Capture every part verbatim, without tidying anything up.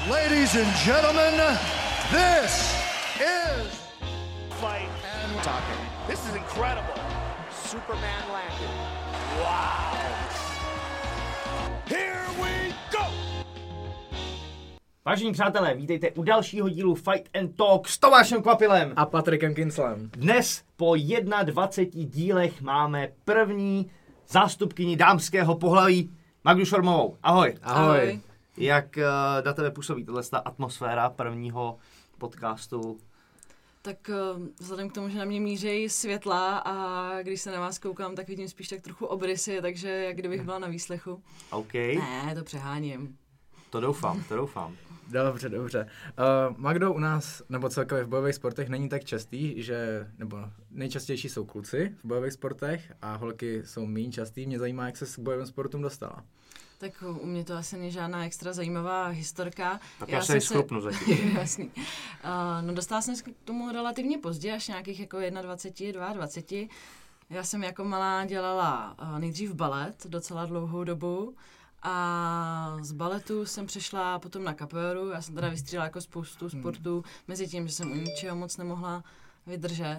Ladies and gentlemen, this is fight and talking. This is incredible. Superman landed. Wow. Here we go. Vážení přátelé, vítejte u dalšího dílu Fight and Talk s Tomášem Kvapilem a Patrikem Kinslem. Dnes po dvaceti jedné dílech máme první zástupkyni dámského pohlaví Magdu Šormovou. Ahoj. Ahoj. Jak uh, na tebe působí tato atmosféra prvního podcastu? Tak uh, vzhledem k tomu, že na mě mířejí světla a když se na vás koukám, tak vidím spíš tak trochu obrysy, takže jak kdybych byla na výslechu. OK. Ne, to přeháním. To doufám, to doufám. Dobře, dobře. Uh, Magdo, u nás, nebo celkově v bojových sportech není tak častý, že, nebo nejčastější jsou kluci v bojových sportech a holky jsou méně častý. Mě zajímá, jak se k bojovým sportům dostala. Tak u mě to asi není žádná extra zajímavá historka. Tak já, já se ji schrupnu zatím. Jasný. Uh, no dostala jsem se k tomu relativně pozdě, až nějakých jako dvacet jedna, dvacet dva. Já jsem jako malá dělala uh, nejdřív balet docela dlouhou dobu. A z baletu jsem přešla potom na capoeiru. Já jsem teda vystřídala jako spoustu sportů, mezi tím, že jsem u ničeho moc nemohla vydržet.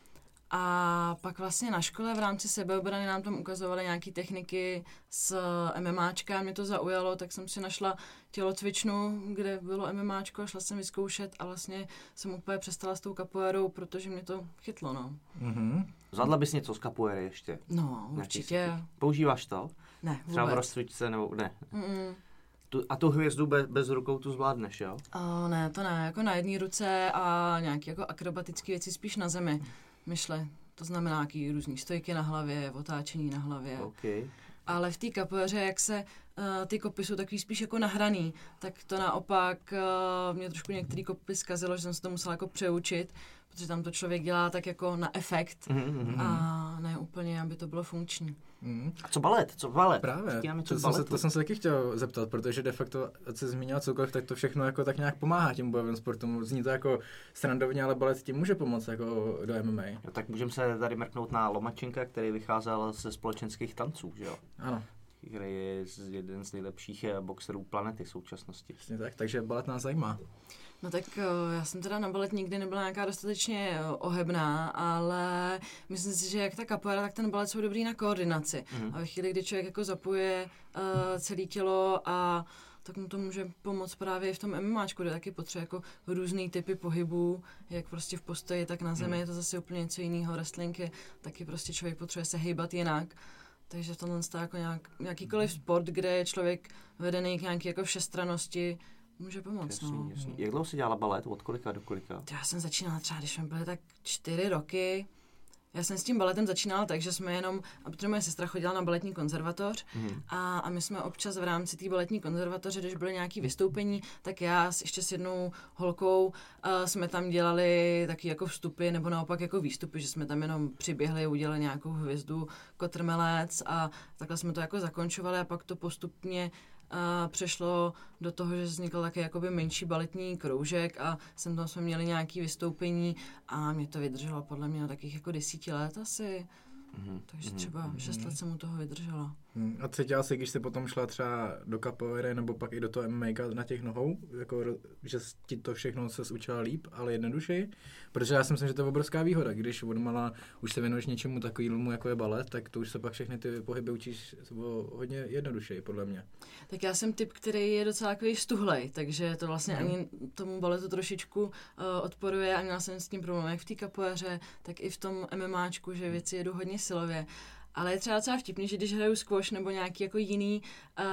A pak vlastně na škole v rámci sebeobrany nám tam ukazovali nějaké techniky s MMAčka, mě to zaujalo, tak jsem si našla tělocvičnu, kde bylo MMAčko, šla jsem vyzkoušet a vlastně jsem úplně přestala s tou capoeirou, protože mě to chytlo, no. Mm-hmm. Zvládla bys něco z capoeiry ještě? No, určitě. Používáš to? Ne, vůbec. Třeba v rozcvičce nebo ne? Mm-mm. Tu, a tu hvězdu bez, bez rukou tu zvládneš, jo? O, ne, to ne, jako na jedné ruce a nějaké jako akrobatické věci spíš na zemi. Myšle, to znamená nějaký různý stojky na hlavě, otáčení na hlavě. Okay. Ale v té capoeiře, jak se uh, ty kopy jsou takový spíš jako nahraný, tak to naopak uh, mě trošku některý kopy zkazilo, že jsem se to musela jako přeučit, protože tam to člověk dělá tak jako na efekt mm-hmm. a ne úplně, aby to bylo funkční. Mm. A co balet? Co balet? Právě, to, jsem se, to jsem se taky chtěl zeptat, protože de facto, co jsi zmínil cokoliv, tak to všechno jako tak nějak pomáhá těm bojovým sportům. Zní to jako srandovně, ale balet tím může pomoct jako do M M A. No, tak můžeme se tady mrknout na Lomačenka, který vycházel ze společenských tanců, že jo? Ano. Který je jeden z nejlepších boxerů planety v současnosti. Přesně tak, takže balet nás zajímá. No tak já jsem teda na balet nikdy nebyla nějaká dostatečně ohebná, ale myslím si, že jak ta capoeira, tak ten balet jsou dobrý na koordinaci. Mm-hmm. A ve chvíli, kdy člověk jako zapojuje uh, celé tělo a tak mu to může pomoct právě v tom MMAčku, kde taky potřebuje jako různý typy pohybů, jak prostě v postoji, tak na zemi, mm. je to zase úplně něco jiného. Wrestling je taky prostě člověk potřebuje se hejbat jinak. Takže tohle je jako nějak, nějakýkoliv sport, kde je člověk vedený k nějaké jako všestrannosti, může pomoct. Jasný, no. jasný. Jak dlouho jsi dělala balet? Od kolika do kolika? Já jsem začínala třeba, když jsme byli tak čtyři roky. Já jsem s tím baletem začínala tak, že jsme jenom, a protože moje sestra chodila na baletní konzervatoř mm. a, a my jsme občas v rámci té baletní konzervatoře, když byly nějaké vystoupení, tak já s, ještě s jednou holkou uh, jsme tam dělali taky jako vstupy nebo naopak jako výstupy, že jsme tam jenom přiběhli, udělali nějakou hvězdu, kotrmelec a takhle jsme to jako zakončovali a pak to postupně a přešlo do toho, že vznikl taky jakoby menší baletní kroužek a sem tam jsme měli nějaké vystoupení a mě to vydrželo podle mě na takých jako desíti let asi. Mm-hmm. Takže třeba mm-hmm. šest let jsem u toho vydržela. Hmm. A cítila jsi, když jsi potom šla třeba do capoeiry nebo pak i do toho M M A na těch nohou, jako, že ti to všechno se učila líp, ale jednodušeji? Protože já si myslím, že to je obrovská výhoda, když odmala už se věnuješ něčemu takovému, jako je balet, tak to už se pak všechny ty pohyby učíš hodně jednodušeji, podle mě. Tak já jsem typ, který je docela takový stuhlej, takže to vlastně hmm. ani tomu baletu trošičku uh, odporuje a měla jsem s tím problém jak v té capoeiře, tak i v tom MMAčku, že věci jedu hodně silově. Ale je třeba docela vtipný, že když hraju squash nebo nějaký jako jiný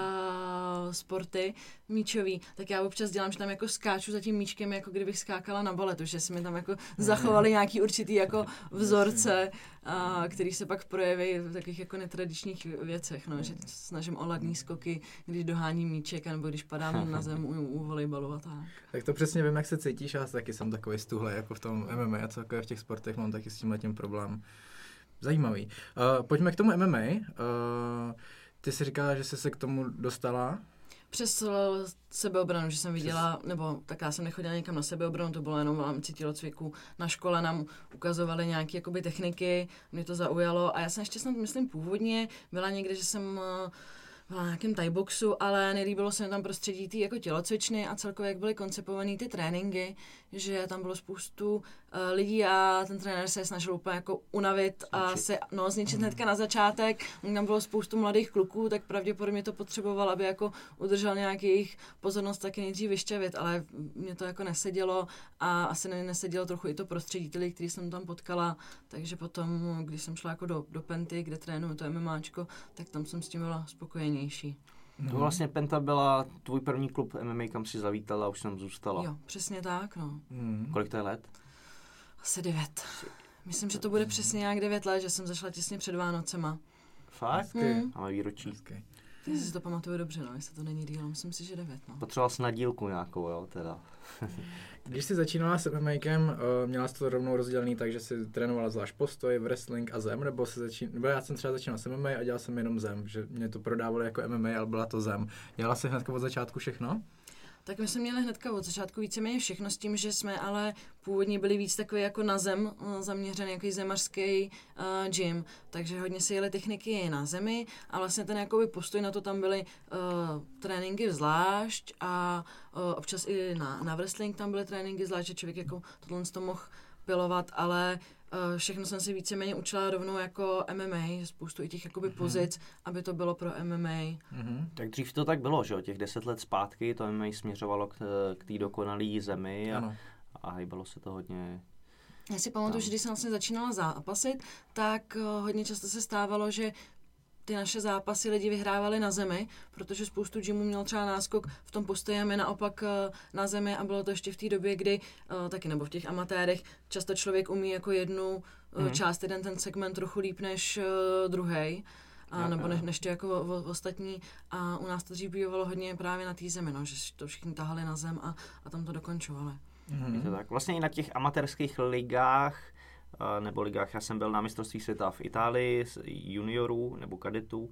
uh, sporty míčový, tak já občas dělám, že tam jako skáču za tím míčkem, jako kdybych skákala na baletu, že si mi tam jako zachovali nějaký určitý jako vzorce, uh, který se pak projeví v takových jako netradičních věcech, no, že snažím o ladný skoky, když doháním míček, nebo když padám na zem u, u volejbalu a tak. Tak to přesně vím, jak se cítíš, já taky jsem takový stuhlej, jako v tom M M A a celkově v těch sportech mám taky s tímhletím problém. Zajímavý. Uh, pojďme k tomu M M A. Uh, ty jsi říkala, že jsi se k tomu dostala? Přes sebeobranu, že jsem viděla, nebo tak já jsem nechodila někam na sebeobranu, to bylo jenom v rámci tělocviku. Na škole nám ukazovali nějaké jakoby techniky, mě to zaujalo a já jsem ještě snad, myslím, původně byla někde, že jsem byla na nějakém thaiboxu, ale nelíbilo se mi tam prostředí tý jako tělocvičny a celkově jak byly koncipovaný ty tréninky, že tam bylo spoustu uh, lidí a ten trenér se snažil úplně jako unavit a se, no, zničit hnedka na začátek. Tam bylo spoustu mladých kluků, tak pravděpodobně to potřeboval, aby jako udržel nějaký jejich pozornost taky nejdřív vyšťavit, ale mě to jako nesedělo a asi ne, nesedělo trochu i to prostředí, ty, který jsem tam potkala, takže potom, když jsem šla jako do, do Penty, kde trénuju to MMAčko, tak tam jsem s tím byla spokojenější. To vlastně Penta byla tvůj první klub M M A, kam si zavítala a už jsem zůstala. Jo, přesně tak, no. Hmm. Kolik to je let? Asi devět. Myslím, že to bude přesně nějak devět let, že jsem zašla těsně před Vánocema. Fakt? Hmm. Máme výročí. Ty si to pamatuju dobře, no, jestli to není díl, myslím si, že devět, no. Potřeboval jsi na dílku nějakou, jo, teda. Když jsi začínala s MMAkem, uh, měla jsi to rovnou rozdělený tak, že jsi trénovala zvlášť postoj, wrestling a zem, nebo si začín... nebo já jsem třeba začínal s M M A a dělal jsem jenom zem, že mě to prodávalo jako M M A, ale byla to zem. Dělala jsi hnedka od začátku všechno? Tak my jsme měli hnedka od začátku víceméně všechno s tím, že jsme ale původně byli víc takový jako na zem zaměřený, jaký zemařský uh, gym, takže hodně si jeli techniky na zemi a vlastně ten jakoby postoj na to tam byly uh, tréninky zvlášť a uh, občas i na, na wrestling tam byly tréninky zvlášť, že člověk jako tohle to mohl pilovat, ale uh, všechno jsem si víceméně učila rovnou jako M M A, spoustu i těch jakoby pozic, aby to bylo pro M M A. Mm-hmm. Tak dřív to tak bylo, že jo, těch deset let zpátky to M M A směřovalo k, k té dokonalé zemi a, a hýbalo se to hodně. Já si pamatuju, že když jsem vlastně začínala zápasit, tak uh, hodně často se stávalo, že ty naše zápasy lidi vyhrávali na zemi, protože spoustu gymů měl třeba náskok v tom postoji a my naopak uh, na zemi a bylo to ještě v té době, kdy uh, taky nebo v těch amatérech často člověk umí jako jednu uh, mm. část, jeden ten segment trochu líp než uh, druhej. A, nebo ne, než to jako o, o, ostatní. A u nás to dřív bývalo hodně právě na té zemi, no, že to všichni tahali na zem a, a tam to dokončovali. Mm-hmm. Je to tak. Vlastně i na těch amatérských ligách, nebo ligách, já jsem byl na mistrovství světa v Itálii juniorů nebo kadetů,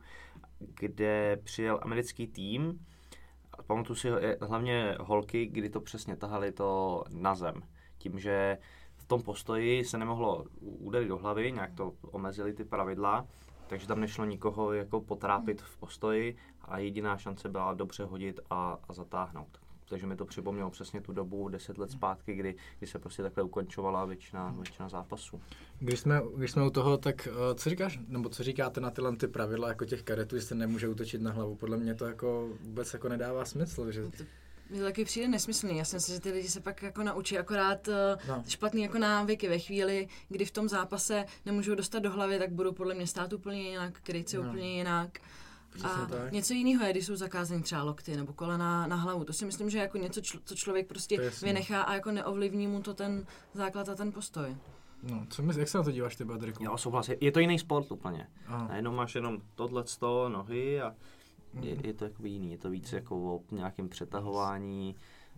kde přijel americký tým. Pamatuju si hlavně holky, kdy to přesně tahali to na zem. Tím, že v tom postoji se nemohlo uderit do hlavy, nějak to omezili ty pravidla, takže tam nešlo nikoho jako potrápit v postoji a jediná šance byla dobře hodit a, a zatáhnout. Takže mi to připomnělo přesně tu dobu deset let zpátky, kdy, kdy se prostě takhle ukončovala většina, většina zápasů. Když jsme, když jsme u toho, tak uh, co říkáš, nebo co říkáte na tyhle ty pravidla jako těch kadetů, že se nemůže útočit na hlavu? Podle mě to jako vůbec jako nedává smysl, že... Mně to taky přijde nesmyslný. Já si myslím, že ty lidi se pak jako naučí akorát uh, no. špatný jako návyky ve chvíli, kdy v tom zápase nemůžou dostat do hlavy, tak budou podle mě stát úplně jinak, kryjci no. úplně jinak. A tak. Něco jiného je, když jsou zakázaný třeba lokty nebo kolena na hlavu. To si myslím, že jako něco, člo, co člověk prostě vynechá a jako neovlivní mu to ten základ a ten postoj. No, co my, jak se na to díváš ty, Badriku? Jo, souhlas. Je to jiný sport úplně. Aha. Najednou máš jenom tohleto, nohy a je, je to jako jiný. Je to víc jako o nějakém přetahování.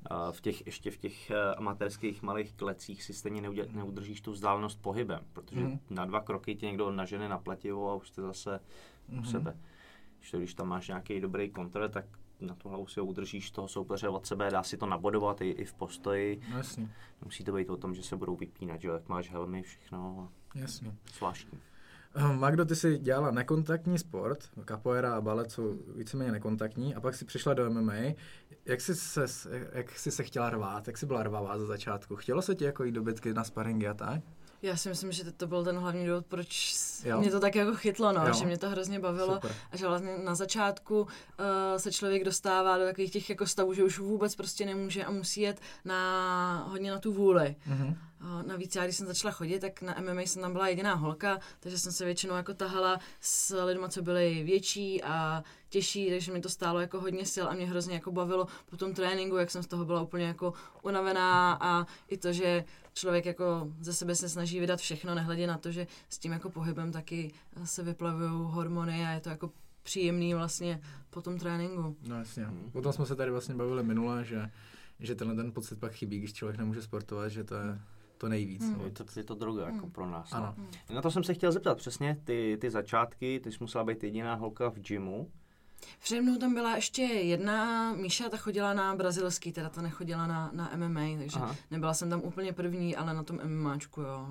V těch, ještě v těch amatérských malých klecích si stejně neudě, neudržíš tu vzdálenost pohybem, protože mm. na dva kroky tě někdo nažene na pletivo a už jste zase mm. u sebe. Když tam máš nějaký dobrý kontr, tak na tu hlavu si ho udržíš toho soupeře od sebe, dá si to nabodovat i, i v postoji. Jasně. Musí to být o tom, že se budou vypínat, že tak máš helmy, všechno. Jasně. Zvláštní. Magdo, ty jsi dělala nekontaktní sport, capoeira a balet jsou víceméně nekontaktní a pak si přišla do M M A. Jak jsi se, jak jsi se chtěla rvát, jak jsi byla rvavá ze začátku? Chtělo se ti jako jít do bitky na sparingy a tak? Já si myslím, že to byl ten hlavní důvod, proč jo. mě to tak jako chytlo, no, jo. že mě to hrozně bavilo. Super. A že vlastně na začátku uh, se člověk dostává do takových těch jako stavů, že už vůbec prostě nemůže a musí jet na, hodně na tu vůli. Mm-hmm. Uh, navíc já, když jsem začala chodit, tak na M M A jsem tam byla jediná holka, takže jsem se většinou jako tahala s lidma, co byli větší a těžší, takže mi to stálo jako hodně sil a mě hrozně jako bavilo po tom tréninku, jak jsem z toho byla úplně jako unavená a i to, že člověk jako ze sebe se snaží vydat všechno, nehledě na to, že s tím jako pohybem taky se vyplavují hormony a je to jako příjemný vlastně po tom tréninku. No jasně. O tom jsme se tady vlastně bavili minule, že, že tenhle ten pocit pak chybí, když člověk nemůže sportovat, že to je to nejvíc. Hmm. Je, to, je to droga jako hmm. pro nás. Ano. No. Na to jsem se chtěl zeptat přesně, ty, ty začátky, ty jsi musela být jediná holka v gymu. Přede mnou tam byla ještě jedna, Míša, ta chodila na brazilský, teda ta nechodila na, na M M A, takže aha. nebyla jsem tam úplně první, ale na tom MMAčku, jo.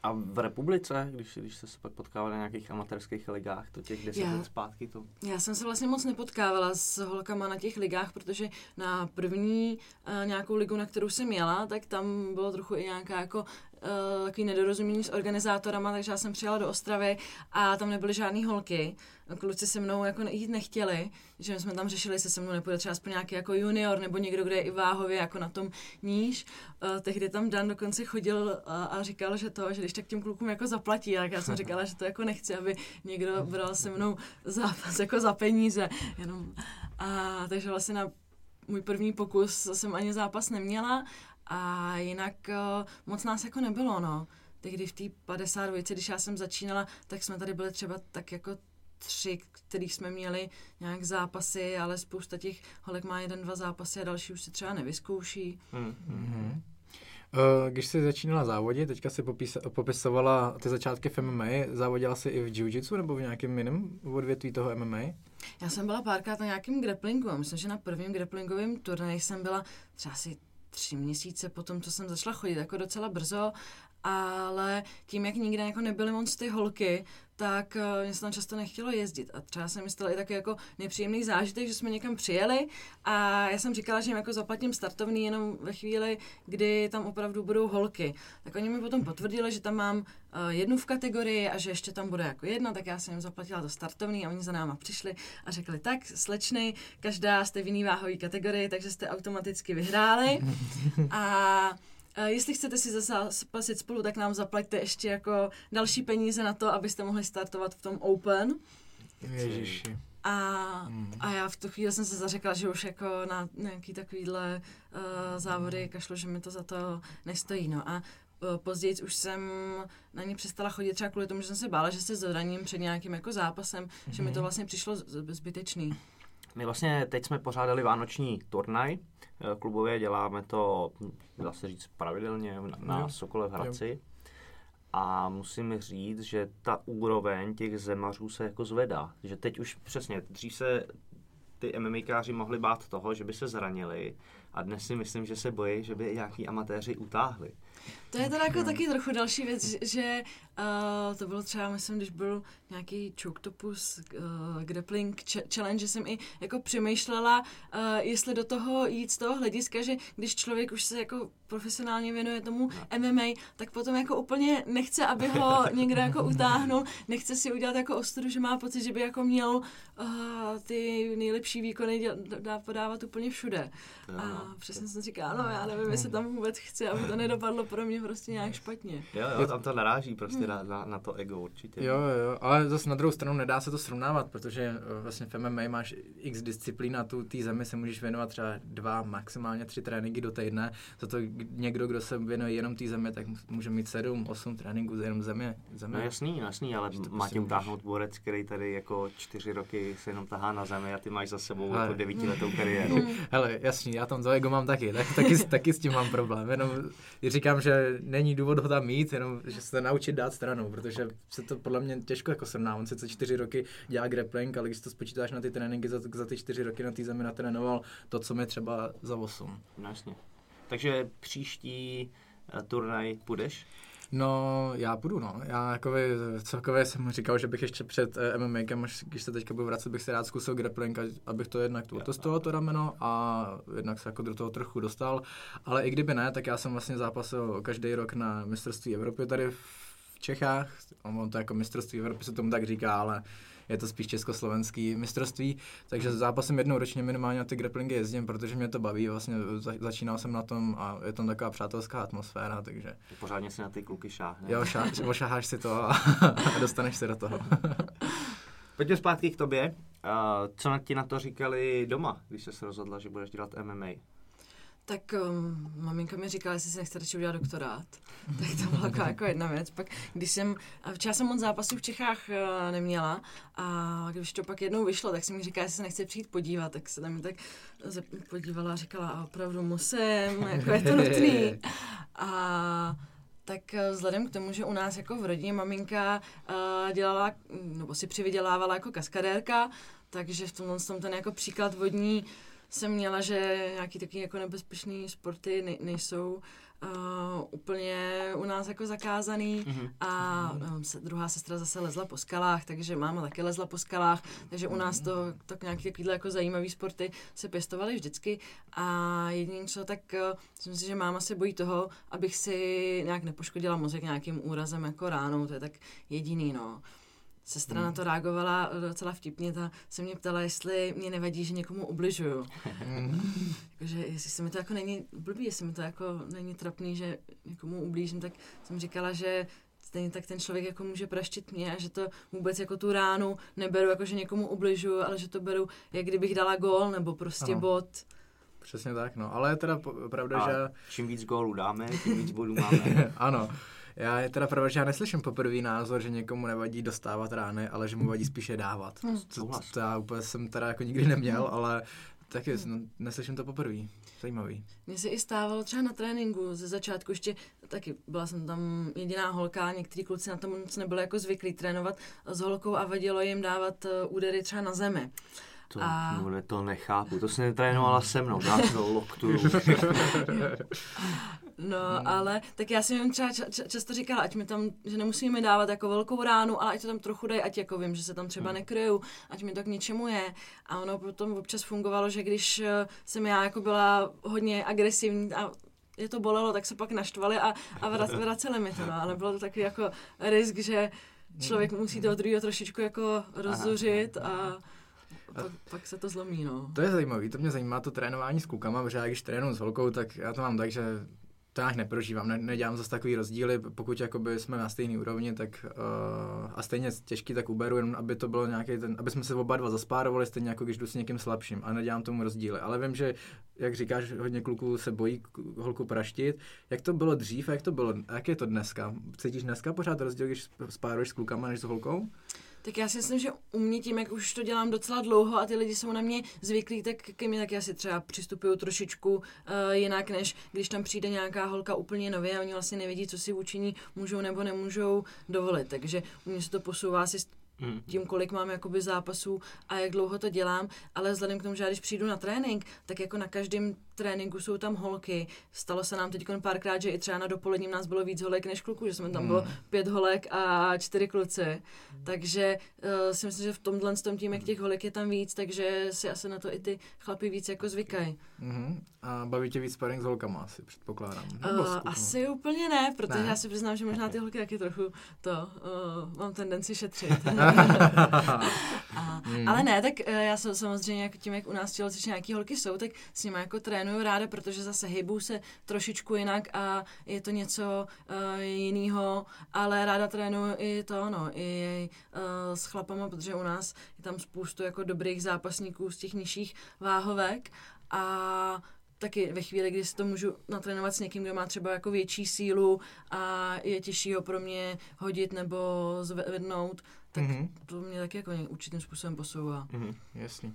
A v republice, když, když jste se pak potkávali na nějakých amatérských ligách, to těch deset let zpátky to... Já jsem se vlastně moc nepotkávala s holkama na těch ligách, protože na první uh, nějakou ligu, na kterou jsem jela, tak tam bylo trochu i nějaká jako uh, takový nedorozumění s organizátorama, takže já jsem přijela do Ostravy a tam nebyly žádný holky. Kluci se mnou jako jít nechtěli, že jsme tam řešili, jestli se mnou nepůjde třeba aspoň nějaký jako junior nebo někdo, kde je i váhově jako na tom níž. Uh, tehdy tam Dan dokonce chodil a, a říkal, že to, že když tak těm klukům jako zaplatí, tak já jsem říkala, že to jako nechci, aby někdo bral se mnou zápas jako za peníze. Jenom. A takže vlastně na můj první pokus jsem ani zápas neměla a jinak uh, moc nás jako nebylo, no. Tehdy v té padesát dvojce, když já jsem začínala, tak jsme tady byli třeba tak jako tři, kterých jsme měli nějak zápasy, ale spousta těch holek má jeden, dva zápasy a další už si třeba nevyzkouší. Mm-hmm. Když jsi začínala závodit, teďka si popis, popisovala ty začátky v M M A, závodila jsi i v jiu-jitsu nebo v nějakém jiném odvětví toho M M A? Já jsem byla párkrát na nějakém grapplingu a myslím, že na prvním grapplingovém turnaji jsem byla třeba asi tři měsíce po tom, co jsem začala chodit, jako docela brzo, ale tím, jak nikde jako nebyly moc ty holky, tak uh, mě se tam často nechtělo jezdit a třeba jsem myslela i taky jako nepříjemný zážitek, že jsme někam přijeli a já jsem říkala, že jim jako zaplatím startovný jenom ve chvíli, kdy tam opravdu budou holky. Tak oni mi potom potvrdili, že tam mám uh, jednu v kategorii a že ještě tam bude jako jedna, tak já jsem jim zaplatila to startovný a oni za náma přišli a řekli, tak slečny, každá jste v jiný váhový kategorii, takže jste automaticky vyhráli a jestli chcete si zapasit spolu, tak nám zaplaťte ještě jako další peníze na to, abyste mohli startovat v tom Open. Ježiši. A, a já v tu chvíli jsem se zařekla, že už jako na nějaký takovýhle uh, závody kašlu, že mi to za to nestojí. No a uh, později už jsem na ně přestala chodit třeba kvůli tomu, že jsem se bála, že se zraním před nějakým jako zápasem, mm-hmm. že mi to vlastně přišlo zbytečný. My vlastně teď jsme pořádali vánoční turnaj, klubově děláme to, dá se říct, pravidelně na, na Sokole v Hradci. A musím říct, že ta úroveň těch zemařů se jako zvedá. Že teď už přesně, dřív se ty MMAkáři mohli bát toho, že by se zranili a dnes si myslím, že se bojí, že by nějaký amatéři utáhli. To je teda jako taky trochu další věc, že uh, to bylo třeba, myslím, když byl nějaký Choctopus uh, grappling challenge, že jsem i jako přemýšlela, uh, jestli do toho jít z toho hlediska, že když člověk už se jako profesionálně věnuje tomu M M A, tak potom jako úplně nechce, aby ho někdo jako utáhnul, nechce si udělat jako ostudu, že má pocit, že by jako měl uh, ty nejlepší výkony děl, dá podávat úplně všude. Jo, a přesně jsem říkala, no já nevím, jestli tam vůbec chci, aby to nedopadlo pro mě prostě nějak špatně. Jo, jo, tam to naráží prostě na, na, na to ego určitě. Jo, jo, ale zase na druhou stranu nedá se to srovnávat, protože vlastně v M M A máš x disciplín a tu té zemi se můžeš věnovat třeba dva, maximálně tři tréninky do týdne. Za to někdo, kdo se věnuje jenom té zemi, tak může mít sedm, osm tréninků jenom země. země. No jasný, jasný, ale má tím táhnout borec, který tady jako čtyři roky se jenom tahá na zemi a ty máš za sebou hele. Jako devítiletou kariéru. Hele, jasný, já tam to ego mám taky, tak, taky, taky s tím mám problém, jenom říkám, že není důvod ho tam mít, jenom že se naučit dát stranou, protože se to podle mě těžko jako srovná. On sice čtyři roky dělá grappling, ale když to spočítáš na ty tréninky, za, za ty čtyři roky na té zemi natrénoval to, co mi třeba za osm. No jasně. Takže příští uh, turnaj půjdeš? No, já půjdu, no. Já jakoby, celkově jsem říkal, že bych ještě před eh, MMAkem, až když se teďka budu vracet, bych se rád zkusil grappling, abych to jednak tu otestoval to rameno a jednak se jako do toho trochu dostal. Ale i kdyby ne, tak já jsem vlastně zápasil každý rok na mistrovství Evropy tady v Čechách. On to jako mistrovství Evropy se tomu tak říká, ale je to spíš československý mistrovství, takže zápasem jednou ročně minimálně na ty grapplingy jezdím, protože mě to baví, vlastně začínal jsem na tom a je tam taková přátelská atmosféra, takže... Pořádně si na ty kluky šáhne. Jo, šá, ošaháš si to a, a dostaneš se do toho. Pojďme zpátky k tobě. Uh, co ti na to říkali doma, když jsi se rozhodla, že budeš dělat M M A? Tak um, maminka mi říkala, jestli si nechce radši udělat doktorát. Tak to byla jako jedna věc. Pak, když jsem, včera jsem moc zápasů v Čechách uh, neměla a když to pak jednou vyšlo, tak jsem mi říkala, jestli se nechce přijít podívat, tak se tam tak podívala a říkala, a opravdu musím, jako je to nutný. A tak vzhledem k tomu, že u nás jako v rodině maminka uh, dělala, nebo si přivydělávala jako kaskadérka, takže v tomhle tom ten jako příklad vodní jsem měla, že nějaký taky jako nebezpečný sporty ne- nejsou uh, úplně u nás jako zakázaný mm-hmm. a um, se, druhá sestra zase lezla po skalách, takže máma taky lezla po skalách, takže u nás to tak nějaký takovýhle jako zajímavý sporty se pěstovaly vždycky a jediný co, tak uh, myslím si, že máma se bojí toho, abych si nějak nepoškodila mozek nějakým úrazem jako ránou, to je tak jediný, no. Sestra hmm. na to reagovala docela vtipně, ta se mě ptala, jestli mě nevadí, že někomu ubližuju. Takže jestli se mi to jako není blbý, jestli mi to jako není trapný, že někomu ublížím, tak jsem říkala, že stejně tak ten člověk jako může praštit mě a že to vůbec jako tu ránu neberu, jako že někomu ubližuju, ale že to beru, jak kdybych dala gól nebo prostě ano. bod. Přesně tak, no, ale je teda pravda, a že... čím víc gólů dáme, tím víc bodů máme. Ano. Já je teda pravda, že já neslyším poprvý názor, že někomu nevadí dostávat rány, ale že mu vadí spíše dávat. Hmm. To, to, to já úplně jsem teda jako nikdy neměl, hmm. ale taky no, neslyším to poprvý. Zajímavý. Mně se i stávalo třeba na tréninku ze začátku, ještě taky byla jsem tam jediná holka, některý kluci na tom moc nebyli jako zvyklí trénovat s holkou a vadilo jim dávat údery třeba na zemi. To, a... no, to nechápu, to se netrénovala se mnou, já se to loktuju. No, hmm. ale tak já jsem jim třeba ča- často říkala, ať mi tam, že nemusíme dávat jako velkou ránu, ale ať to tam trochu dají, ať jako vím, že se tam třeba hmm. nekryjou, ať mi to k ničemu je. A ono potom občas fungovalo, že když jsem já jako byla hodně agresivní a je to bolelo, tak se pak naštvali a, a vrac- vraceli mi to, no. Ale bylo to takový jako risk, že člověk musí toho druhého trošičku jako rozzuřit a pak, pak se to zlomí, no. To je zajímavý, to mě zajímá to trénování s klukama, protože já když trénuji s holkou, tak já to mám tak, že to nějak neprožívám, ne, nedělám zase takový rozdíly, pokud jakoby jsme na stejný úrovni, tak uh, a stejně těžký, tak uberu, jenom aby to bylo nějaký ten, aby jsme se oba dva zaspárovali, stejně jako když jdu s někým slabším a nedělám tomu rozdíly. Ale vím, že, jak říkáš, hodně kluků se bojí holku praštit. Jak to bylo dřív a jak to bylo, jak je to dneska? Cítíš dneska pořád rozdíl, když spáruješ s klukama než s holkou? Tak já si myslím, že u mě tím, jak už to dělám docela dlouho a ty lidi jsou na mě zvyklí, tak ke mně taky asi třeba přistupují trošičku uh, jinak, než když tam přijde nějaká holka úplně nově a oni vlastně nevědí, co si vůči ní můžou nebo nemůžou dovolit. Takže u mě se to posouvá asi tím, kolik mám jakoby zápasů a jak dlouho to dělám, ale vzhledem k tomu, že já když přijdu na trénink, tak jako na každém tréninku jsou tam holky. Stalo se nám teď párkrát, že i třeba na dopoledním nás bylo víc holek než kluků, že jsme tam bylo pět holek a čtyři kluci. Takže uh, si myslím, že v tomhle tom tím, jak těch holek je tam víc, takže si asi na to i ty chlapi víc jako zvykají. Uh-huh. A baví tě víc sparring s holkama asi, předpokládám. Uh, asi úplně ne, protože ne. Já si přiznám, že možná ty holky taky trochu to uh, mám tendenci šetřit. a, hmm. Ale ne, tak uh, já jsem samozřejmě jako tím, jak u nás tělocvičně nějaký holky jsou, tak s nimi jako trénuju ráda, protože zase hejbou se trošičku jinak a je to něco uh, jiného, ale ráda trénuju i to, no, i uh, s chlapama, protože u nás je tam spoustu jako dobrých zápasníků z těch nižších váhovek a taky ve chvíli, kdy si to můžu natrénovat s někým, kdo má třeba jako větší sílu a je těžší ho pro mě hodit nebo zvednout, tak mm-hmm. to mě taky jako určitým způsobem posouvá. Mm-hmm. Jasný.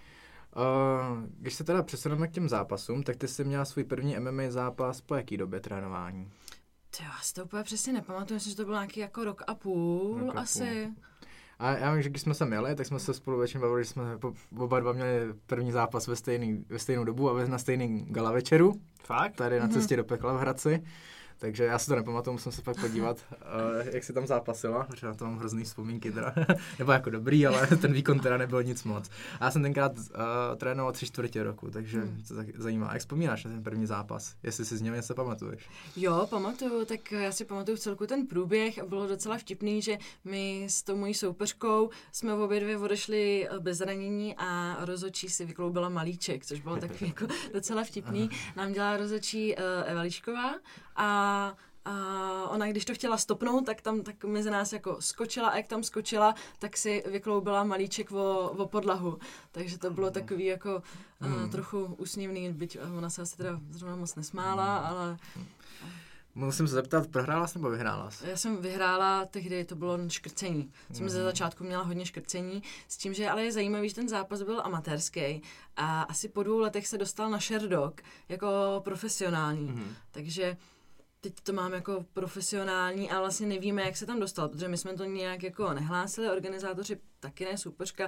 Uh, když se teda přesuneme k těm zápasům, tak ty jsi měla svůj první M M A zápas po jaký době trénování? Já si to úplně přesně nepamatuju, myslím, že to byl nějaký jako rok a půl rok a asi. Půl. A já vím, že když jsme se měli, tak jsme se spolu většinou bavili, že jsme oba dva měli první zápas ve, stejný, ve stejnou dobu a na stejný gala večeru. Fakt? Tady na cestě mm-hmm. do pekla v Hradci. Takže já si to nepamatuju, musím se pak podívat, uh, jak jsi tam zápasila, protože na to mám hrozný vzpomínky teda, nebo jako dobrý, ale ten výkon teda nebyl nic moc. A já jsem tenkrát uh, trénoval tři čtvrtě roku, takže hmm. to tak zajímá. Jak vzpomínáš na ten první zápas, jestli si z něj něco pamatuješ? Jo, pamatuju, tak já si pamatuju celku ten průběh a bylo docela vtipný, že my s tou mojí soupeřkou jsme obě dvě odešli bez zranění a rozhodčí si vykloubila malíček, což bylo takový jako docela vtipný. Nám dělala rozhodčí uh, Eva Lišková a A ona, když to chtěla stopnout, tak tam tak mezi nás jako skočila a jak tam skočila, tak si vykloubila malíček o, o podlahu. Takže to bylo takový jako mm. uh, trochu úsměvný, byť ona se asi teda zrovna moc nesmála, ale... Musím se zeptat, prohrála jsi nebo vyhrála jsi? Já jsem vyhrála, tehdy to bylo škrcení. Jsem mm. ze začátku měla hodně škrcení, s tím, že ale je zajímavý, že ten zápas byl amatérský a asi po dvou letech se dostal na Sherdog jako profesionální. Mm. Takže teď to mám jako profesionální a vlastně nevíme, jak se tam dostal, protože my jsme to nějak jako nehlásili, organizátoři taky ne, soupeřka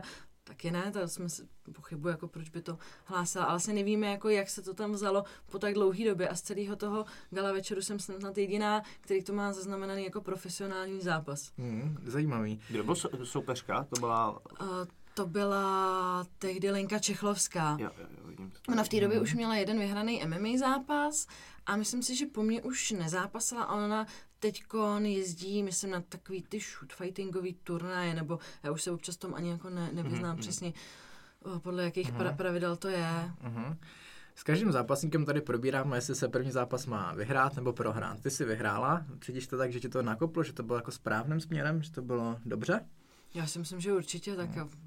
taky ne, to jsme si pochybuji, jako proč by to hlásila, ale vlastně nevíme, jako jak se to tam vzalo po tak dlouhé době a z celého toho gala večeru jsem snad jediná, který to má zaznamenaný jako profesionální zápas. Hmm, zajímavý. Kdo byl sou- soupeřka? To byla... Uh, to byla tehdy Lenka Čechlovská. Jo, jo, jo, vidím to. Ona v té době už měla jeden vyhraný M M A zápas a myslím si, že po mně už nezápasila, ale ona teďkon jezdí, myslím, na takový ty shoot fightingový turnaje, nebo já už se občas tom ani jako ne, nevyznám mm-hmm. přesně, podle jakých mm-hmm. pra- pravidel to je. Mm-hmm. S každým zápasníkem tady probíráme, jestli se první zápas má vyhrát nebo prohrát. Ty jsi vyhrála, cítíš to tak, že ti to nakoplo, že to bylo jako správným směrem, že to bylo dobře? Já si myslím, že určitě, tak mm.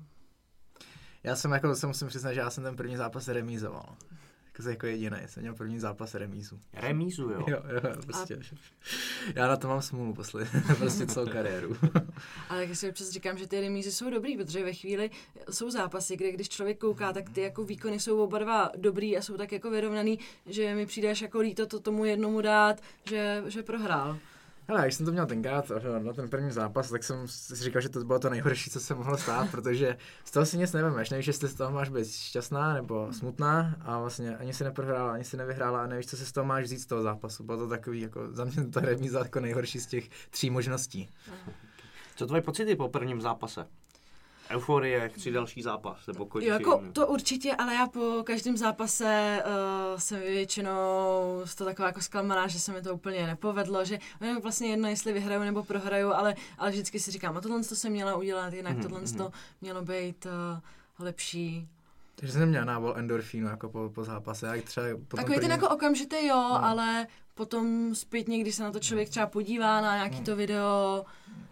Já jsem jako, se musím přiznat, že já jsem ten první zápas remízoval. Jako, jako jediný, jsem měl první zápas remízu. Remízu, jo? Jo, jo, prostě. A... Já na to mám smůlu posle, prostě celou kariéru. Ale tak si občas říkám, že ty remízy jsou dobrý, protože ve chvíli jsou zápasy, kde když člověk kouká, tak ty jako výkony jsou oba dva dobrý a jsou tak jako vyrovnaný, že mi přijdeš jako líto to tomu jednomu dát, že, že prohrál. Hele, když jsem to měl tenkrát na ten první zápas, tak jsem si říkal, že to bylo to nejhorší, co se mohlo stát, protože z toho si nic nevemeš, nevíš, jestli z toho máš být šťastná nebo smutná a vlastně ani si neprohrála, ani si nevyhrála a nevíš, co si z toho máš vzít z toho zápasu. Bylo to takový, jako za mě to remíza jako nejhorší z těch tří možností. Co tvoje pocity po prvním zápase? Euforie, chci další zápas, nebo končí? Jo, jako to určitě, ale já po každém zápase uh, jsem většinou z toho taková jako zklamaná, že se mi to úplně nepovedlo, že je vlastně jedno, jestli vyhraju nebo prohraju, ale, ale vždycky si říkám, a tohle to jsem měla udělat, jinak mm-hmm. tohle to mělo být uh, lepší. Takže jsem neměla návol endorfínu jako po, po zápase. Jak třeba Takový první... ten jako okamžitý jo, no. Ale potom zpětně, když se na to člověk třeba podívá na nějaký to video,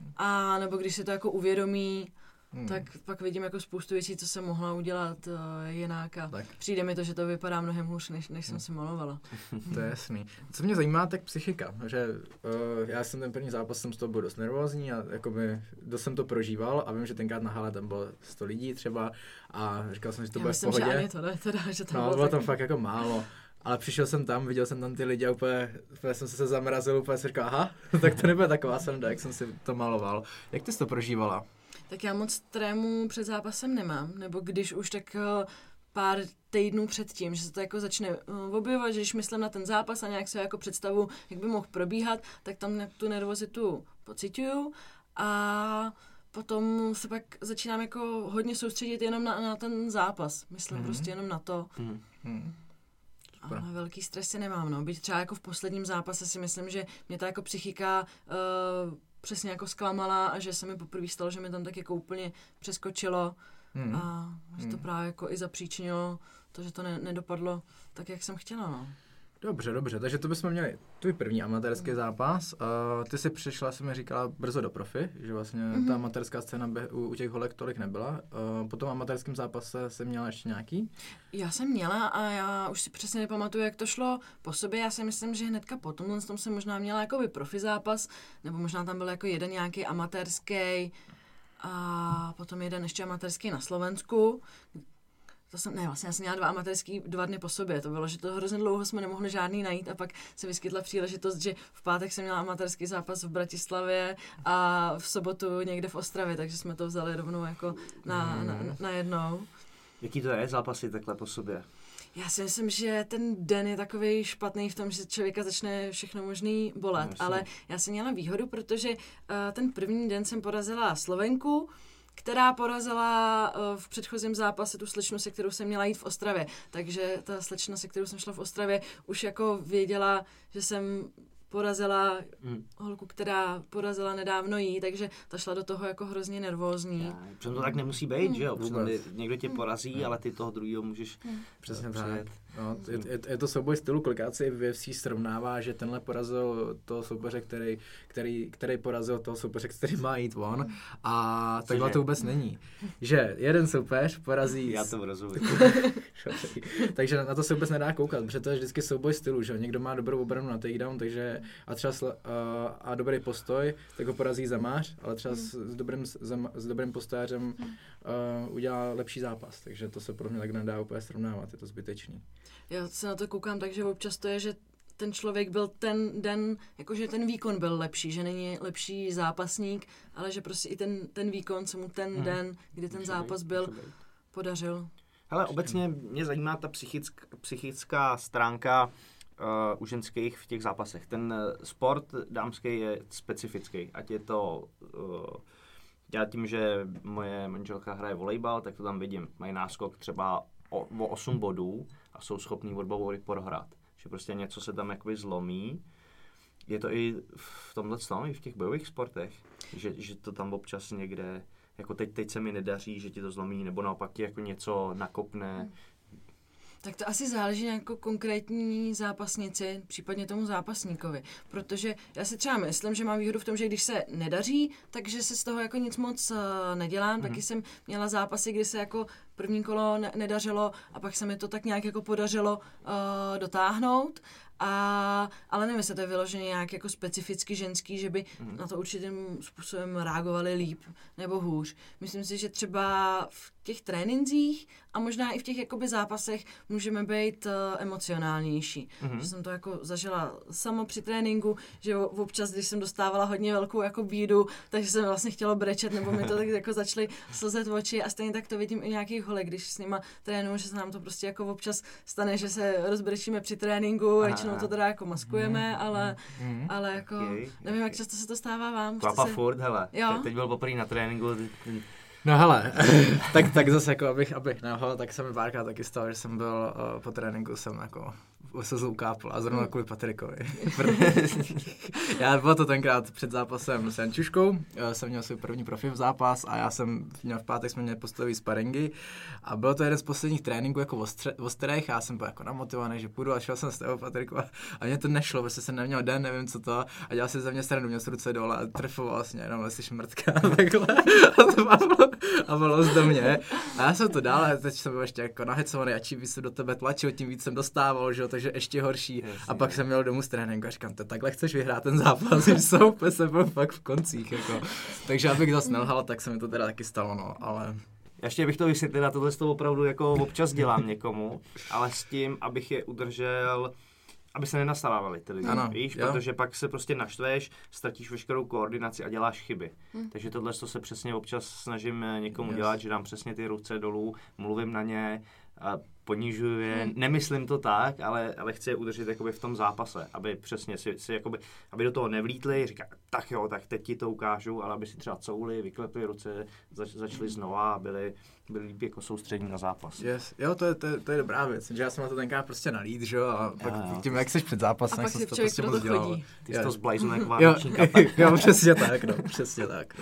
a nebo když si to jako uvědomí, Hmm. tak pak vidím jako spoustu věcí, co jsem mohla udělat uh, jinak a tak. Přijde mi to, že to vypadá mnohem hůř, než, než jsem si malovala. To je jasný. Co mě zajímá, tak psychika, že uh, já jsem ten první zápas, jsem z toho byl dost nervózní a jakoby dost jsem to prožíval a vím, že tenkrát na hale tam bylo sto lidí třeba a říkal jsem, že to já bude myslím, v pohodě. Já myslím, že ani to ne, teda, že tam no, bylo, bylo tam fakt jako málo. Ale přišel jsem tam, viděl jsem tam ty lidi a úplně, úplně jsem se zamrazil, úplně jsem říkal, aha, tak to nebude taková sranda, jak jsem si to maloval. Jak ty jsi to prožívala? Tak já moc trému před zápasem nemám, nebo když už tak pár týdnů předtím, že se to jako začne objevovat, že když myslím na ten zápas a nějak se jako představu, jak by mohl probíhat, tak tam tu nervozitu pociťuju a potom se pak začínám jako hodně soustředit jenom na, na ten zápas. Myslím mm-hmm. prostě jenom na to. Mm-hmm. Ale velký stres si nemám, no. Byť třeba jako v posledním zápase si myslím, že mě ta jako psychika uh, přesně jako zklamala a že se mi poprvé stalo, že mi tam tak jako úplně přeskočilo hmm. a že to hmm. právě jako i zapříčinilo to, že to ne, nedopadlo tak, jak jsem chtěla, no. Dobře, dobře, takže to bychom měli tvůj první amatérský zápas. Uh, ty jsi přišla, jsem mi říkala, brzo do profi, že vlastně mm-hmm. ta amatérská scéna be, u, u těch holek tolik nebyla. Uh, po tom amatérském zápase jsi měla ještě nějaký? Já jsem měla a já už si přesně nepamatuju, jak to šlo po sobě. Já si myslím, že hnedka po tomhle tom jsem možná měla jakoby profi zápas, nebo možná tam byl jako jeden nějaký amatérský a potom jeden ještě amatérský na Slovensku. To jsem, ne, vlastně já jsem měla dva amatérský dva dny po sobě, to bylo, že to hrozně dlouho jsme nemohli žádný najít a pak se vyskytla příležitost, že v pátek jsem měla amatérský zápas v Bratislavě a v sobotu někde v Ostravě, takže jsme to vzali rovnou jako na, mm. na, na jednou. Jaký to je zápasy takhle po sobě? Já si myslím, že ten den je takový špatný v tom, že člověka začne všechno možný bolet, Jasně. ale já jsem měla výhodu, protože uh, ten první den jsem porazila Slovenku, která porazila uh, v předchozím zápase tu slečnu, se kterou jsem měla jít v Ostravě. Takže ta slečna, se kterou jsem šla v Ostravě, už jako věděla, že jsem porazila hmm. holku, která porazila nedávno jí, takže ta šla do toho jako hrozně nervózní. Protože to tak nemusí být, hmm. že jo? Protože někdo tě porazí, hmm. ale ty toho druhého můžeš hmm. Přesně tak. No, je, je, je to souboj stylu, kolikrát se v U F C srovnává, že tenhle porazil toho soupeře, který, který, který porazil toho soupeře, který má jít von a takhle to vůbec není. Že jeden soupeř porazí... Já to rozumím. Takže na to se vůbec nedá koukat, protože to je vždycky souboj stylu, že někdo má dobrou obranu na takedown, takže a třeba sl, a, a dobrý postoj, tak ho porazí zamář, ale třeba s, s, dobrým, s, s dobrým postojářem uh, udělá lepší zápas, takže to se pro mě tak nedá úplně srovnávat, je to zbytečný. Já se na to koukám tak, že občas to je, že ten člověk byl ten den, jakože ten výkon byl lepší, že není lepší zápasník, ale že prostě i ten, ten výkon se mu ten hmm. den, kdy ten může zápas být, byl, podařil. Hele, obecně mě zajímá ta psychická, psychická stránka uh, u ženských v těch zápasech. Ten uh, sport dámský je specifický, ať je to... Uh, já tím, že moje manželka hraje volejbal, tak to tam vidím. Mají náskok třeba o, o osm bodů a jsou schopní odbavovit prohrát. Že prostě něco se tam jakoby zlomí. Je to i v tomhle tom, i v těch bojových sportech, že, že to tam občas někde, jako teď, teď se mi nedaří, že ti to zlomí, nebo naopak ti jako něco nakopne. Tak to asi záleží na jako konkrétní zápasnici, případně tomu zápasníkovi. Protože já si třeba myslím, že mám výhodu v tom, že když se nedaří, takže se z toho jako nic moc uh, nedělám. Mm-hmm. Taky jsem měla zápasy, kdy se jako první kolo ne- nedařilo a pak se mi to tak nějak jako podařilo uh, dotáhnout. A, ale nevím, jestli to je vyloženě nějak jako specificky ženský, že by mm. na to určitým způsobem reagovali líp nebo hůř. Myslím si, že třeba v těch trénincích a možná i v těch jakoby zápasech můžeme být uh, emocionálnější. Mm. Že jsem to jako zažila sama při tréninku, že občas, když jsem dostávala hodně velkou jako bídu, takže jsem vlastně chtěla brečet, nebo mi to tak jako začaly slzet oči a stejně tak to vidím i nějakých holek, když s nima trénuju, že se nám to prostě jako občas stane, že se rozbrečíme při tréninku, většinou to teda jako maskujeme, mm, ale, mm, ale jako okay, nevím, jak často se to stává vám. Klapa se... furt, hele, jo? Teď byl poprvé na tréninku. No hele, tak, tak zase jako abych, abych nehal, tak se mi párkrát taky stalo, že jsem byl uh, po tréninku, jsem jako se zoukápl a zrovna kvůli Patrikovi. Já bylo to tenkrát před zápasem s Jančuškou, jsem měl svůj první profi zápas a já jsem měl v pátek, jsme měli postavit sparingy a bylo to jeden z posledních tréninků jako ostrých a já jsem byl jako namotivovaný, že půjdu a šel jsem s tebou, Patriku, a, a mě to nešlo, protože jsem neměl den, nevím co to a dělal si ze mě stranu, měl z ruce dole a trfoval vlastně jenom asi šmrtka a takhle a to bylo, a bylo do mě a já jsem to dál a teď jsem byl ještě jako nahecovaný a čím víc jsem do tebe tlačil, tím víc jsem dostával, že jo, takže ještě horší. Jasně. A pak jsem měl domů z tréninku a říkám, to takhle chceš vyhrát ten zápas, že jsou se byl fakt v koncích, jako. Takže abych zase nelhal, tak se mi to teda taky stalo, no, ale... Ještě bych to vysvětlil, já tohle to opravdu jako občas dělám někomu, ale s tím, abych je udržel, aby se nenastávali ty lidi, ano, víš, jo. Protože pak se prostě naštveš, ztratíš veškerou koordinaci a děláš chyby. Hmm. Takže tohle to se přesně občas snažím někomu yes. dělat, že dám přesně ty ruce dolů, mluvím na ně, a ponižuju je, hmm. nemyslím to tak, ale, ale chci je udržet jakoby v tom zápase, aby přesně si, si jakoby, aby do toho nevlítli, říká, tak jo, tak teď ti to ukážu, ale aby si třeba couli, vyklepli ruce, zač, začali znova a byli, byli líp jako soustřední na zápas. Yes. Jo, to je, to, je, to je dobrá věc, že já jsem na to tenkrát prostě nalít, že jo, a pak jo, tím, jak jsi před zápasem, jak jsem to prostě moc dělal. Ty jsi to zblajzl jak vánoční kapel. Jo, přesně tak, no, přesně tak, no.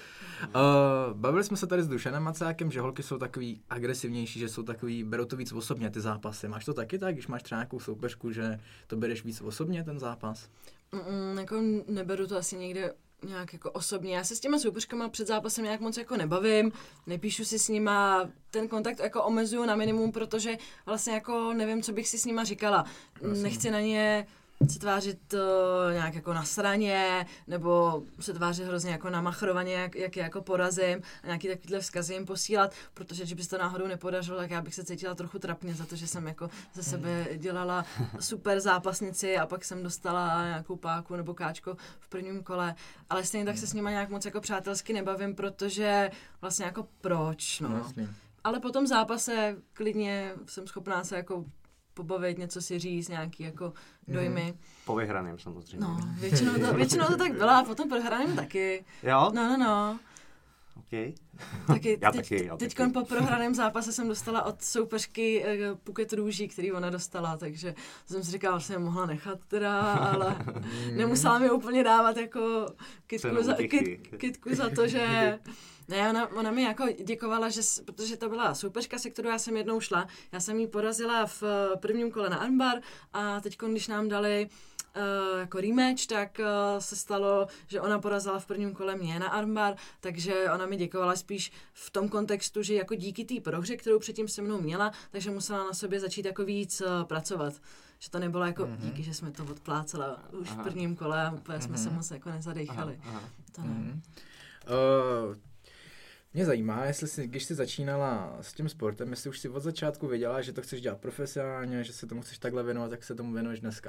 Uh, bavili jsme se tady s Dušanem Macákem, že holky jsou takový agresivnější, že jsou takový, berou to víc osobně ty zápasy. Máš to taky tak, když máš třeba nějakou soupeřku, že to bereš víc osobně ten zápas? Mm, jako neberu to asi někde nějak jako osobně. Já se s těma soupeřkama před zápasem nějak moc jako nebavím, nepíšu si s nima, ten kontakt jako omezuju na minimum, protože vlastně jako nevím, co bych si s nima říkala. Vlastně. Nechci na ně se tvářit uh, nějak jako na straně, nebo se tvářit hrozně jako namachrovaně, jak, jak je jako porazím a nějaký takovýhle vzkazy jim posílat, protože když by se to náhodou nepodařilo, tak já bych se cítila trochu trapně za to, že jsem jako ze sebe dělala super zápasnici a pak jsem dostala nějakou páku nebo káčko v prvním kole, ale stejně tak se s nima nějak moc jako přátelsky nebavím, protože vlastně jako proč, no. Vlastně. Ale po tom zápase klidně jsem schopná se jako pobavit, něco si říct, nějaký jako dojmy. Hmm. Po vyhraném samozřejmě. No, většinou to, většinou to tak bylo a potom prohraném taky. Jo? No, no, no. Okay. Taky, já teď, taky, já teď taky. po prohraném zápase jsem dostala od soupeřky uh, buket růží, který ona dostala, takže jsem si říkala, že jsem je mohla nechat teda, ale nemusela mi úplně dávat jako kytku za, kyt, kytku za to, že... Ne, ona, ona mi jako děkovala, že, protože to byla soupeřka, se kterou já jsem jednou šla. Já jsem jí porazila v prvním kole na armbar a teď, když nám dali uh, jako rematch, tak uh, se stalo, že ona porazila v prvním kole mě na armbar, takže ona mi děkovala spíš v tom kontextu, že jako díky té prohře, kterou předtím se mnou měla, takže musela na sobě začít jako víc uh, pracovat. Že to nebylo jako mm-hmm. díky, že jsme to odplácela už aha. v prvním kole a úplně mm-hmm. jsme se moc jako nezadechali. Aha, aha. To ne. Mm-hmm. Uh... Mě zajímá, jestli jsi, když jsi začínala s tím sportem, jestli už jsi od začátku věděla, že to chceš dělat profesionálně, že se tomu chceš takhle věnovat, jak se tomu věnuješ dneska.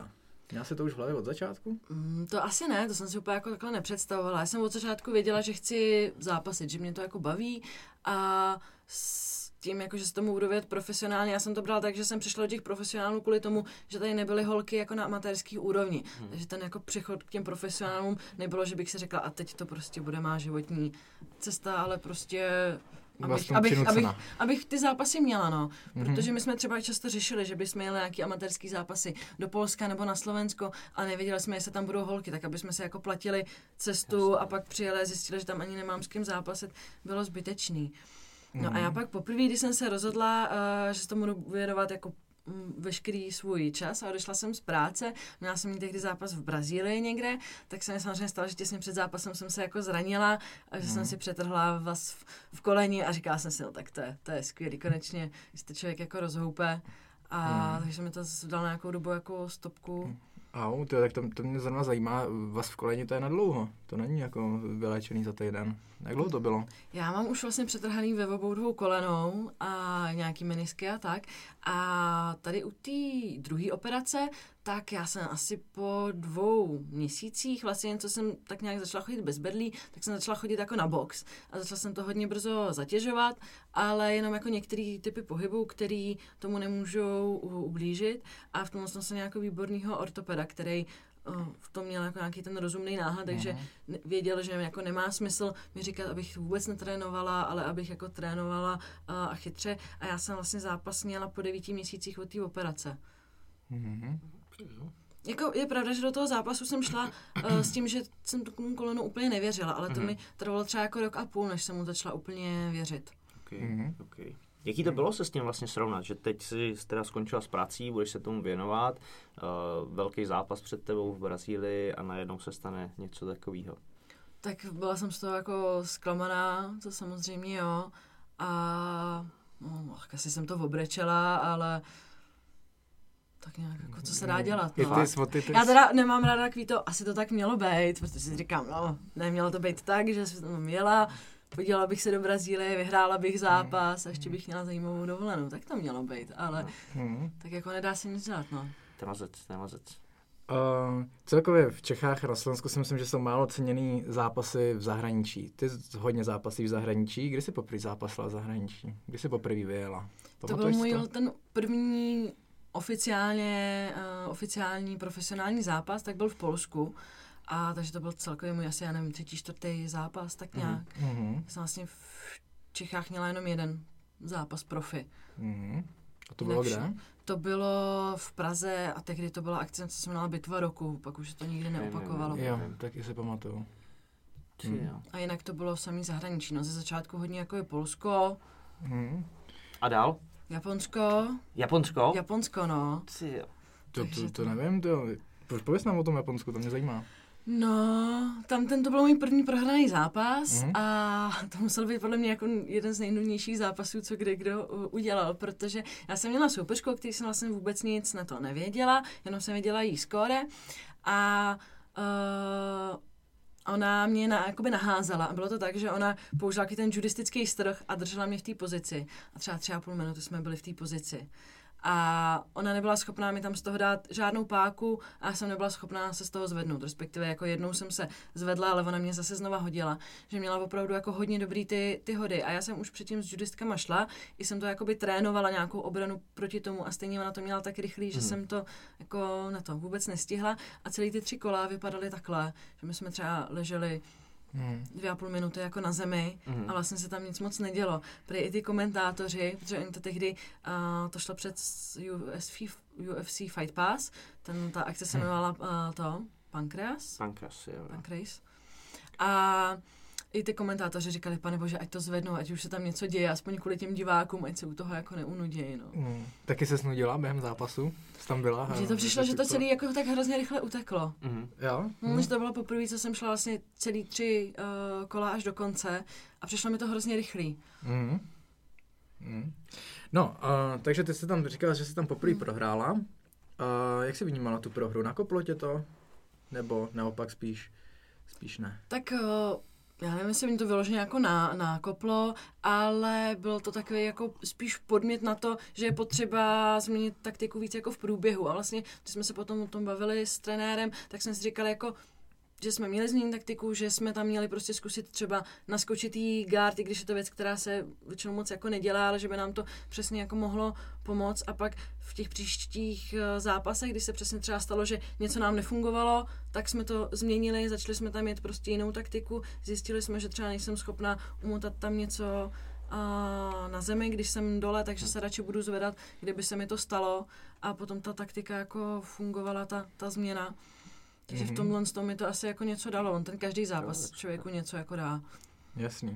Měla jsi to už v hlavě od začátku? Mm, to asi ne, to jsem si úplně jako takhle nepředstavovala. Já jsem od začátku věděla, že chci zápasit, že mě to jako baví a s tím, jako, že se tomu budu vědět profesionálně, já jsem to brala tak, že jsem přišla do těch profesionálů kvůli tomu, že tady nebyly holky jako na amatérský úrovni. Hmm. Takže ten jako přechod k těm profesionálům nebylo, že bych si řekla, a teď to prostě bude má životní cesta, ale prostě abych, abych, abych, abych ty zápasy měla, no. Mm-hmm. Protože my jsme třeba často řešili, že bychom jeli nějaký amatérský zápasy do Polska nebo na Slovensko a nevěděli jsme, jestli tam budou holky, tak aby jsme se jako platili cestu a pak přijeli a zjistili, že tam ani nemám s kým zápasit, bylo zbytečný. No mm-hmm. a já pak poprvé, když jsem se rozhodla, uh, že se tomu budu věnovat jako veškerý svůj čas a odešla jsem z práce, měla jsem mít tehdy zápas v Brazílii někde, tak se mi samozřejmě stalo, že těsně před zápasem jsem se jako zranila a že mm. jsem si přetrhla vás v, v koleni a říkala jsem si, no tak to je, to je skvělý, konečně, že to člověk jako rozhoupe a mm. takže mi to dalo nějakou dobu jako stopku. Mm. Au, to, tak to, to mě zrovna zajímá, vás v koleni to je na dlouho, to není jako vyléčený za týden. Jak dlouho to bylo? Já mám už vlastně přetrhaný ve obou dvou kolenou a nějaký menisky a tak. A tady u té druhé operace, tak já jsem asi po dvou měsících, vlastně co jsem tak nějak začala chodit bez berlí, tak jsem začala chodit jako na box. A začala jsem to hodně brzo zatěžovat, ale jenom jako některé typy pohybů, který tomu nemůžou ublížit. A v tom jsem nějakého výborného ortopeda, který v tom měl jako nějaký ten rozumný náhled, takže věděl, že jako nemá smysl mi říkat, abych vůbec netrénovala, ale abych jako trénovala a, a chytře. A já jsem vlastně zápas měla po devíti měsících od té operace. Mm-hmm. Jako je pravda, že do toho zápasu jsem šla uh, s tím, že jsem tomu kolenu úplně nevěřila, ale to mm-hmm. mi trvalo třeba jako rok a půl, než jsem mu začala úplně věřit. Okay, mm-hmm. okay. Jaký to bylo se s tím vlastně srovnat, že teď jsi teda skončila s prací, budeš se tomu věnovat, uh, velký zápas před tebou v Brazílii a najednou se stane něco takového? Tak byla jsem z toho jako zklamaná, to samozřejmě jo, a no, asi jsem to obrečela, ale tak nějak jako, co se dá dělat, no. Já teda nemám ráda takový to, asi to tak mělo být, protože si říkám, no, nemělo to být tak, že jsem tam jela, podívala bych se do Brazílie, vyhrála bych zápas a ještě bych měla zajímavou dovolenou, tak to mělo být, ale mm. tak jako nedá se nic dělat, no. Temazec, temazec. Uh, celkově v Čechách a na Slovensku si myslím, že jsou málo ceněný zápasy v zahraničí. Ty hodně zápasy v zahraničí. Kdy jsi poprvé zápasila v zahraničí? Kdy jsi poprvé vyjela? To byl můj to? ten první oficiálně, uh, oficiální profesionální zápas, tak byl v Polsku. A takže to byl celkově můj asi, já nevím, třetí, čtvrtý zápas, tak nějak. Mm-hmm. Já jsem vlastně v Čechách měla jenom jeden zápas profi. Mm-hmm. A to bylo kde? To bylo v Praze a tehdy to byla akce, co jsem měla Bitva roku, pak už to nikdy neopakovalo. Jo, taky si pamatuju. Hmm. A jinak to bylo samý zahraničí, no ze začátku hodně jako je Polsko. Hmm. A dál? Japonsko. Japonsko? Japonsko, no. To, to, to nevím, to, pověz nám o tom Japonsku, to mě zajímá. No, tam ten to byl můj první prohraný zápas mm-hmm. a to musel být podle mě jako jeden z nejnudnějších zápasů, co kde kdo udělal, protože já jsem měla soupeřku, který jsem vlastně vůbec nic na to nevěděla, jenom jsem věděla jí skóre a uh, ona mě na, jakoby naházela a bylo to tak, že ona použila ten judistický strh a držela mě v té pozici a třeba tři a půl minuty jsme byli v té pozici. A ona nebyla schopná mi tam z toho dát žádnou páku a já jsem nebyla schopná se z toho zvednout, respektive jako jednou jsem se zvedla, ale ona mě zase znova hodila, že měla opravdu jako hodně dobrý ty, ty hody a já jsem už předtím s judistkama šla, i jsem to jakoby trénovala nějakou obranu proti tomu a stejně ona to měla tak rychlý, že hmm. jsem to jako na to vůbec nestihla a celý ty tři kola vypadaly takhle, že my jsme třeba leželi Hmm. dvě a půl minuty jako na zemi hmm. a vlastně se tam nic moc nedělo. Prý i ty komentátoři, protože oni to tehdy, uh, to šlo před U F C Fight Pass, ten, ta akce se jmenovala uh, to, Pancreas? Pancreas, jo. Pancreas. A i ty komentátoři říkali, pane bože, ať to zvednou, ať už se tam něco děje, aspoň kvůli těm divákům, ať se u toho jako neunudějí, no. Hmm. Taky se snudila během zápasu? Jsi tam byla? Mně to přišlo, že to celé jako tak hrozně rychle uteklo. Mm-hmm. Jo? Hmm. Mm. Že to bylo poprvé, co jsem šla vlastně celý tři uh, kola až do konce a přišlo mi to hrozně rychlý. Mm. Mm. No, uh, takže ty jsi tam říkala, že jsi tam poprvé mm. prohrála. Uh, jak jsi vnímala tu prohru? Nakoplo tě to? Nebo naopak spíš, spíš ne? Tak uh, Já nevím, jestli mi to vyloženě jako ná, nákoplo, ale byl to takový jako spíš podmět na to, že je potřeba změnit taktiku víc jako v průběhu. A vlastně, když jsme se potom o tom bavili s trenérem, tak jsme si říkali jako, že jsme měli změnit taktiku, že jsme tam měli prostě zkusit třeba naskočit jí guard, i když je to věc, která se většinou moc jako nedělá, ale že by nám to přesně jako mohlo pomoct. A pak v těch příštích zápasech, když se přesně třeba stalo, že něco nám nefungovalo, tak jsme to změnili, začali jsme tam jet prostě jinou taktiku, zjistili jsme, že třeba nejsem schopna umotat tam něco a na zemi, když jsem dole, takže se radši budu zvedat, kdyby se mi to stalo, a potom ta taktika jako fungovala, ta, ta změna. Takže mm-hmm. v tomhle tom mi to asi jako něco dalo. On ten každý zápas člověku něco jako dá. Jasně.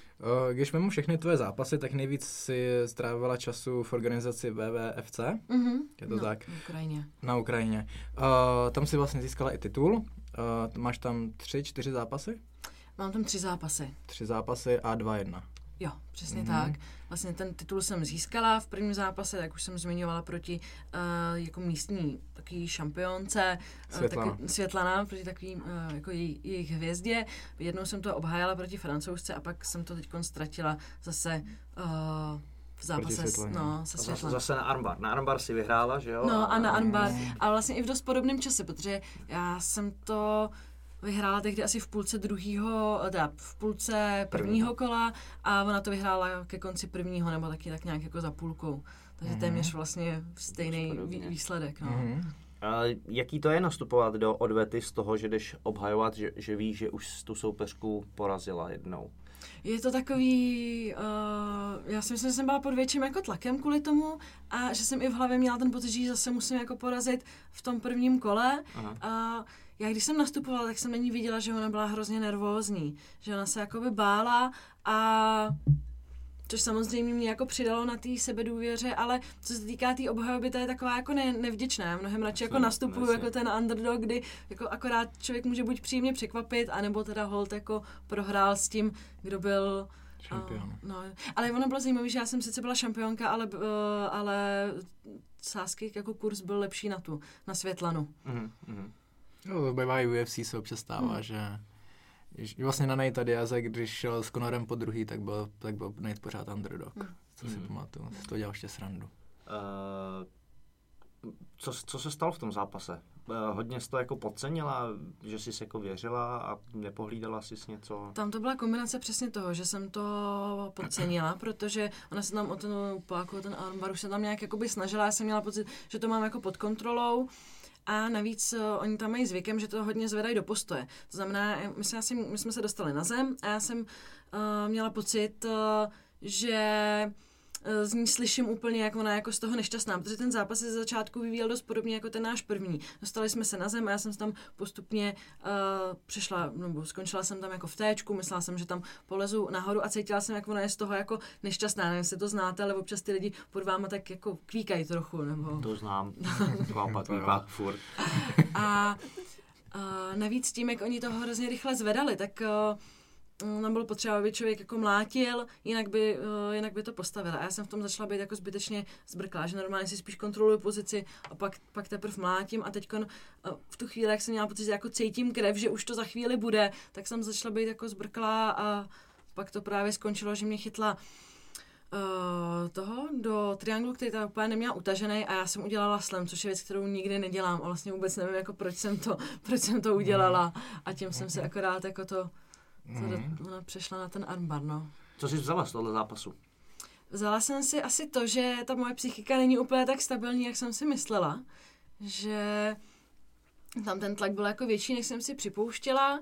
Když vemu všechny tvoje zápasy, tak nejvíc si strávila času v organizaci W W F C. Mm-hmm. Je to no, tak? Na Ukrajině. Na Ukrajině. Uh, tam si vlastně získala i titul. Uh, máš tam tři, čtyři zápasy? Mám tam tři zápasy. Tři zápasy a dva jedna. Jo, přesně Mm-hmm. tak. Vlastně ten titul jsem získala v prvním zápase, jak už jsem zmiňovala, proti uh, jako místní takový šampionce, Světlana. Uh, taky, Světlana, proti takový uh, jako jej, jejich hvězdě. Jednou jsem to obhájala proti Francouzce a pak jsem to teď ztratila zase uh, v zápase s, no, se Zase, Světlanou. zase na armbar. Na armbar si vyhrála, že jo? No a na armbar. A vlastně i v dost podobném čase, protože já jsem to vyhrála tehdy asi v půlce druhého, teda v půlce prvního kola a ona to vyhrála ke konci prvního, nebo taky tak nějak jako za půlkou. Takže mm-hmm. téměř vlastně stejný vý, výsledek. No. Mm-hmm. A jaký to je nastupovat do odvety z toho, že jdeš obhajovat, že, že víš, že už tu soupeřku porazila jednou? Je to takový, uh, já si myslím, že jsem byla pod větším jako tlakem kvůli tomu a že jsem i v hlavě měla ten pocit, že zase musím jako porazit v tom prvním kole. Aha. A já když jsem nastupovala, tak jsem na ní viděla, že ona byla hrozně nervózní, že ona se jakoby bála a což samozřejmě mě jako přidalo na té sebedůvěře, ale co se týká té tý obhajoby, to je taková jako ne, nevděčná. Já mnohem radši jako nastupuju jako ten underdog, kdy jako akorát člověk může buď příjemně překvapit, anebo teda holt jako prohrál s tím, kdo byl šampion. Uh, no, ale ono bylo zajímavé, že já jsem sice byla šampionka, ale, uh, ale sázky jako kurz byl lepší na tu, na Světlanu. Mm-hmm. No, to bývá i U F C se občas stává, mm. že vlastně na Nate'a Diaze, když šel s Conorem po druhý, tak byl, tak byl Nate pořád underdog. Mm. Co si mm. pamatuju, si to dělal ještě srandu. Uh, co, co se stalo v tom zápase? Uh, hodně jsi to jako podcenila, že jsi si jako věřila a nepohlídala jsi něco? Tam to byla kombinace přesně toho, že jsem to podcenila, protože ona se tam o ten upáku, ten armbar už se tam nějak jakoby snažila, já jsem měla pocit, že to mám jako pod kontrolou. A navíc uh, oni tam mají zvykem, že to hodně zvedají do postoje. To znamená, my jsme, asi, my jsme se dostali na zem a já jsem uh, měla pocit, uh, že uh, z ní slyším úplně, jak ona jako z toho nešťastná, protože ten zápas se ze začátku vyvíjel dost podobně jako ten náš první. Dostali jsme se na zem a já jsem tam postupně uh, přešla, nebo skončila jsem tam jako v téčku, myslela jsem, že tam polezu nahoru a cítila jsem, jak ona je z toho jako nešťastná. Nevím, jestli to znáte, ale občas ty lidi pod váma tak jako kvíkají trochu. Nebo... To znám. Kvápat, kvíkat furt. A uh, navíc tím, jak oni to hrozně rychle zvedali, tak uh, nám bylo potřeba, aby člověk jako mlátil, jinak by, uh, jinak by to postavil. A já jsem v tom začala být jako zbytečně zbrklá, že normálně si spíš kontroluji pozici a pak, pak teprve mlátím a teď uh, v tu chvíli, jak jsem měla pocit, že jako cítím krev, že už to za chvíli bude, tak jsem začala být jako zbrklá a pak to právě skončilo, že mě chytla Uh, toho do trianglu, který tam úplně neměla utažený a já jsem udělala slam, což je věc, kterou nikdy nedělám a vlastně vůbec nevím, jako proč jsem to, proč jsem to udělala a tím jsem se akorát jako to, to do, ona přešla na ten armbar, no. Co jsi vzala z tohle zápasu? Vzala jsem si asi to, že ta moje psychika není úplně tak stabilní, jak jsem si myslela, že tam ten tlak byl jako větší, než jsem si připouštěla.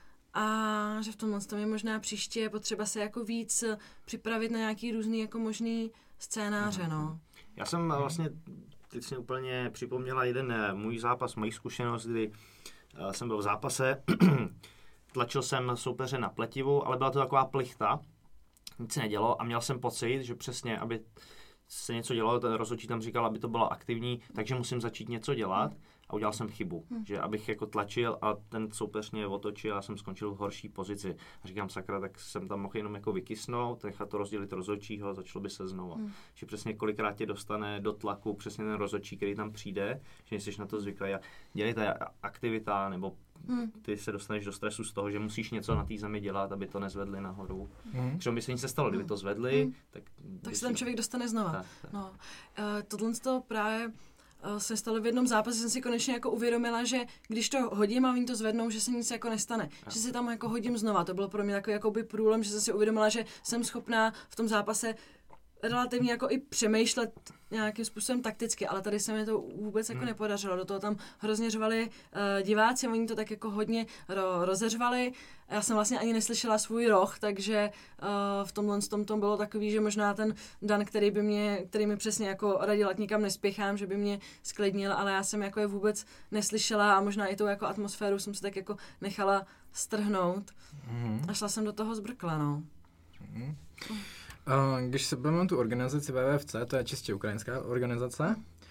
A že v tomhle tom je možná příště je potřeba se jako víc připravit na nějaký různý jako možný scénáře, no. Já jsem vlastně, teď si úplně připomněla jeden můj zápas, moji zkušenost, kdy jsem byl v zápase, tlačil jsem soupeře na pletivu, ale byla to taková plichta, nic se nedělo a měl jsem pocit, že přesně, aby se něco dělalo, ten rozhodčí tam říkal, aby to bylo aktivní, takže musím začít něco dělat. a udělal jsem chybu, hmm. že abych jako tlačil a ten soupeř mě otočil a já jsem skončil v horší pozici. A říkám, sakra, tak jsem tam mohl jenom jako vykysnout, nechat to rozdělit rozhodčího a začalo by se znova. Hmm. Že přesně kolikrát tě dostane do tlaku přesně ten rozhodčí, který tam přijde, že jsi na to zvyklý a dělej ta aktivita, nebo hmm. ty se dostaneš do stresu z toho, že musíš něco na té zemi dělat, aby to nezvedli nahoru. Hmm. Třeba by se nic nestalo, kdyby to zvedli, hmm. tak... Tak se ten člověk dostane znova. Tak, tak. No, uh, tohle to právě uh, se stalo v jednom zápase, jsem si konečně jako uvědomila, že když to hodím a oni to zvednou, že se nic jako nestane. Ja. Že si tam jako hodím znova. To bylo pro mě takový jakoby průlom, že jsem si uvědomila, že jsem schopná v tom zápase relativně jako i přemýšlet nějakým způsobem takticky, ale tady se mi to vůbec jako hmm. nepodařilo. Do toho tam hrozně řvali uh, diváci, oni to tak jako hodně ro- rozeřvali. Já jsem vlastně ani neslyšela svůj roh, takže uh, v tomhle tom to bylo takový, že možná ten Dan, který by mě, který mi přesně jako radil, ať nikam nespěchám, že by mě sklidnil, ale já jsem jako je vůbec neslyšela a možná i tou jako atmosféru jsem se tak jako nechala strhnout. Hmm. A šla jsem do toho zbrkla, no. Hmm. Když se budeme tu organizaci W W F C, to je čistě ukrajinská organizace,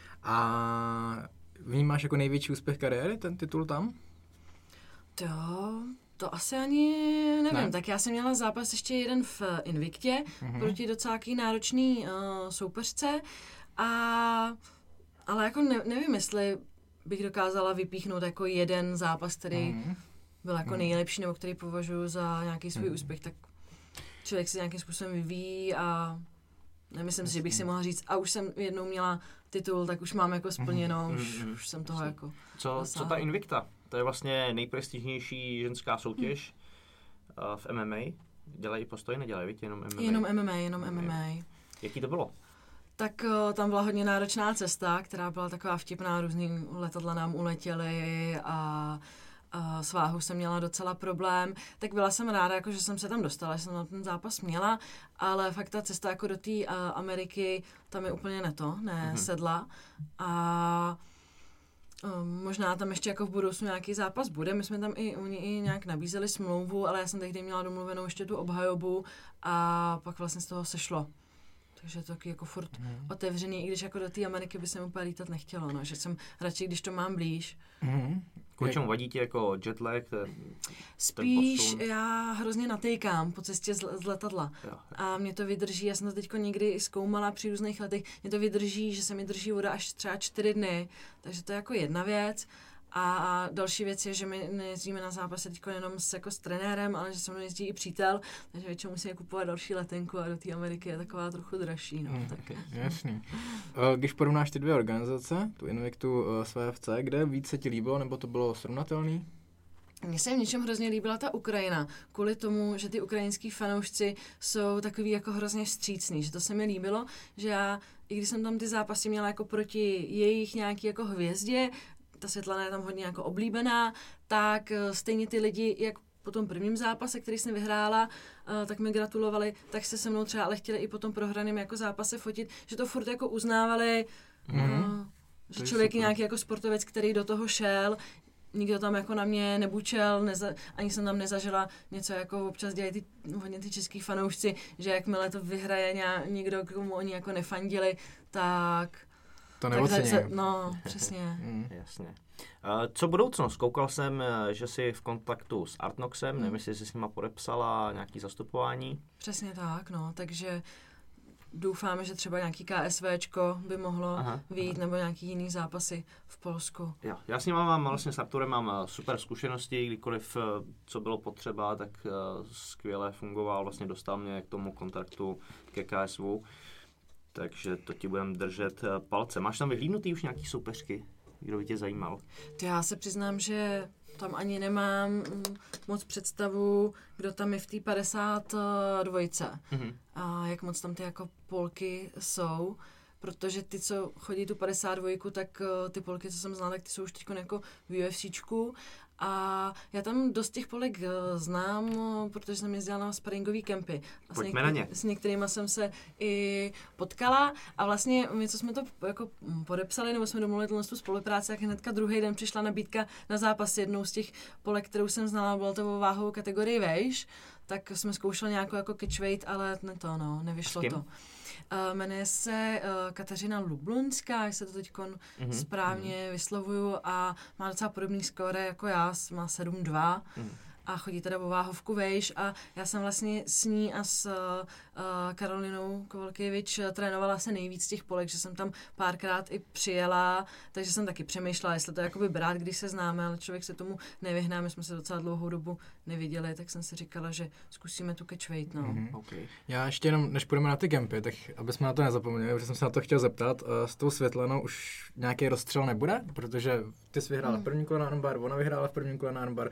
a vnímáš jako největší úspěch kariéry ten titul tam? To, to asi ani nevím. Ne? Tak já jsem měla zápas ještě jeden v Invictě uh-huh. proti docela náročný uh, soupeřce, a, ale jako ne, nevím, jestli bych dokázala vypíchnout jako jeden zápas, který uh-huh. byl jako uh-huh. nejlepší, nebo který považuji za nějaký svůj uh-huh. úspěch, tak člověk se nějakým způsobem vyvíjí a nemyslím si, že bych si mohla říct, a už jsem jednou měla titul, tak už mám jako splněno, už, mm, už jsem toho jako Co, co ta Invicta? To je vlastně nejprestižnější ženská soutěž hmm. uh, v M M A. Dělají postoj, nedělají, víte, jenom M M A? Jenom M M A, jenom M M A. Jaký to bylo? Tak uh, tam byla hodně náročná cesta, která byla taková vtipná, různý letadla nám uletěly a Uh, s váhou jsem měla docela problém, tak byla jsem ráda, jako, že jsem se tam dostala, že jsem na ten zápas měla, ale fakt ta cesta jako do té uh, Ameriky, tam je úplně neto, nesedla. A uh, možná tam ještě jako v budoucnu nějaký zápas bude, my jsme tam i, oni i nějak nabízeli smlouvu, ale já jsem tehdy měla domluvenou ještě tu obhajobu a pak vlastně z toho sešlo. Takže to taky jako furt mm. otevřený, i když jako do té Ameriky by se mi úplně lítat nechtělo, no, že jsem radši, když to mám blíž. Mm. Kvůli čemu vadí ti jako jetlag? Ten, Spíš ten já hrozně natejkám po cestě z, z letadla. Jo, jo. A mě to vydrží, já jsem to teďko někdy zkoumala při různých letech, mě to vydrží, že se mi drží voda až třeba čtyři dny, takže to je jako jedna věc. A další věc je, že my nejezdíme na zápasy teď jenom s, jako s trenérem, ale že se mnou jezdí i přítel, takže většinou musíme kupovat další letenku a do té Ameriky je taková trochu dražší. No, mm, tak. Jasný. Když porovnáš ty dvě organizace, tu Invictu s V F C, kde víc se ti líbilo, nebo to bylo srovnatelný? Mně se v něčem hrozně líbila ta Ukrajina, kvůli tomu, že ty ukrajinský fanoušci jsou takový jako hrozně vstřícný, že to se mi líbilo, že já, i když jsem tam ty zápasy měla jako proti jejich nějaký jako hvězdě, ta Světlana je tam hodně jako oblíbená, tak stejně ty lidi, jak po tom prvním zápase, který jsem vyhrála, tak mi gratulovali, tak se se mnou třeba ale chtěli i po tom prohraném jako zápase fotit, že to furt jako uznávali, mm-hmm. uh, že člověk je nějaký jako sportovec, který do toho šel, nikdo tam jako na mě nebučel, neza, ani jsem tam nezažila něco, jako občas dělají ty, hodně ty český fanoušci, že jakmile to vyhraje nějak, někdo, komu oni jako nefandili, tak... To neocením. No, přesně. mm. Jasně. Uh, co budoucnost? Koukal jsem, že jsi v kontaktu s Artnoxem, mm. nevím, jestli jsi s nima podepsala nějaký zastupování. Přesně tak, no, takže doufáme, že třeba nějaký KSVčko by mohlo aha, vyjít, aha. nebo nějaký jiný zápasy v Polsku. Jo, já s ním mám, vlastně s Arturem mám super zkušenosti, kdykoliv, co bylo potřeba, tak uh, skvěle fungoval, vlastně dostal mě k tomu kontraktu ke K S V. Takže to ti budeme držet palce. Máš tam vyhlídnutý už nějaký soupeřky? Kdo by tě zajímal? Já se přiznám, že tam ani nemám moc představu, kdo tam je v té padesát dvojce. Mm-hmm. A jak moc tam ty jako Polky jsou. Protože ty, co chodí tu padesát dvojku, tak ty Polky, co jsem znala, tak ty jsou už teď jako v UFCčku. A já tam dost těch Polek znám, protože jsem jezdila na sparingový kempy. A s, některý, s některýma jsem se i potkala a vlastně my, co jsme to jako podepsali, nebo jsme domluvili tu spolupráci, tak hnedka druhý den přišla nabídka na zápas jednou z těch Polek, kterou jsem znala, bylo to o váhovou kategorii vejš, tak jsme zkoušeli nějakou jako catchweight, ale ne to, no, nevyšlo to. Uh, jmenuje se uh, Kateřina Lublunská, jak se to teď mm-hmm. správně mm-hmm. vyslovuju, a má docela podobný skóre jako já, má sedm dva. Mm. A chodí teda o váhovku vejš a já jsem vlastně s ní a s uh, Karolinou Kovalkiewicz trénovala se nejvíc těch polek, že jsem tam párkrát i přijela, takže jsem taky přemýšlela, jestli to jakoby brát, když se známe, ale člověk se tomu nevyhná, my jsme se docela dlouhou dobu neviděli, tak jsem si říkala, že zkusíme tu catch weight, no. Mm-hmm. Okay. Já ještě jenom, než půjdeme na ty kempy, tak aby jsme na to nezapomněli, protože jsem se na to chtěl zeptat, uh, s tou Světlanou už nějaký rozstřel nebude, protože ty jsi vyhrála mm. v prvním kole na armbar, ona vyhrála v prvním kole na armbar.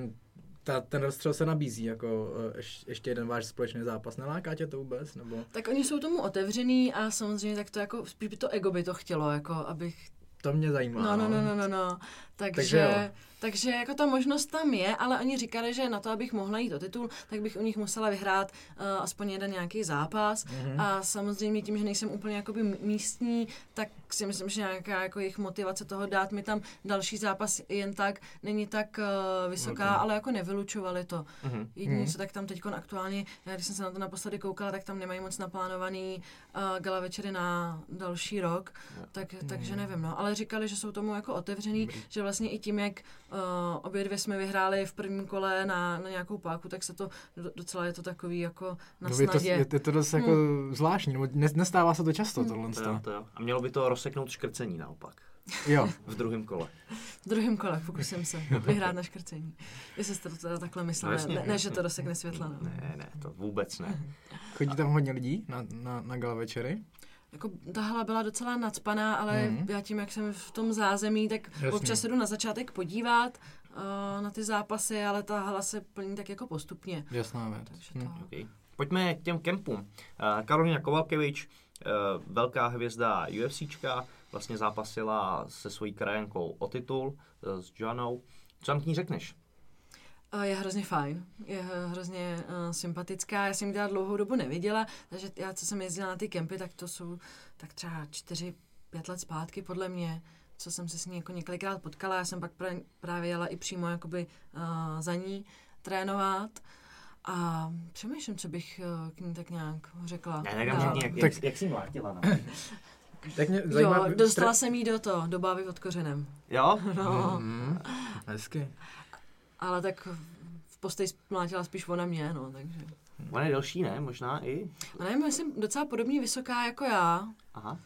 Ta, ten rozstřel se nabízí jako ješ, ještě jeden váš společný zápas. Neláká tě to vůbec? Nebo? Tak oni jsou tomu otevřený a samozřejmě tak to jako, spíš by to ego by to chtělo, jako abych... To mě zajímá. No, no, no, no, no, no. Takže, takže, takže jako ta možnost tam je, ale oni říkali, že na to, abych mohla jít o titul, tak bych u nich musela vyhrát uh, aspoň jeden nějaký zápas. Mm-hmm. A samozřejmě tím, že nejsem úplně jakoby místní, tak si myslím, že nějaká jako jejich motivace toho dát mi tam další zápas jen tak není tak uh, vysoká, okay. ale jako nevylučovali to. Mm-hmm. Jediné, co tak tam teď aktuálně, já když jsem se na to naposledy koukala, tak tam nemají moc naplánovaný uh, gala večery na další rok, yeah. tak, mm-hmm. takže nevím, no. Ale říkali, že jsou tomu jako otevřený, mm-hmm. že vlastně i tím, jak uh, obě dvě jsme vyhráli v prvním kole na, na nějakou páku, tak se to docela je to takový jako na no, snadě. Je to, je, je to dost jako hmm. zvláštní, nebo nestává se to často hmm. tohle. To jo, to jo. A mělo by to rozseknout škrcení naopak. Jo. V druhém kole. V druhém kole pokusím se vyhrát na škrcení. Jestli jste to teda takhle mysleli, no, ne, ne, že to rozsekne Světlana. Ne, ne, to vůbec ne. Chodí tam hodně lidí na, na, na gala večery? Jako ta hala byla docela nacpaná, ale mm. já tím, jak jsem v tom zázemí, tak Jasně. občas se jdu na začátek podívat uh, na ty zápasy, ale ta hala se plní tak jako postupně. Jasná věc. Mm. To... Okay. Pojďme k těm kempům. Uh, Karolina Kovalkiewicz, uh, velká hvězda UFCčka, vlastně zápasila se svojí krajankou o titul uh, s Joannou. Co tam k ní řekneš? Je hrozně fajn, je hrozně uh, sympatická, já jsem ji teda dlouhou dobu neviděla, takže já, co jsem jezdila na ty kempy, tak to jsou tak třeba čtyři, pět let zpátky podle mě, co jsem se s ní jako několikrát potkala, já jsem pak pra- právě jela i přímo jakoby uh, za ní trénovat a přemýšlím, co bych uh, k ní tak nějak řekla. Ne, jak, jak, jak, jak jsi mlátila na Tak mě zajímá, jo, dostala jsem jí do to, do bávy pod kořenem. Jo? No. Mm, hezky. Ale tak v postoji mlátila spíš ona mě, no, takže... Ona je delší, ne? Možná i? Ona je, myslím, docela podobně vysoká jako já. Aha.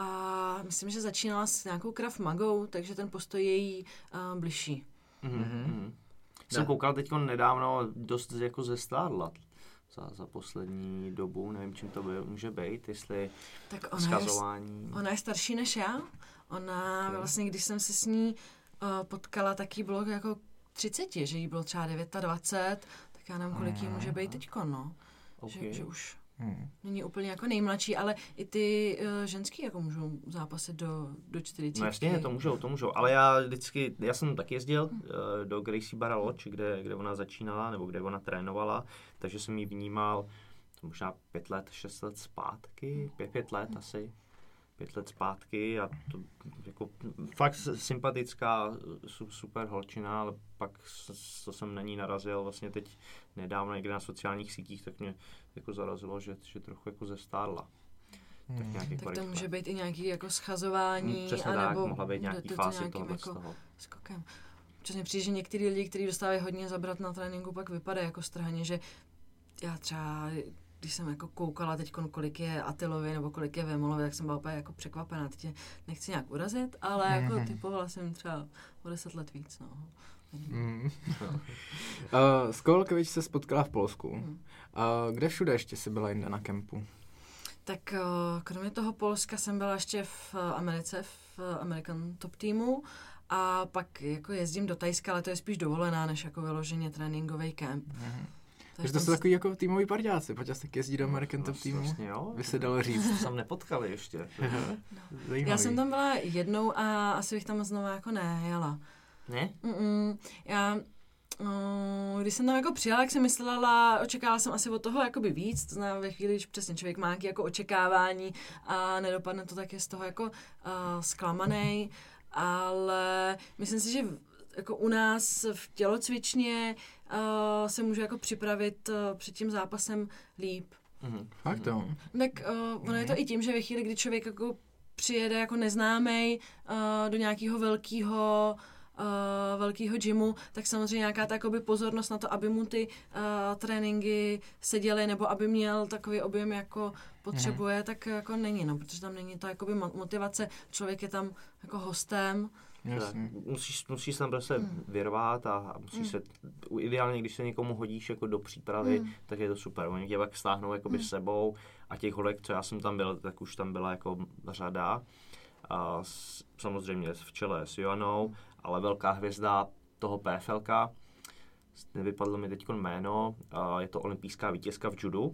A myslím, že začínala s nějakou Krav Magou, takže ten postoj je jí uh, bližší. Mm-hmm. Jsem koukal teď nedávno dost jako zestárla za, za poslední dobu, nevím, čím to by, může být, jestli tak ona schazování... Je, ona je starší než já. Ona okay. vlastně, když jsem se s ní uh, potkala, tak jí bylo jako třicet, že jí bylo třeba dvacet devět, tak já nevím, kolik jí může být teďko, no. Okay. Že, že už hmm. není úplně jako nejmladší, ale i ty uh, ženský jako můžou zápasit do, do čtyřicet. No jasně, to můžou, to můžou, ale já vždycky, já jsem taky jezdil uh, do Gracie Barra Lodge, kde, kde ona začínala, nebo kde ona trénovala, takže jsem ji vnímal to možná pět let, šest let zpátky, pět, pět let hmm. asi. pět let zpátky a to jako fakt sympatická, super holčina, ale pak co jsem na ní narazil vlastně teď nedávno někde na sociálních sítích, tak mě jako zarazilo, že, že trochu jako zestárla. Hmm. Tak, tak to může být i nějaký jako schazování, přesně anebo tak, mohla být nějaký fázi toho jako z toho. Skokem. Přesně přijde, že některý lidi, kteří dostávají hodně zabrat na tréninku, pak vypadají jako strhaně, že já třeba když jsem jako koukala teď, kolik je Atilovi nebo kolik je Vémolovi, tak jsem byla úplně jako překvapená. Teď nechci nějak urazit, ale mm-hmm. jako typovala jsem třeba o deset let víc. No. Mm. uh, s Kovalkiewicz se spotkala v Polsku. Mm. Uh, kde všude ještě jsi byla jinde na kempu? Tak uh, kromě toho Polska jsem byla ještě v Americe, v American Top Teamu. A pak jako jezdím do Thajska, ale to je spíš dovolená, než jako vyloženě tréninkový kemp. Mm-hmm. Takže to jsou takový jako týmoví parťáci, pojď tak jezdí do American Top Teamu, vlastně, by se dalo říct. To jsem nepotkali ještě. No. Já jsem tam byla jednou a asi bych tam znovu jako nejela. Ne? Mm-mm. Já, uh, když jsem tam jako přijela, jak jsem myslela, očekávala jsem asi od toho jakoby víc, to znamená ve chvíli, když přesně člověk má nějaké jako očekávání a nedopadne to, tak je z toho jako uh, zklamanej, ale myslím si, že jako u nás v tělocvičně uh, se můžu jako připravit uh, před tím zápasem líp. Mm-hmm. Fakt to. Tak uh, ono je to i tím, že ve chvíli, kdy člověk jako přijede jako neznámej uh, do nějakého velkého Uh, velkýho gymu, tak samozřejmě nějaká ta jakoby pozornost na to, aby mu ty uh, tréninky seděly, nebo aby měl takový objem, jako potřebuje, mm. tak jako není, no, protože tam není ta jakoby motivace, člověk je tam jako hostem. Musíš, musíš tam prostě hmm. vyrvat a, a musíš hmm. se, ideálně, když se někomu hodíš jako do přípravy, hmm. tak je to super. Oni tě pak stáhnou jakoby hmm. s sebou a těch holek, co já jsem tam byl, tak už tam byla jako řada. A s, samozřejmě v čele s Joannou, ale velká hvězda toho P F L ka, nevypadlo mi teď jméno, a je to olympijská vítězka v judu.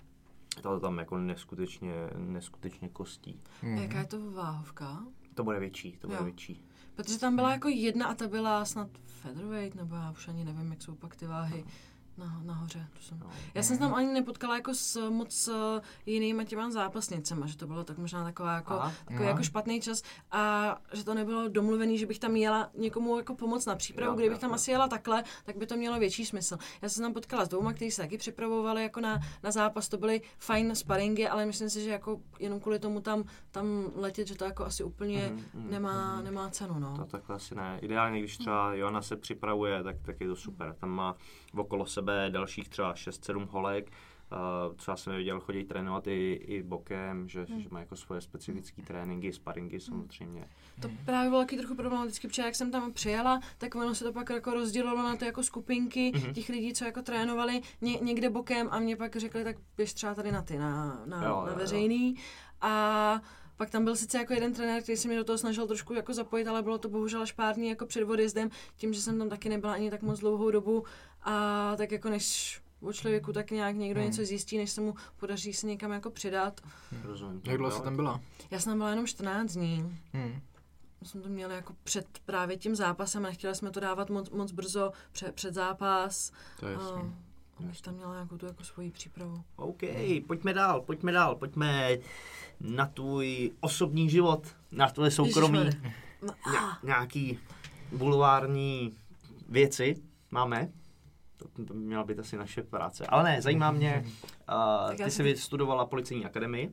To tam jako neskutečně, neskutečně kostí. Hmm. Jaká je to váhovka? To bude větší, to bude jo. větší. Protože tam byla jako jedna a ta byla snad featherweight, nebo já už ani nevím, jak jsou pak ty váhy na, nahoře. To jsem. No. Já jsem se tam ani nepotkala jako s moc uh, jinýma těma zápasnicema, že to bylo tak možná taková jako, Aha, takový jako špatný čas a že to nebylo domluvený, že bych tam jela někomu jako pomoct na přípravu, jo, kdybych tam jo. asi jela takhle, tak by to mělo větší smysl. Já jsem tam potkala s dvouma, kteří se taky připravovali jako na, na zápas, to byly fajn sparingy, ale myslím si, že jako jenom kvůli tomu tam, tam letět, že to jako asi úplně mm, mm, nemá, mm. nemá cenu. No. To takhle asi ne. Ideálně, když třeba Joanna se připravuje, tak, tak je to super. Tam má okolo sebe dalších třeba šest sedm holek, uh, co já jsem je viděl chodit trénovat i, i bokem, že, hmm. že má jako svoje specifické tréninky, sparingy samozřejmě. To právě bylo taky trochu problematicky, protože jak jsem tam přijela, tak ono se to pak jako rozdělilo na ty jako skupinky hmm. těch lidí, co jako trénovali ně, někde bokem a mě pak řekli, tak běž třeba tady na ty, na, na, jo, na veřejný. Jo. A pak tam byl sice jako jeden trenér, který se mě do toho snažil trošku jako zapojit, ale bylo to bohužel až pár dní jako před odjezdem, tím, že jsem tam taky nebyla ani tak moc dlouhou dobu a tak jako než o člověku tak nějak někdo hmm. něco zjistí, než se mu podaří se někam jako přidat. Rozumím. Jak dlouho jsi tam byla? Já jsem tam byla jenom čtrnáct dní. Hmm. My jsme to měli jako před právě tím zápasem a nechtěli jsme to dávat moc, moc brzo před, před zápas. To je jasný. Abych tam měla nějakou tu jako svoji přípravu. OK, pojďme dál, pojďme dál, pojďme na tvůj osobní život, na tvoje soukromí, no, ně, nějaký bulvární věci máme. To, to měla být asi naše práce, ale ne, zajímá mě, uh, ty jsi vystudovala policejní akademii.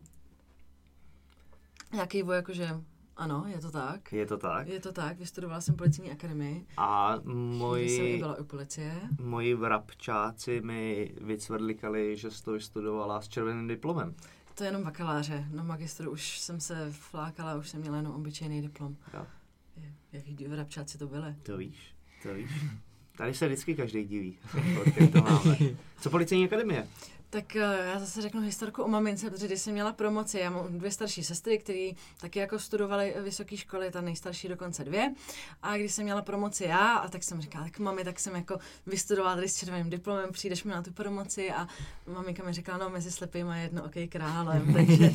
Nějaký voj, jakože ano, je to tak. Je to tak? Je to tak, vystudovala jsem policejní akademii. A moji, jsem i byla u policie. Moji vrabčáci mi vycvrdlikali, že jsi to vystudovala s červeným diplomem. To je jenom bakaláře. Na magistru už jsem se flákala, už jsem měla jenom obyčejný diplom. Jo. Jaký vrabčáci to byly? To víš, to víš. Tady se vždycky každý diví, jak to máme. Co policejní akademie? Tak já zase řeknu historku o mamince, protože když jsem měla promoci, já mám dvě starší sestry, které taky jako studovaly vysoké školy, ta nejstarší dokonce dvě. A když jsem měla promoci já, a tak jsem říkala, tak mami, tak jsem jako vystudovala tady s červeným diplomem, přijdeš mi na tu promoci a maminka mi říkala, no mezi slepýma je jedno okej králem, takže...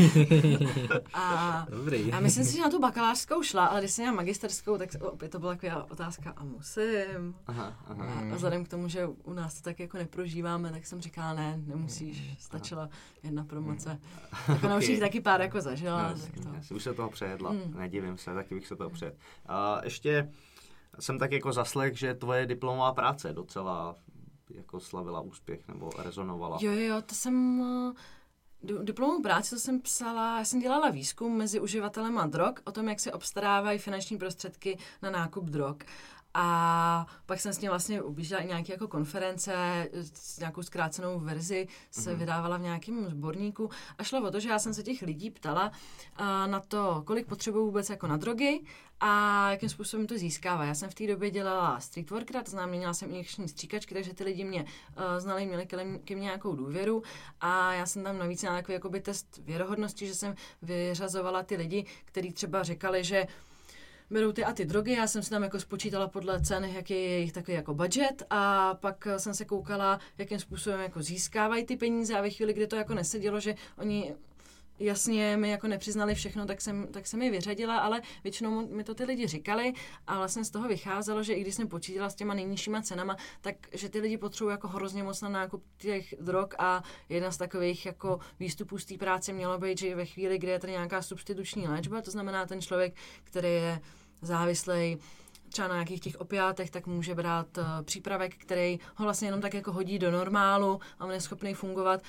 A, Dobrý. a myslím si, že na tu bakalářskou šla, ale když jsem měla magisterskou, tak opět to byla taková otázka a musím. Aha, aha. A vzhledem k tomu, že u nás to tak jako neprožíváme, tak jsem říkala, ne, nemusí. Stačila jedna promoce. Tak ona okay. už taky pár jako zažila. No, tak to... Já si už se toho přejedla, mm. nedivím se, taky bych se toho přejedl. Mm. A ještě jsem tak jako zaslech, že tvoje diplomová práce docela jako slavila úspěch nebo rezonovala. Jo, jo, to jsem... Diplomovou práci, to jsem psala, já jsem dělala výzkum mezi uživatelem a drog, o tom, jak se obstarávají finanční prostředky na nákup drog. A pak jsem s ním vlastně objížděla i nějaké jako konference, s nějakou zkrácenou verzi se mm-hmm. vydávala v nějakém sborníku a šlo o to, že já jsem se těch lidí ptala uh, na to, kolik potřebují vůbec jako na drogy a jakým způsobem to získává. Já jsem v té době dělala streetworkera, to znamená, měla jsem injekční stříkačky, takže ty lidi mě uh, znali, měli ke mně nějakou důvěru a já jsem tam navíc měla takový jakoby test věrohodnosti, že jsem vyřazovala ty lidi, kteří třeba říkali, že berou ty a ty drogy, já jsem si tam jako spočítala podle cen, jaký je jejich takový jako budget a pak jsem se koukala, jakým způsobem jako získávají ty peníze a ve chvíli, kdy to jako nesedělo, že oni jasně mi jako nepřiznali všechno, tak jsem, tak jsem je vyřadila, ale většinou mi to ty lidi říkali a vlastně z toho vycházelo, že i když jsem počítala s těma nejnižšíma cenama, tak že ty lidi potřebují jako hrozně moc na nákup těch drog a jedna z takových jako výstupů z té práce mělo být, že ve chvíli, kdy je tady nějaká substituční léčba, to znamená ten člověk, který je závislej třeba na nějakých těch opiátech, tak může brát uh, přípravek, který ho vlastně jenom tak jako hodí do normálu a on je schopný fungovat,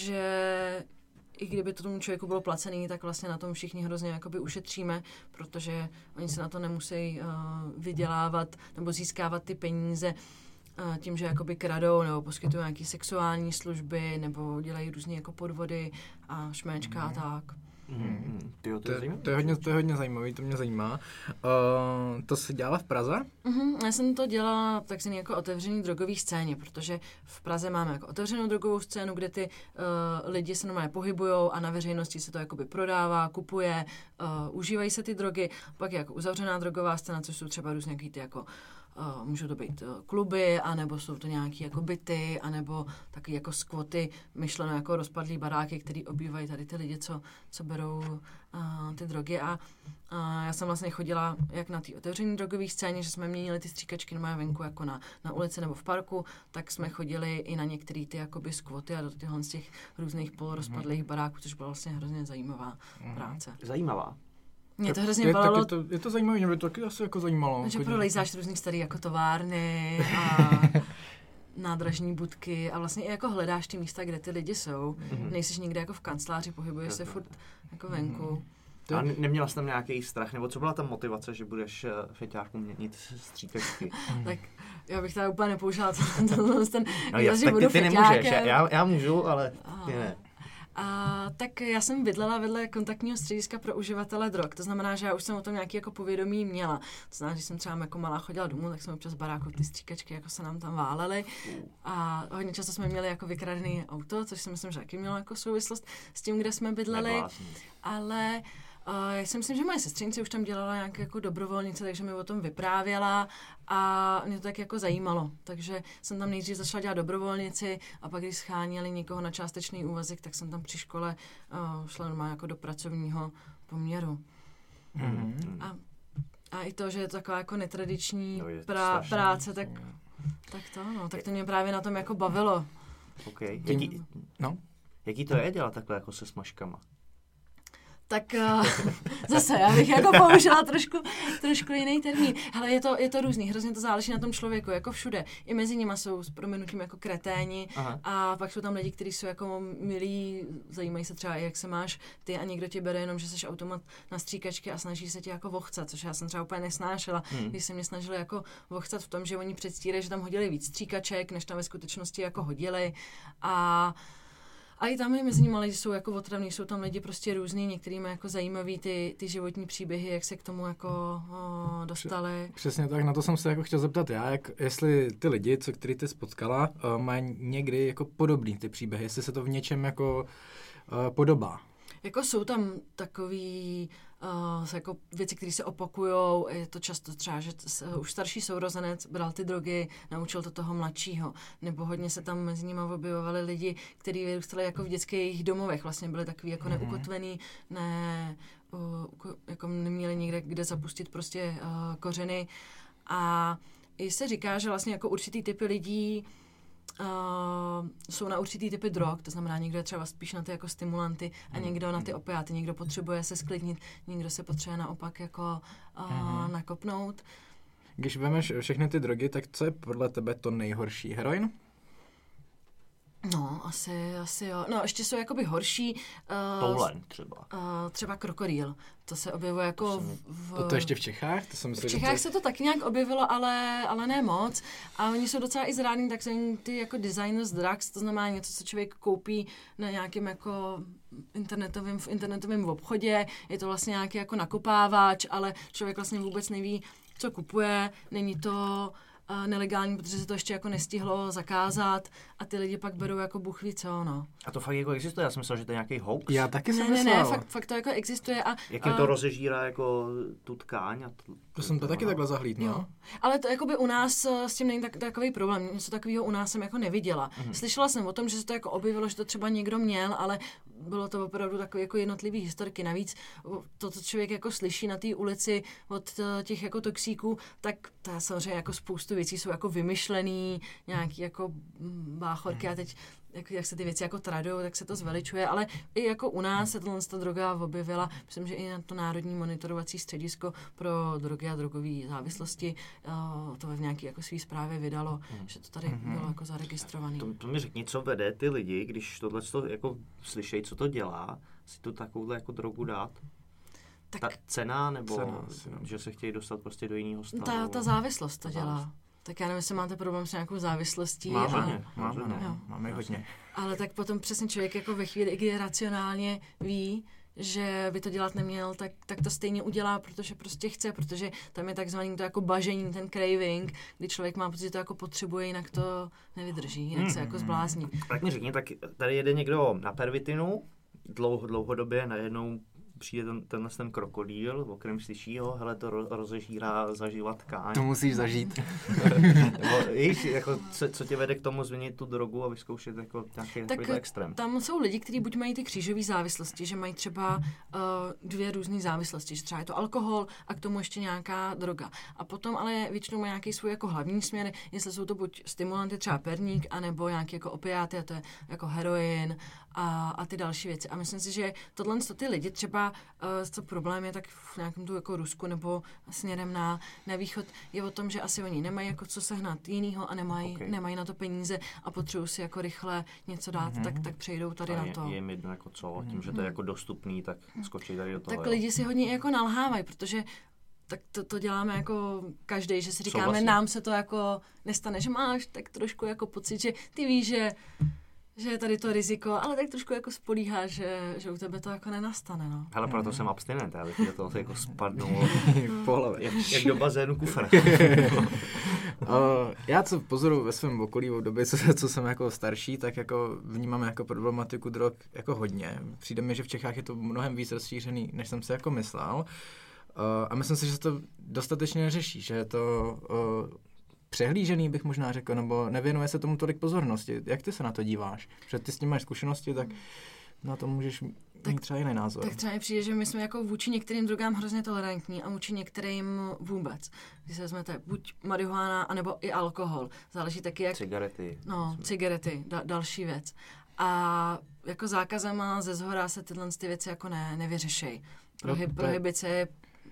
že i kdyby to tomu člověku bylo placený, tak vlastně na tom všichni hrozně jakoby ušetříme, protože oni se na to nemusí uh, vydělávat nebo získávat ty peníze uh, tím, že jakoby kradou nebo poskytují nějaké sexuální služby nebo dělají různé jako podvody a šméčka mm. a tak. Mm. Tyjo, to, To, je je, to, je hodně, to je hodně zajímavý, to mě zajímá. Uh, to se dělala v Praze? Mm-hmm, já jsem to dělala takzvaný jako otevřený drogový scéně, protože v Praze máme jako otevřenou drogovou scénu, kde ty uh, lidi se normálně pohybujou a na veřejnosti se to jakoby prodává, kupuje, uh, užívají se ty drogy. Pak je jako uzavřená drogová scéna, což jsou třeba různě ty jako Uh, můžou to být uh, kluby, anebo jsou to nějaké jako byty, anebo taky jako skvoty, myšleno jako rozpadlý baráky, který obývají tady ty lidi, co, co berou uh, ty drogy. A uh, já jsem vlastně chodila jak na té otevřené drogové scéně, že jsme měnili ty stříkačky na venku jako na, na ulici nebo v parku, tak jsme chodili i na některé ty jakoby skvoty a do těchhle z těch různých polorozpadlých baráků, což byla vlastně hrozně zajímavá práce. Zajímavá. Mě to hrozně je, bavilo. je, to, je to zajímavé, mě by to taky asi jako zajímalo. Že chodit. prolejzáš různý starý jako továrny a nádražní budky a vlastně i jako hledáš ty místa, kde ty lidi jsou. Mm-hmm. Nejsiš někde jako v kanceláři, pohybuješ se furt jako venku. A neměla jsi tam nějaký strach, nebo co byla ta motivace, že budeš feťáku měnit stříkačky? Tak já bych teda úplně nepoužila ten, ten, ten no, já, že tak budu ty, ty nemůžeš, já, já můžu, ale ty ne. A, tak já jsem bydlela vedle kontaktního střediska pro uživatele drog, to znamená, že já už jsem o tom nějaký jako povědomí měla. To znamená, že jsem třeba jako malá chodila domů, tak jsem občas baráku ty stříkačky jako se nám tam válely a hodně často jsme měli jako vykradené auto, což si myslím, že taky mělo jako souvislost s tím, kde jsme bydleli, ale Uh, já si myslím, že moje sestřenice už tam dělala nějaké jako dobrovolnice, takže mi o tom vyprávěla a mě to tak jako zajímalo. Takže jsem tam nejdřív začala dělat dobrovolnici a pak, když scháněli někoho na částečný úvazek, tak jsem tam při škole uh, šla normálně jako do pracovního poměru. Mm-hmm. A, a i to, že je to taková jako netradiční no, prá- práce, tak, tak to no, tak to mě právě na tom jako bavilo. Okay. Jaký, no? Jaký to je dělat takhle jako se smažkama? Tak uh, zase, já bych jako použila trošku, trošku jiný termín. Hele, je to, je to různý, hrozně to záleží na tom člověku, jako všude. I mezi nimi jsou s prominutím jako kreténi. Aha. A pak jsou tam lidi, kteří jsou jako milí, zajímají se třeba, jak se máš ty a někdo tě bere jenom, že jsi automat na stříkačky a snaží se tě jako vochcat, což já jsem třeba úplně nesnášela, hmm. když se mě snažili jako vochcat v tom, že oni předstírají, že tam hodili víc stříkaček, než tam ve skutečnosti jako hodili. A A i tam mezi nimi lidi jsou jako otravní, jsou tam lidi prostě různý, některý mají jako zajímavý ty, ty životní příběhy, jak se k tomu jako o, dostali. Přesně tak, na to jsem se jako chtěl zeptat já, jak, jestli ty lidi, co který ty spotkala, uh, mají někdy jako podobný ty příběhy, jestli se to v něčem jako uh, podobá. Jako jsou tam takový uh, jako věci, které se opakujou, je to často třeba, že uh, už starší sourozenec bral ty drogy, naučil to toho mladšího, nebo hodně se tam mezi nimi objevovali lidi, kteří vyrůstali jako v dětských domovech, vlastně byli takový jako mm-hmm. neukotvený, ne, uh, jako neměli někde kde zapustit prostě uh, kořeny a i se říká, že vlastně jako určitý typy lidí Uh, jsou na určitý typy drog, to znamená, někdo je třeba spíš na ty jako stimulanty a někdo na ty opiáty, někdo potřebuje se sklidnit, někdo se potřebuje naopak jako uh, mm. nakopnout. Když vemeš všechny ty drogy, tak co je podle tebe to nejhorší? Heroin? No, asi, asi jo. No, ještě jsou jakoby horší. Uh, Toulen třeba. Uh, třeba krokodýl. To se objevuje jako v... v to, to ještě v Čechách? To jsem myslel, v Čechách to... se to taky nějak objevilo, ale, ale ne moc. A oni jsou docela i zrádní, tak jsou ty jako designers drugs, to znamená něco, co člověk koupí na nějakém jako internetovém, v internetovém obchodě. Je to vlastně nějaký jako nakopávač, ale člověk vlastně vůbec neví, co kupuje. Není to uh, nelegální, protože se to ještě jako nestihlo zakázat a ty lidi pak berou jako bůh ví co, no. A to fakt jako existuje? Já jsem myslel, že to je nějaký hoax. Já taky jsem ne, myslel. Ne, ne, fakt, fakt to jako existuje. A, jak jim to rozežírá jako tu tkáň? A to, to, to jsem to taky takhle zahlídl, no. Ale to jakoby u nás s tím není tak, takový problém. Něco takového u nás jsem jako neviděla. Mm-hmm. Slyšela jsem o tom, že se to jako objevilo, že to třeba někdo měl, ale bylo to opravdu takové jako jednotlivý historky. Navíc to, co člověk jako slyší na té ulici od těch jako toxíků, tak to je samozřejmě jako spoustu spoustu věcí jsou jako vymyšlený, nějaký jako báchorky a teď jak, jak se ty věci jako tradujou, tak se to zveličuje, ale i jako u nás se tohle ta droga objevila, myslím, že i na to Národní monitorovací středisko pro drogy a drogové závislosti uh, to v nějaké jako svý zprávě vydalo, mm. že to tady mm-hmm. bylo jako zaregistrované. To, to mi řekni, co vede ty lidi, když tohle jako slyšejí, co to dělá, si tu takovouhle jako drogu dát? Tak ta cena, nebo cena, že se chtějí dostat prostě do jiného stavu? Ta, ta závislost to dělá. Závislost. Tak já nevím, jestli máte problém s nějakou závislostí. Máme, ale... máme, no, máme hodně. Ale tak potom přesně člověk jako ve chvíli, kdy racionálně ví, že by to dělat neměl, tak, tak to stejně udělá, protože prostě chce, protože tam je takzvaný to jako bažení, ten craving, kdy člověk má pocit, že to jako potřebuje, jinak to nevydrží, jinak se jako zblázní. Tak mi řekni, tak tady jede někdo na pervitinu, dlouho, dlouhodobě najednou přijde ten, tenhle ten krokodýl, o kterém slyší ho, hele, to rozežírá, zažívá tkáň. To musíš zažít. Nebo, víš, jako, co, co tě vede k tomu změnit tu drogu a vyzkoušet jako nějaký tak extrém? Tam jsou lidi, kteří buď mají ty křížové závislosti, že mají třeba uh, dvě různé závislosti, že třeba je to alkohol a k tomu ještě nějaká droga. A potom ale většinou mají nějaký svůj jako hlavní směr, jestli jsou to buď stimulanty, třeba perník, anebo nějaký jako opiáty, a to je jako heroin a, a ty další věci. A myslím si, že tohle ty lidi třeba, uh, co problém je, tak v nějakém tu jako Rusku nebo směrem na, na východ, je o tom, že asi oni nemají jako co sehnat jinýho a nemají, okay. nemají na to peníze a potřebují si jako rychle něco dát, mm-hmm. tak, tak přejdou tady a na je, to. Je jim jedno jako co, tím, že to je jako dostupný, tak skočí tady do toho. Tak jo. lidi si hodně jako nalhávají, protože tak to, to děláme jako každý, že si říkáme, vlastně? Nám se to jako nestane, že máš tak trošku jako pocit, že ty víš, že že je tady to riziko, ale tak trošku jako spolíhá, že, že u tebe to jako nenastane, no. Hele, proto mm. jsem abstinent, abych do toho jako spadnul. Po hlavě. Jak, jak do bazénu kufr. uh, já co pozoruju ve svém okolí v době, co, co jsem jako starší, tak jako vnímám jako problematiku drog jako hodně. Přijde mi, že v Čechách je to mnohem víc rozšířený, než jsem si jako myslel. Uh, a myslím si, že se to dostatečně neřeší, že je to uh, přehlížený, bych možná řekl, nebo nevěnuje se tomu tolik pozornosti. Jak ty se na to díváš? Protože ty s tím máš zkušenosti, tak na to můžeš mít tak, třeba jiný názor. Tak třeba mi přijde, že my jsme jako vůči některým drogám hrozně tolerantní a vůči některým vůbec. Když se vezmete buď marihuana, anebo i alkohol. Záleží taky jak... Cigarety. No, cigarety, da, další věc. A jako zákazama ze zhora se tyhle ty věci jako ne, nevyřešejí. Prohy, no, prohibice je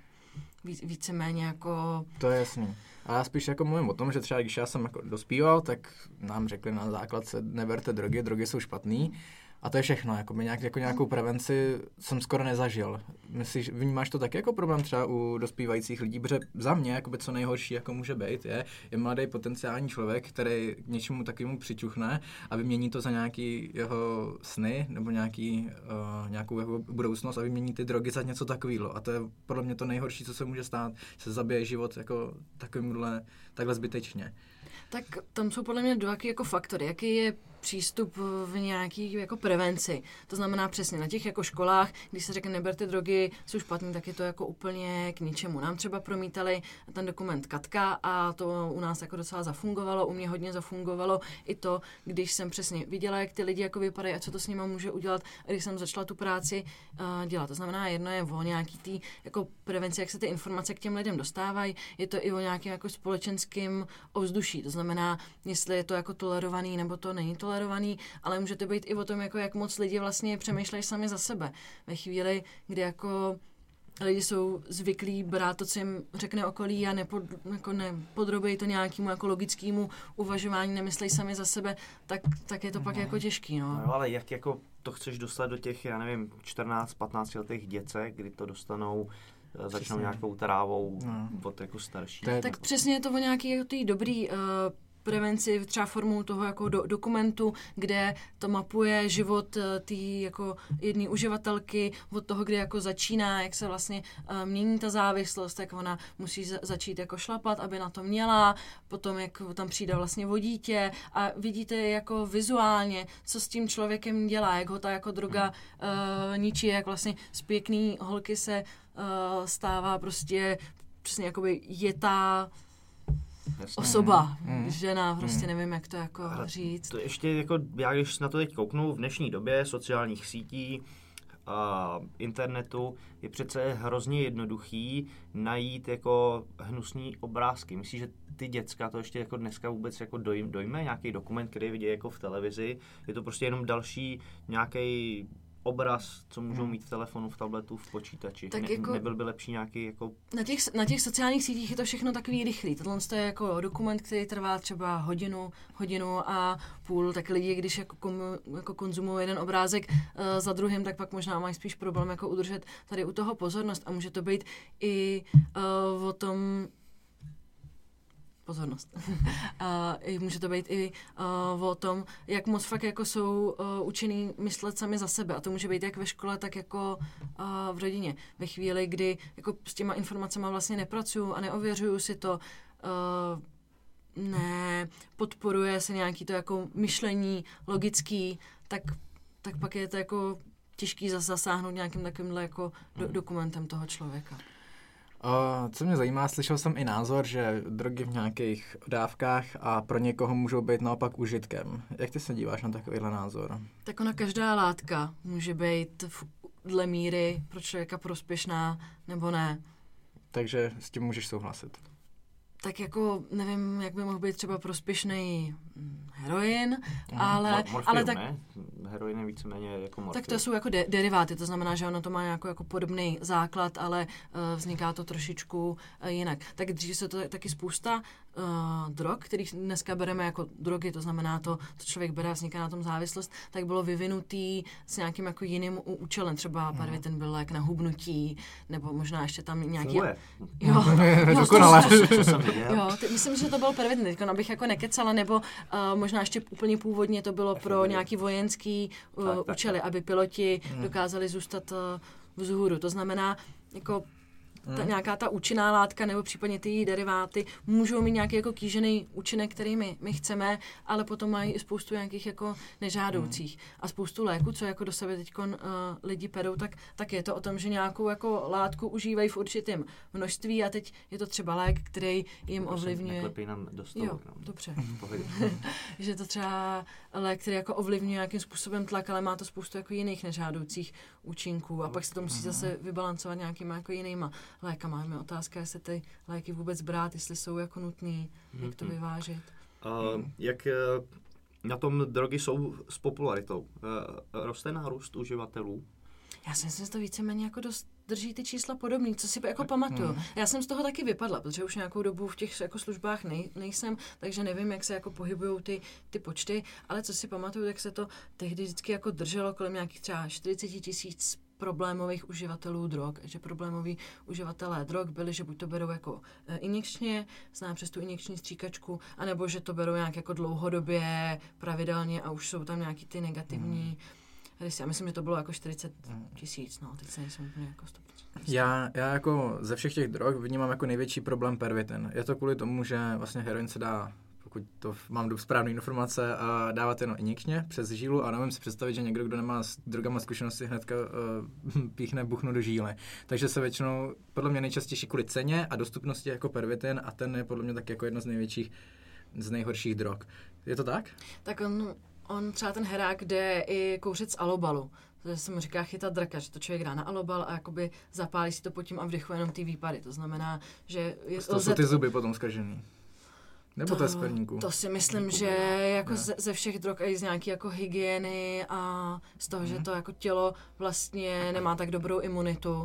víc, víceméně jako... To je jasný. A já spíš jako mluvím o tom, že třeba když já jsem jako dospíval, tak nám řekli na základce neberte drogy, drogy jsou špatný. A to je všechno, jako nějak, jako nějakou prevenci jsem skoro nezažil. Myslíš, vnímáš to taky jako problém třeba u dospívajících lidí? Protože za mě, jakoby co nejhorší jako může být, je, je mladý potenciální člověk, který k něčemu takovému přičuchne a vymění to za nějaký jeho sny nebo nějaký, uh, nějakou jeho budoucnost a vymění ty drogy za něco takového. A to je podle mě to nejhorší, co se může stát, se zabije život jako takovýmhle, takhle zbytečně. Tak tam jsou podle mě dva jako faktory. Jaký je přístup v nějaký jako prevenci. To znamená přesně na těch jako školách, když se řekne neberte drogy, jsou špatný, tak je to jako úplně k ničemu. Nám třeba promítali ten dokument Katka a to u nás jako docela zafungovalo, u mě hodně zafungovalo i to, když jsem přesně viděla, jak ty lidi jako vypadají a co to s nimi může udělat, když jsem začala tu práci uh, dělat. To znamená, jedno je o nějaký tý jako prevenci, jak se ty informace k těm lidem dostávají, je to i o nějakém jako společenském ovzduší. To znamená, jestli je to jako tolerovaný nebo to není tolerovaný, ale může to být i o tom, jako jak moc lidi vlastně přemýšlejí sami za sebe. Ve chvíli, kdy jako lidi jsou zvyklí brát to, co jim řekne okolí a nepod, jako nepodrobí to nějakému jako logickému uvažování, nemyslejí sami za sebe, tak, tak je to no. pak jako těžký. No. no ale jak jako to chceš dostat do těch, já nevím, čtrnáct patnáct letých děcek, kdy to dostanou začnou přesně. nějakou trávou no. od jako starší. Tak nebo... přesně je to o nějaký jako tý dobrý uh, prevenci, třeba formou toho jako do, dokumentu, kde to mapuje život té jako jedné uživatelky od toho, kde jako začíná, jak se vlastně uh, mění ta závislost, tak ona musí za, začít jako šlapat, aby na to měla, potom jak tam přijde vlastně o dítě a vidíte jako vizuálně, co s tím člověkem dělá, jak ho ta jako droga uh, ničí, jak vlastně z pěkný holky se uh, stává prostě přesně jakoby jetá Jasně. osoba, mm. žena, prostě mm. nevím, jak to jako ale říct. To ještě jako, já když na to teď kouknu, v dnešní době sociálních sítí, uh, internetu je přece hrozně jednoduchý najít jako hnusný obrázky. Myslíš, že ty děcka to ještě jako dneska vůbec jako dojme, dojme nějaký dokument, který vidí jako v televizi? Je to prostě jenom další nějaký obraz, co můžou mít v telefonu, v tabletu, v počítači. Tak ne, jako, nebyl by lepší nějaký jako... Na těch, na těch sociálních sítích je to všechno takový rychlý. Tohle je jako dokument, který trvá třeba hodinu, hodinu a půl, tak lidi, když jako, komu, jako konzumují jeden obrázek uh, za druhým, tak pak možná mají spíš problém jako udržet tady u toho pozornost a může to být i uh, o tom, pozornost. A může to být i uh, o tom, jak moc fakt jako jsou uh, učený myslet sami za sebe. A to může být jak ve škole, tak jako uh, v rodině. Ve chvíli, kdy jako s těma informacemi vlastně nepracuju a neověřuju si to, uh, ne podporuje se nějaký to jako myšlení logický, tak, tak pak je to jako těžký zasáhnout nějakým takovýmhle jako do, dokumentem toho člověka. Uh, co mě zajímá, slyšel jsem i názor, že drogy v nějakých dávkách a pro někoho můžou být naopak užitkem. Jak ty se díváš na takovýhle názor? Tak ona každá látka může být v dle míry pro člověka prospěšná nebo ne. Takže s tím můžeš souhlasit. Tak jako nevím, jak by mohl být třeba prospěšný heroin, mm. ale, Morfium, ale tak... ne? Heroin je víceméně jako morfium. Tak to jsou jako de- deriváty, to znamená, že ono to má nějaký jako podobný základ, ale uh, vzniká to trošičku uh, jinak. Tak dřív se to taky spousta uh, drog, kterých dneska bereme jako drogy, to znamená to, co člověk bere a vzniká na tom závislost, tak bylo vyvinutý s nějakým jako jiným účelem. Třeba Pervitin byl lék na hubnutí, nebo možná ještě tam nějaký... Funguje. Jo, dokonale. Jo, ty, myslím, že to byl Pervitin, teď abych jako nekecala, nebo uh, možná ještě úplně původně to bylo pro nějaký vojenský uh, tak, tak, účely, tak. aby piloti hmm. dokázali zůstat uh, vzhůru. To znamená, jako ta, nějaká ta účinná látka nebo případně ty její deriváty můžou mít nějaký jako kýžený účinek, který my, my chceme, ale potom mají i spoustu nějakých jako nežádoucích. A spoustu léků, co jako do sebe teď uh, lidi perou, tak, tak je to o tom, že nějakou jako látku užívají v určitém množství a teď je to třeba lék, který jim Prosím, ovlivňuje... Neklepej nám do stolu. Jo, no. dobře. Že to třeba lék, který jako ovlivňuje nějakým způsobem tlak, ale má to spoustu jako jiných nežádoucích účinků a pak se to musí zase vybalancovat nějakýma jako jinýma lékama. Máme otázka, jestli ty léky vůbec brát, jestli jsou jako nutný, mm-hmm. jak to vyvážit. Uh, jak uh, na tom drogy jsou s popularitou? Uh, roste nárůst uživatelů? Já si myslím, že to víceméně jako dost drží ty čísla podobný, co si jako pamatuju. Já jsem z toho taky vypadla, protože už nějakou dobu v těch jako službách nej, nejsem, takže nevím, jak se jako pohybujou ty, ty počty, ale co si pamatuju, tak se to tehdy vždycky jako drželo kolem nějakých třeba čtyřicet tisíc problémových uživatelů drog, že problémoví uživatelé drog byli, že buď to berou jako e, injekčně, zná přes tu injekční stříkačku, anebo že to berou nějak jako dlouhodobě, pravidelně a už jsou tam nějaký ty negativní hmm. rysy. Já myslím, že to bylo jako čtyřicet tisíc, no, teď se nejsem úplně jako sto procent. Já, já jako ze všech těch drog vnímám jako největší problém Pervitin. Je to kvůli tomu, že vlastně heroin se dá, pokud to mám správné informace, a dávat jenom injekčně přes žílu a nevím si představit, že někdo, kdo nemá s drogama zkušenosti, hnedka uh, píchne buchnu do žíly. Takže se většinou, podle mě nejčastější kvůli ceně a dostupnosti jako Pervitin a ten je podle mě tak jako jedno z největších, z nejhorších drog. Je to tak? Tak on, on třeba ten herák jde i kouřit z alobalu. To se mu říká chytat draka, že to člověk dá na alobal a jakoby zapálí si to pod tím a vdechuje jenom ty výpary. To znamená, že... Je, to jsou ty zuby potom zkažený. Nebo to, to je z perníku? To si myslím, že jako ze, ze všech drog a i z nějaký jako hygieny a z toho, mm. že to jako tělo vlastně nemá tak dobrou imunitu.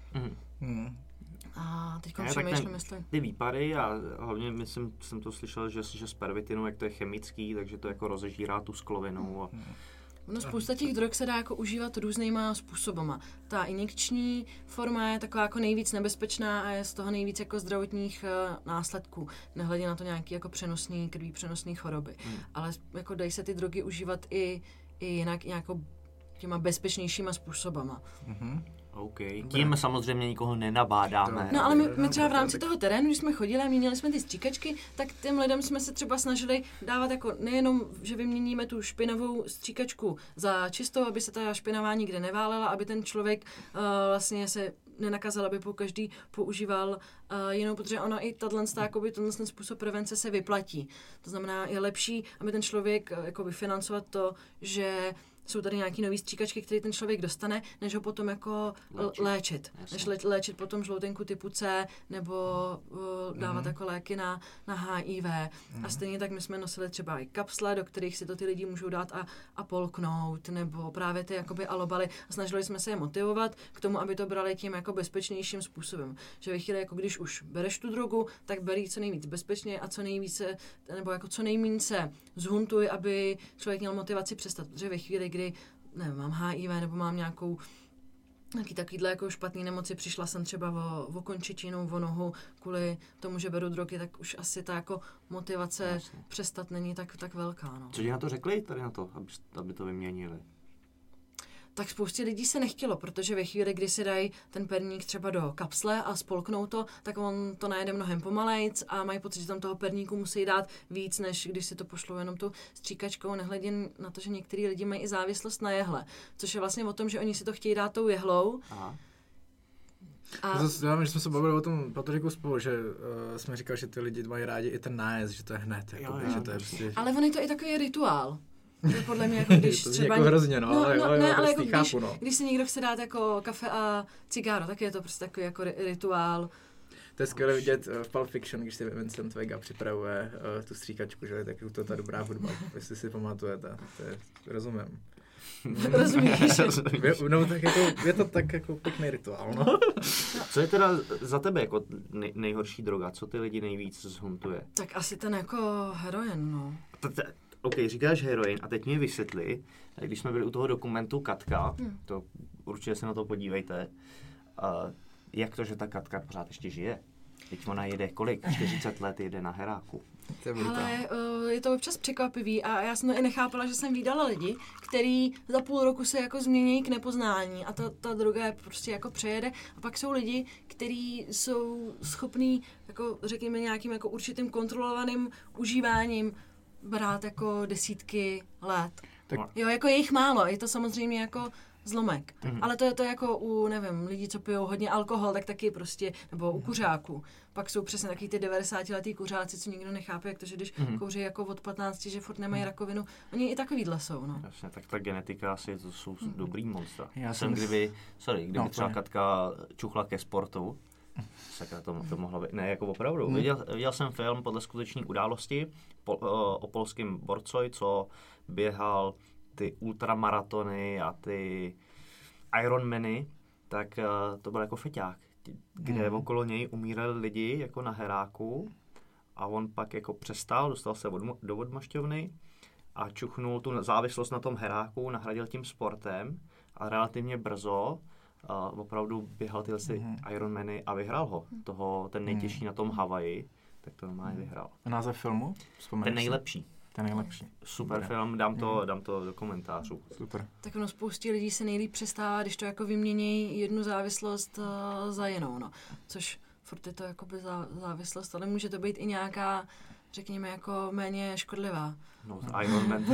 Mm. A teď přemýšlím, jestli... Ty výpary a hlavně myslím, jsem to slyšel, že, že z pervitinu, jak to je chemický, takže to jako rozežírá tu sklovinu. A... No, spousta těch drog se dá jako užívat různýma způsobama. Ta injekční forma je taková jako nejvíc nebezpečná a je z toho nejvíc jako zdravotních uh, následků. Nehledě na to nějaký jako přenosný, krví přenosný choroby. Hmm. Ale jako dají se ty drogy užívat i, i jinak jako těma bezpečnějšíma způsobama. Mm-hmm. OK. Tím samozřejmě nikoho nenabádáme. No ale my, my třeba v rámci toho terénu, když jsme chodili a měnili jsme ty stříkačky, tak těm lidem jsme se třeba snažili dávat jako nejenom, že vyměníme tu špinavou stříkačku za čistou, aby se ta špinavá nikde neválela, aby ten člověk uh, vlastně se nenakazal, aby po každý používal uh, jinou, protože ono i tato, jakoby, tenhle způsob prevence se vyplatí. To znamená, je lepší, aby ten člověk uh, jakoby financovat to, že jsou tady nějaký nový stříkačky, které ten člověk dostane, než ho potom jako léčit, léčit. než lé, léčit potom žloutenku typu C, nebo uh, dávat mm-hmm. jako léky na, na H I V. Mm-hmm. A stejně tak my jsme nosili třeba i kapsle, do kterých si to ty lidi můžou dát a, a polknout, nebo právě ty jakoby alobaly. A snažili jsme se je motivovat k tomu, aby to brali tím jako bezpečnějším způsobem. Že ve chvíli, jako když už bereš tu drogu, tak beri co nejvíc bezpečně a co nejvíce, nebo jako co nejméně se zhuntuj, aby člověk měl motivaci přestat. Protože ve chvíli, kdy nevím, mám H I V nebo mám nějakou nějaký takovýhle jako špatný nemoci, přišla jsem třeba o, o končičinu, o nohu, kvůli tomu, že beru drogy, tak už asi ta jako motivace Jasně. přestat není tak, tak velká. No. Co ti na to řekli tady na to, aby, aby to vyměnili? Tak spoustě lidí se nechtělo, protože ve chvíli, kdy si dají ten perník třeba do kapsle a spolknou to, tak on to najede mnohem pomalejc a mají pocit, že tam toho perníku musí dát víc, než když si to pošlou jenom tu stříkačkou, nehledě na to, že některý lidi mají i závislost na jehle, což je vlastně o tom, že oni si to chtějí dát tou jehlou. Aha. A... Já vím, že jsme se bavili o tom Patriku spolu, že uh, jsme říkali, že ty lidi mají rádi i ten nájezd, že to je hned, jakoby, jo, jo. že to je prostě... Ale on je to i takový rituál. To je podle mě jako když to třeba... jako hrozně, no, no, ale, no ale, ne, ale ale jako chápu, když, no. když si někdo chce dát jako kafe a cigáro, tak je to prostě takový jako rituál. To je skvěle vidět v Pulp Fiction, když si Vincent Vega připravuje uh, tu stříkačku, že tak to je ta dobrá hudba, jestli si pamatujete, to je, rozumím. Rozumíš? No, tak jako, je to tak jako pěkný rituál, no. Co je teda za tebe jako nej, nejhorší droga? Co ty lidi nejvíc zhuntuje? Tak asi ten jako heroin, no. OK, říkáš heroin a teď mě vysvětli, když jsme byli u toho dokumentu Katka, hmm. to určitě se na to podívejte, uh, jak to, že ta Katka pořád ještě žije? Teď ona jede kolik? čtyřicet let jede na heráku. Ale uh, je to občas překvapivý a já jsem to i nechápala, že jsem vídala lidi, který za půl roku se jako změní k nepoznání a ta, ta droga je prostě jako přejede a pak jsou lidi, kteří jsou schopní, jako řekněme nějakým jako určitým kontrolovaným užíváním brát jako desítky let. Tak. Jo, jako je jich málo, je to samozřejmě jako zlomek. Mm-hmm. Ale to je to jako u, nevím, lidí, co pijou hodně alkohol, tak taky prostě, nebo u kuřáků. Pak jsou přesně taky ty devadesátiletí kuřáci, co nikdo nechápe, jak to, že když mm-hmm. kouří jako od patnácti, že furt nemají rakovinu. Oni i takovýhle jsou, no. Jasně, tak ta genetika asi to jsou mm-hmm. dobrý monstra. Já jsem kdyby, sorry, kdyby no, třeba Katka čuchla ke sportu, sakra, to, to mohlo být, ne, jako opravdu. Mm. Viděl, viděl jsem film podle skutečné události po, o, o polském borcovi, co běhal ty ultramaratony a ty Ironmany, tak uh, to byl jako feťák, kde mm. okolo něj umírali lidi jako na heráku a on pak jako přestal, dostal se od, do odmašťovny a čuchnul tu závislost na tom heráku, nahradil tím sportem a relativně brzo uh, opravdu běhal tyhle mm. Ironmany a vyhrál ho. Toho, ten nejtěžší mm. na tom Havaji, tak to normálně mm. vyhrál. A název filmu? Vzpomeneš ten nejlepší. Ten nejlepší. Super Dobre. Film, dám to, mm. dám to do komentářů. Super. Tak ono spoustě lidí se nejlíp přestává, když to jako vymění jednu závislost uh, za jinou, no. Což furt je to jakoby zá, závislost, ale může to být i nějaká, řekněme, jako méně škodlivá. No, Iron Man.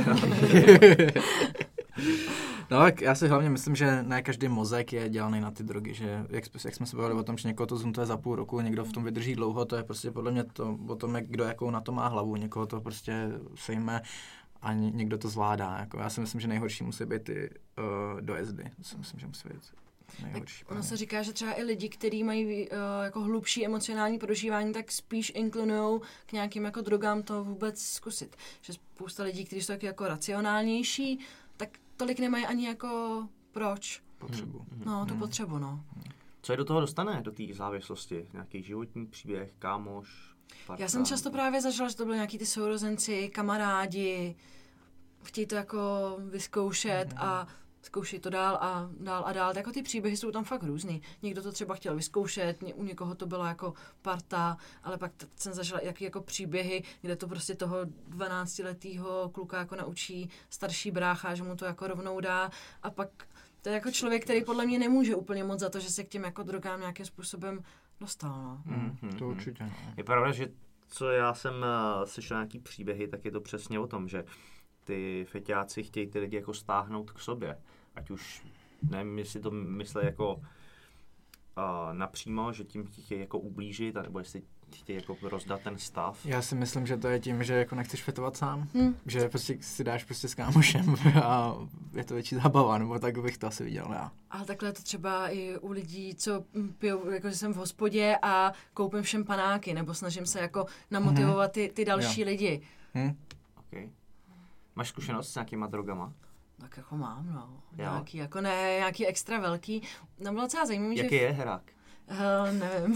No tak já si hlavně myslím, že ne každý mozek je dělaný na ty drogy, že jak, jak jsme se bavili o tom, že někoho to zhuntuje za půl roku, někdo v tom vydrží dlouho, to je prostě podle mě to o tom, jak, kdo jakou na to má hlavu, někoho to prostě sejme a někdo to zvládá. Jako já si myslím, že nejhorší musí být ty uh, dojezdy, to si myslím, že musí být nejhorší. Ono se říká, že třeba i lidi, kteří mají uh, jako hlubší emocionální prožívání, tak spíš inklinujou k nějakým jako drogám to vůbec zkusit. Že spousta lidí, kteří jsou jako racionálnější, tak tolik nemají ani jako proč. Potřebu. Hmm. No, tu hmm. potřebu, no. Co je do toho dostane, do té závislosti? Nějaký životní příběh, kámoš, parta? Já jsem často právě zažila, že to byly nějaký ty sourozenci, kamarádi, chtějí to jako vyzkoušet hmm. a zkouší to dál a dál a dál. Jako ty příběhy jsou tam fakt různý. Někdo to třeba chtěl vyzkoušet, u někoho to byla jako parta, ale pak t- jsem zažila jaký jako příběhy, kde to prostě toho dvanáctiletého kluka jako naučí starší brácha, že mu to jako rovnou dá a pak to je jako člověk, který podle mě nemůže úplně moc za to, že se k těm jako drogám nějakým způsobem dostal. No. Mm-hmm. To určitě. No. Je pravda, že co já jsem uh, slyšel nějaký příběhy, tak je to přesně o tom, že ty feťáci chtějí ty lidi jako stáhnout k sobě. Ať už, nevím, jestli to myslí jako uh, napřímo, že tím chtějí jako ublížit, nebo jestli chtějí jako rozdat ten stav. Já si myslím, že to je tím, že jako nechceš fetovat sám, Hmm. že prostě si dáš prostě s kámošem a je to větší zábava, nebo tak bych to asi viděl já. Ale takhle je to třeba i u lidí, co pijou, jako že jsem v hospodě a koupím všem panáky, nebo snažím se jako namotivovat ty, ty další Jo. lidi. Hm? Okay. Máš zkušenost s nějakýma drogama? Tak jako mám, no. Jo. Nějaký, jako ne, nějaký extra velký. No bylo docela zajímavý, Jaký že... je herák? Uh, nevím.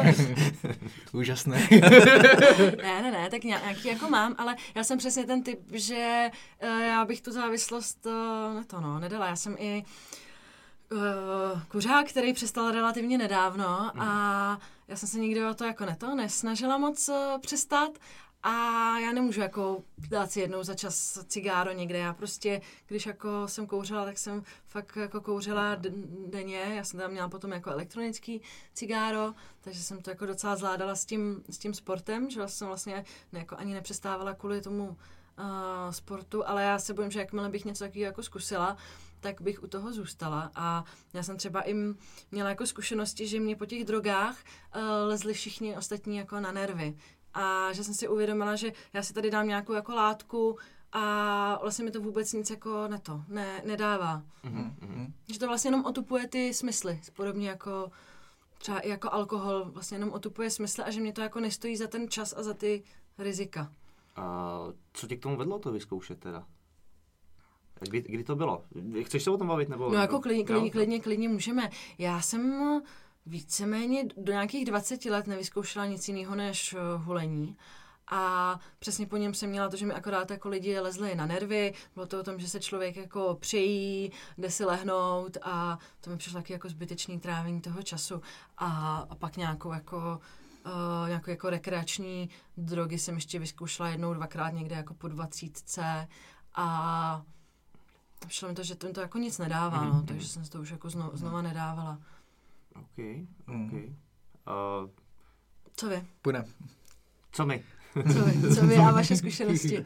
Úžasné. ne, ne, ne, tak nějaký jako mám, ale já jsem přesně ten typ, že uh, já bych tu závislost, uh, ne to no, nedala. Já jsem i uh, kuřák, který přestal relativně nedávno mm. a já jsem se nikdy o to jako neto nesnažila moc uh, přestat. A já nemůžu jako dát si jednou za čas cigáro někde. Já prostě, když jako jsem kouřila, tak jsem fakt jako kouřila denně. Já jsem tam měla potom jako elektronický cigáro, takže jsem to jako docela zvládala s tím, s tím sportem, že jsem vlastně ne, jako ani nepřestávala kvůli tomu uh, sportu, ale já se bojím, že jakmile bych něco takového jako zkusila, tak bych u toho zůstala. A já jsem třeba i měla jako zkušenosti, že mě po těch drogách uh, lezli všichni ostatní jako na nervy. A že jsem si uvědomila, že já si tady dám nějakou jako látku a vlastně mi to vůbec nic jako neto, ne, nedává. Mm-hmm. Že to vlastně jenom otupuje ty smysly, podobně jako třeba i jako alkohol vlastně jenom otupuje smysly a že mě to jako nestojí za ten čas a za ty rizika. A co tě k tomu vedlo to vyzkoušet teda? Kdy, kdy to bylo? Chceš se o tom bavit? Nebo... No jako klidně, klidně, no? klidně, klidně můžeme. Já jsem víceméně do nějakých dvaceti let nevyzkoušela nic jiného než hulení. A přesně po něm jsem měla to, že mi akorát jako lidi lezli na nervy. Bylo to o tom, že se člověk jako přejí, jde si lehnout a to mi přišlo taky jako zbytečný trávení toho času. A, a pak nějakou jako, uh, nějakou jako rekreační drogy jsem ještě vyzkoušela jednou, dvakrát někde jako po dvacítce a přišlo mi to, že to mi to jako nic nedává, mm-hmm. no, takže jsem si to už jako zno, znova nedávala. OK, OK. Mm. Uh, Co vy? Půjde. co my? Co vy? Co vy a vaše zkušenosti?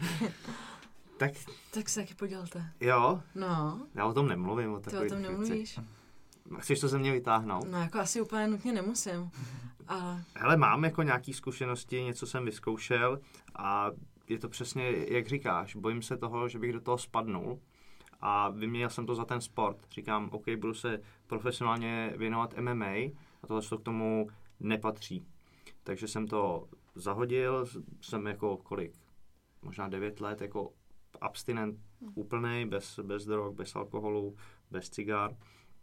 Tak Tak se taky podělte. jo, No, já o tom nemluvím. O ty o takových tom věcech. nemluvíš? Chceš to ze mě vytáhnout? No jako asi úplně nutně nemusím. Ale Hele, mám jako nějaký zkušenosti, něco jsem vyzkoušel a je to přesně, jak říkáš, bojím se toho, že bych do toho spadnul a vyměnil jsem to za ten sport. Říkám, OK, budu se profesionálně věnovat M M A a tohle to k tomu nepatří. Takže jsem to zahodil, jsem jako kolik, možná devět let, jako abstinent úplnej, bez, bez drog, bez alkoholu, bez cigár.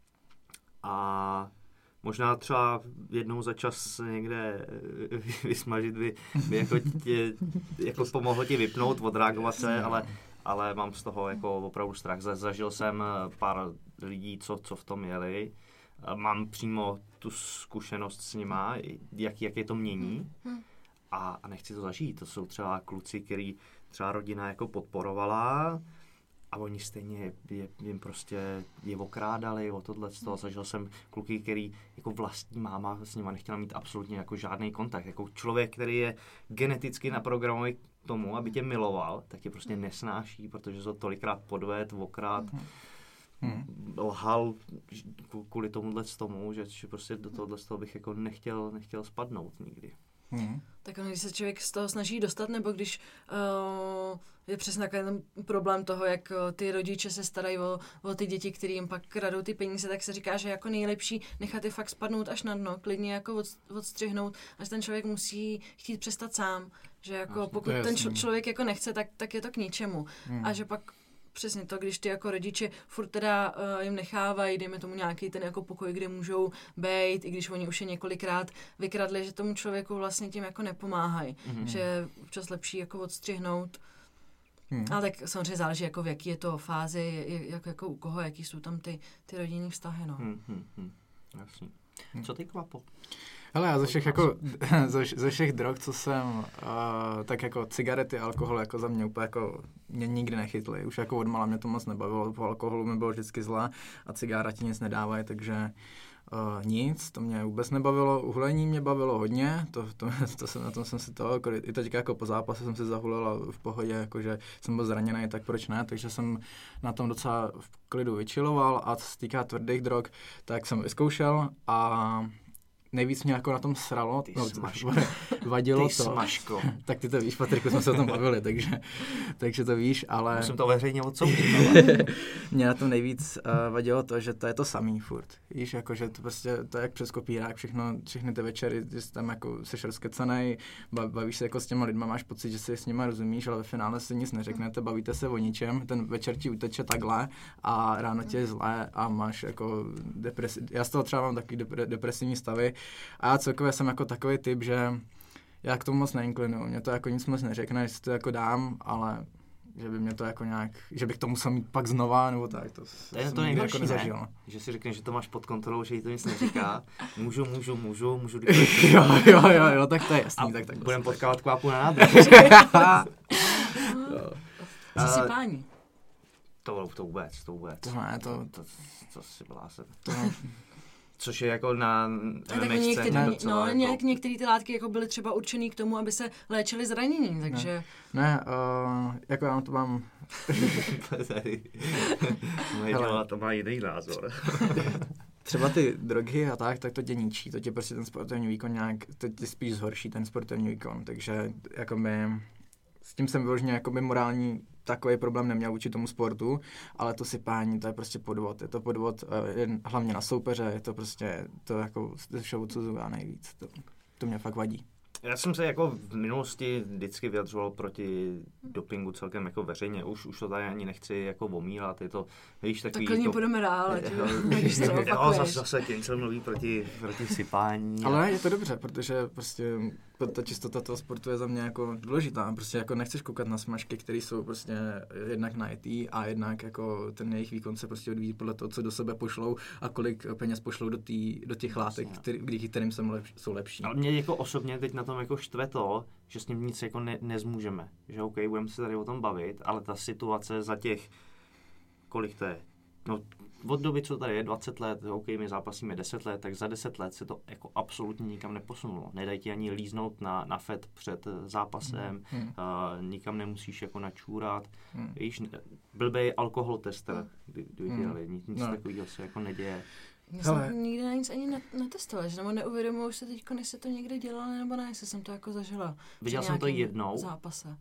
A možná třeba jednou za čas někde vysmažit by, by jako, tě, jako pomohlo ti vypnout, odreagovat se, ale, ale mám z toho jako opravdu strach. Zažil jsem pár lidí, co, co v tom jeli. Mám přímo tu zkušenost s nima, jak, jak je to mění. A, a nechci to zažít. To jsou třeba kluci, který třeba rodina jako podporovala a oni stejně je, jim prostě je okrádali o tohle z toho. Zažil jsem kluky, který jako vlastní máma s nima nechtěla mít absolutně jako žádný kontakt. Jako člověk, který je geneticky naprogramovaný k tomu, aby tě miloval, tak tě prostě nesnáší, protože to tolikrát podved, okrát, hmm. lhal kvůli tomuhle z tomu, že, že prostě do tohohle z toho bych jako nechtěl, nechtěl spadnout nikdy. Hmm. tak ono, když se člověk z toho snaží dostat, nebo když uh, je přesně takový ten problém toho, jak uh, ty rodiče se starají o, o ty děti, který jim pak kradou ty peníze, tak se říká, že jako nejlepší nechat je fakt spadnout až na dno, klidně jako od, odstřihnout, až ten člověk musí chtít přestat sám, že jako pokud ten čl- člověk jako nechce, tak, tak je to k ničemu. Hmm. A že pak přesně to, když ty jako rodiče furt teda uh, jim nechávají, dejme tomu nějaký ten jako pokoj, kde můžou bejt, i když oni už je několikrát vykradli, že tomu člověku vlastně tím jako nepomáhají. Mm-hmm. Že je občas lepší jako odstřihnout. Mm. Ale tak samozřejmě záleží, jako v jaký je to fázi, jak, jako u koho, jaký jsou tam ty, ty rodinný vztahy, no. Hmm, hmm, hmm. Jasně. Co ty, Kvapo? Hele, já ze všech, jako, ze, ze všech drog, co jsem, uh, tak jako cigarety, alkohol, jako za mě úplně jako mě nikdy nechytly. Už jako odmala mě to moc nebavilo, po alkoholu mi bylo vždycky zlé a cigára ti nic nedávají, takže uh, nic, to mě vůbec nebavilo. Uhulení mě bavilo hodně, to, to, to jsem, na tom jsem si to, jako, i teďka jako po zápase jsem si zahulil a v pohodě, jakože jsem byl zraněný, tak proč ne, takže jsem na tom docela v klidu vyčiloval a co se týká tvrdých drog, tak jsem vyzkoušel a nejvíc mě jako na tom sralo, Ty no, smažko. vadilo Ty to. smažko. Tak ty to víš, Patriku, jsme se o tom bavili, takže, takže to víš, ale... Musím to veřejně odsoudit. Mě na tom nejvíc uh, vadilo to, že to je to samý furt. Víš, jako, že to prostě, to je jak přes kopírák, všechno, všechny ty večery, že jsi tam jako seš rozkecanej, bavíš se jako s těma lidma, máš pocit, že si s nima rozumíš, ale ve finále si nic neřeknete, bavíte se o ničem, ten večer ti uteče takhle a ráno tě je zlé a máš jako depresi... Já z toho třeba mám takový depre, depresivní stavy a já celkově jsem jako takový typ, že já k tomu moc neinklinuju, mě to jako nic moc neřekne, že si to jako dám, ale že by mě to jako nějak, že bych to musel mít pak znova, nebo tak, to, To je jsem to nikdy nejhorší, jako nezažil. ne? Že si řekneš, že to máš pod kontrolou, že jí to nic neříká. Můžu, můžu, můžu, můžu. jo, jo, jo, jo, tak to je jasný. A tak, tak budeme to potkávat kvápu na nádraží. Co si pání? To, to vůbec, to vůbec. To ne, to... To, to si blázen. to Což je jako na Tak M M A některý, scéně docela no, jako... nějak, některé ty látky jako byly třeba určený k tomu, aby se léčily zranění, takže... ne, uh, jako já na to mám... Moje tělo to má jiný názor. Třeba ty drogy a tak, tak to tě ničí, to tě prostě ten sportovní výkon nějak, to tě spíš zhorší ten sportovní výkon, takže jakoby s tím jsem vyloženě jakoby morální takový problém neměl vůči tomu sportu, ale to sypání, to je prostě podvod, je to podvod uh, hlavně na soupeře, je to prostě, to jako ze všeho odsuzuju já nejvíc, to, to mě fakt vadí. Já jsem se jako v minulosti vždycky vyjadřoval proti dopingu celkem jako veřejně. Už, už to tady ani nechci jako omílat, je to, víš, takový... Tak klidně jako, půjdeme dál, ať jo, to jo, zase, zase Kincel mluví proti, proti sypání. Ale je to dobře, protože prostě ta čistota toho sportu je za mě jako důležitá. Prostě jako nechceš koukat na smažky, které jsou prostě jednak najetý a jednak jako ten jejich výkon se prostě odvíjí podle toho, co do sebe pošlou a kolik peněz pošlou do, tý, do těch látek, který, díky kterým jsou, lepš, jsou lepší. Ale mě jako osobně teď na tom jako štve to, že s ním nic jako ne, nezmůžeme. Že OK, budeme se tady o tom bavit, ale ta situace za těch, kolik to je? No, od doby, co tady je, dvacet let, OK, my zápasíme deset let, tak za deset let se to jako absolutně nikam neposunulo. Nedají ti ani líznout na, na fed před zápasem, hmm. uh, nikam nemusíš jako načůrat. Hmm. Víš, blbej alkohol tester, kdy, kdy hmm. dělali, nic, nic no. takového se jako neděje. Já jsem nikdy na nic ani netestovala, že nebo neuvědomuji se teď, jestli to někde dělala nebo ne, jestli jsem to jako zažila. Viděl jsem to jednou. Zápase.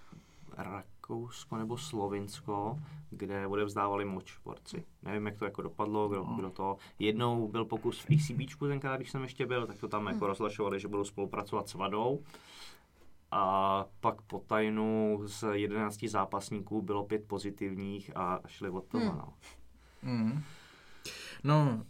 Rakousko nebo Slovinsko, kde odevzdávali moč borci. Nevím, jak to jako dopadlo, kdo, kdo to. Jednou byl pokus v A C Bčku tenkrát, když jsem ještě byl, tak to tam jako rozhlašovali, že budou spolupracovat s vadou. A pak po tajnu z jedenácti zápasníků bylo pět pozitivních a šli od toho. Hmm. No. Hmm. No,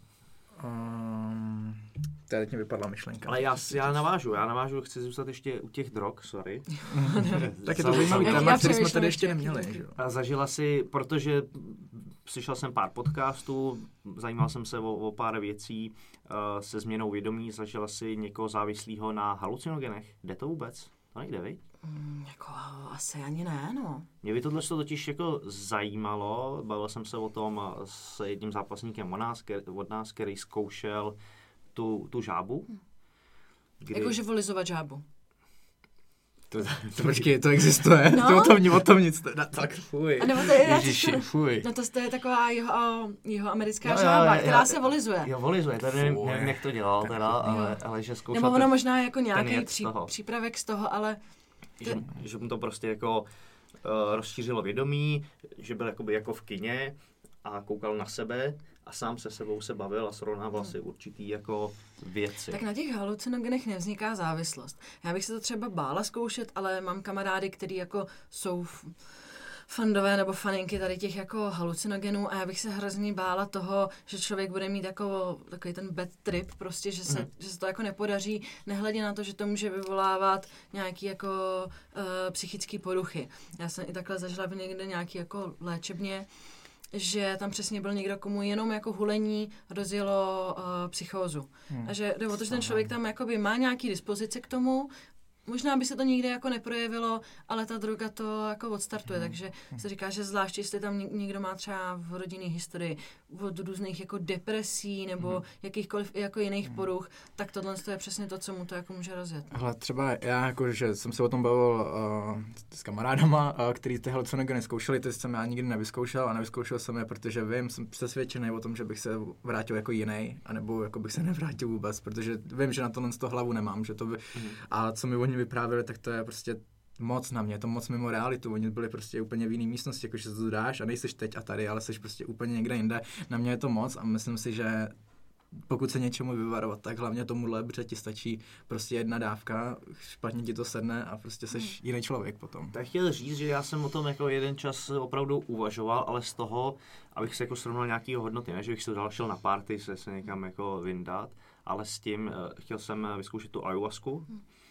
um, tady teď mi vypadla myšlenka. Ale já, já navážu, já navážu, chci zůstat ještě u těch drog, sorry. Tak je to zajímavý téma, který jsme tady ještě neměli. Že? A zažila si, protože slyšel jsem pár podcastů, zajímal jsem se o, o pár věcí uh, se změnou vědomí, zažila si někoho závislého na halucinogenech. Jde to vůbec? To nejde, viď? Mm, jako asi ani ne, no. Mě by tohle totiž jako zajímalo, bavil jsem se o tom s jedním zápasníkem od nás, od nás který zkoušel tu, tu žábu. Kdy... Jakože volizovat žábu. To, to počkej, to existuje, no? to o tom, o tom nic, ne, tak fuj, a nebo to je, Ježiši, fuj. No to, to je taková jeho, jeho americká jo, žába, jo, která jo, se volizuje. Jo, volizuje, to nevím, nevím, jak to dělal teda, ale, ale že zkoušel... Nebo ono možná jako nějaký pří, z přípravek z toho, ale... Že, že mu to prostě jako uh, rozšířilo vědomí, že byl jakoby jako v kině a koukal na sebe a sám se sebou se bavil a srovnával si určitý jako věci. Tak na těch halucinogenech nevzniká závislost. Já bych se to třeba bála zkoušet, ale mám kamarády, kteří jako jsou fandové nebo faninky tady těch jako halucinogenů a já bych se hrozně bála toho, že člověk bude mít jako takový ten bad trip, prostě, že se, mm. že se to jako nepodaří, nehledě na to, že to může vyvolávat nějaký jako uh, psychické poruchy. Já jsem i takhle zažila v někde nějaký jako léčebně, že tam přesně byl někdo, komu jenom jako hulení rozjelo uh, psychózu. Hmm. A že jde o to, že ten člověk tam jakoby má nějaký dispozice k tomu, možná by se to nikdy jako neprojevilo, ale ta droga to jako odstartuje, mm. takže se říká, že zvlášť, jestli tam někdo má třeba v rodinné historii od různých jako depresí nebo mm. jakýchkoliv jako jiných mm. poruch, tak tohle je přesně to, co mu to jako může rozjet. Ale třeba já jako, že jsem se o tom bavil uh, s kamarádama, uh, který ty halucinogeny zkoušeli, to jsem já nikdy nevyzkoušel a nevyzkoušel jsem je, protože vím, jsem přesvědčený o tom, že bych se vrátil jako jiný, anebo jako bych se nevrátil vůbec, protože vím, že na tohle z toho hlavu nemám, že to by, mm. a co mi oni vyprávěli, tak to je prostě moc na mě, to moc mimo realitu. Oni byli prostě úplně v jiné místnosti, jakože to dáš a nejseš teď a tady, ale jsi prostě úplně někde jinde. Na mě je to moc a myslím si, že pokud se něčemu vyvarovat, tak hlavně tomuhle, protože ti stačí prostě jedna dávka, špatně ti to sedne a prostě seš jiný člověk potom. Tak chtěl říct, že já jsem o tom jako jeden čas opravdu uvažoval, ale z toho, abych se jako srovnal nějaký hodnoty, ne, že bych se dal šel na party, se, se někam jako vyndat, ale s tím chtěl jsem vyzkoušet tu ayahuasku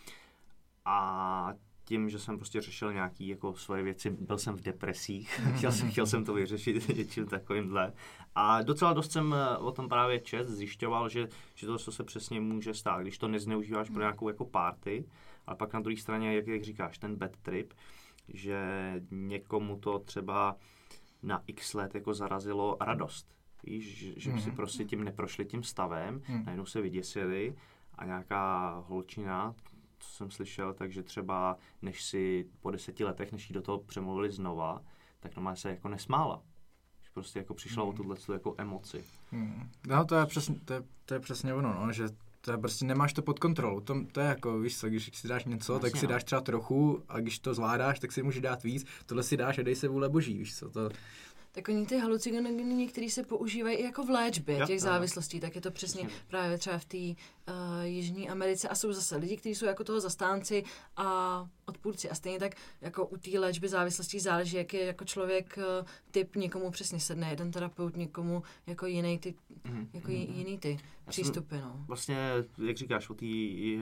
a tím, že jsem prostě řešil nějaký jako svoje věci, byl jsem v depresích, chtěl jsem, chtěl jsem to vyřešit něčím takovýmhle. A docela dost jsem o tom právě čet, zjišťoval, že, že to se přesně může stát, když to nezneužíváš pro nějakou jako party, ale pak na druhé straně, jak, jak říkáš, ten bad trip, že někomu to třeba na x let jako zarazilo radost. Víš, že, že mm. si prostě tím neprošli tím stavem, mm. najednou se vyděsili a nějaká holčina, co jsem slyšel, takže třeba než si po deseti letech, než jí do toho přemluvili znova, tak normálně se jako nesmála. Prostě jako přišla mm. o tuhle jako emoci. Mm. No to je přesně, to je, to je přesně ono, no, že to je prostě nemáš to pod kontrolou. To, to je jako, víš co, když si dáš něco, Jasně, tak si dáš třeba trochu a když to zvládáš, tak si můžeš dát víc. Tohle si dáš a dej se vůle boží, víš co, to... Tak oni ty halucinogeny některý se používají i jako v léčbě jo, těch závislostí, tak je to přesně Jasně. právě třeba v té uh, Jižní Americe a jsou zase lidi, kteří jsou jako toho zastánci a odpůrci a stejně tak jako u té léčby závislostí záleží, jak je jako člověk uh, typ, někomu přesně sedne jeden terapeut, někomu jako jiný ty, mm-hmm. jako mm-hmm. jiný ty Já přístupy. No. Vlastně, jak říkáš, o té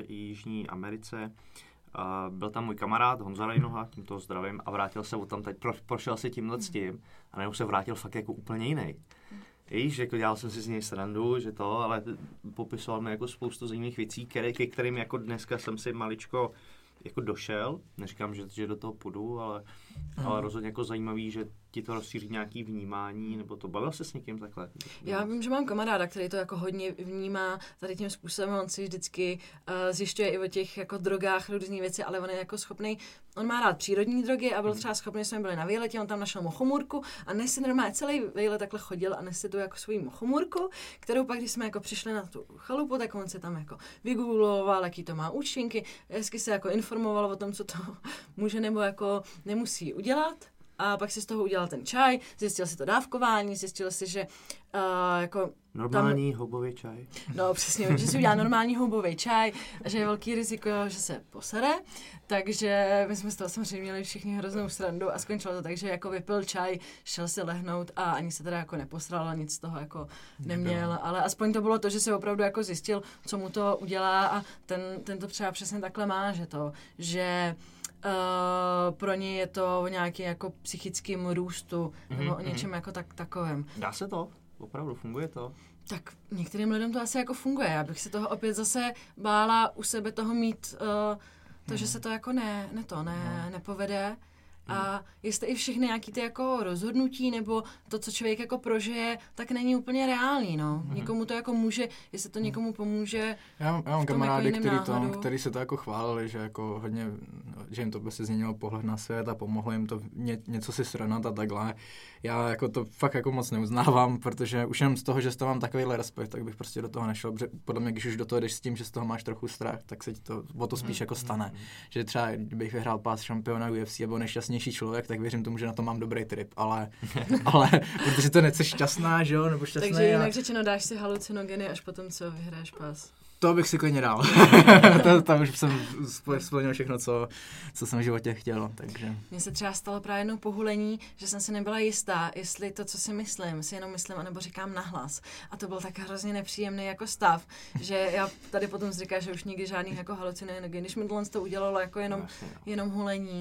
Jižní Americe, Uh, byl tam můj kamarád Honza Rajnoha, tímto zdravím, a vrátil se od tam teď, pro, prošel si tímhle s tím a najednou se vrátil fakt jako úplně jiný. Víš, jako dělal jsem si z něj srandu, že to, ale popisoval mi jako spoustu zajímavých věcí, které, ke kterým jako dneska jsem si maličko jako došel. Neříkám, že, že do toho půjdu, ale, ale rozhodně jako zajímavý, že ti to rozšíří nějaký vnímání, nebo to bavil se s někým takhle? Já vím, že mám kamaráda, který to jako hodně vnímá tady tím způsobem, on si vždycky uh, zjišťuje i o těch jako drogách různý věci, ale on je jako schopný, on má rád přírodní drogy a byl třeba schopný, jsme byli na výletě, on tam našel mochomůrku a než si normálně celý výlet takhle chodil a nese tu jako svou mochomůrku, kterou pak, když jsme jako přišli na tu chalupu, tak on se tam jako vygoogloval, jaký to má účinky, hezky se jako informoval o tom, co to může nebo jako nemusí udělat. A pak si z toho udělal ten čaj, zjistil si to dávkování, zjistil si, že uh, jako... Normální tam, houbový čaj. No přesně, že si udělal normální houbový čaj a že je velký riziko, že se posere. Takže my jsme z toho samozřejmě měli všichni hroznou srandu a skončilo to tak, že jako vypil čaj, šel si lehnout a ani se teda jako neposral, nic z toho jako neměl. Ale aspoň to bylo to, že si opravdu jako zjistil, co mu to udělá a ten, ten to třeba přesně takhle má, že to, že... Uh, pro ně je to o nějakém jako psychickém růstu mm-hmm, nebo o něčem mm-hmm. jako tak, takovém. Dá se to? Opravdu funguje to? Tak některým lidem to asi jako funguje. Já bych se toho opět zase bála u sebe toho mít uh, to, mm-hmm. že se to jako ne, ne to, ne, no. nepovede. A jestli i všechny nějaký ty jako rozhodnutí nebo to, co člověk jako prožije, tak není úplně reálný, no. Mm-hmm. Někomu to jako může, jestli to někomu pomůže. Já, já mám kamarády, jako který, to, který se to jako chválili, že jako hodně, že jim to by se změnilo pohled na svět a pomohlo jim to ně, něco si srovnat a takhle. Já jako to fakt jako moc neuznávám, protože už jenom z toho, že z toho mám takovýhle respekt, tak bych prostě do toho nešel, protože podle mě, když už do toho jdeš s tím, že z toho máš trochu strach, tak se ti to o to spíš mm-hmm. jako stane. Že třeba, kdybych vyhrál pás šampiona U F C nebo nešťastnější člověk, tak věřím tomu, že na to mám dobrý trip, ale, ale protože to nechceš šťastná, že jo, nebo šťastný. Takže jinak a... řečeno, dáš si halucinogeny až potom, co vyhráš pás. To bych si klidně dal. to, tam už jsem splnil všechno, co, co jsem v životě chtěl, takže... Mně se třeba stalo právě jednou pohulení, že jsem si nebyla jistá, jestli to, co si myslím, si jenom myslím, anebo říkám nahlas. A to byl tak hrozně nepříjemný jako stav, že já tady potom si říkám, že už nikdy žádných jako halucinogeny, když mi tohle to udělalo jako jenom, jenom hulení,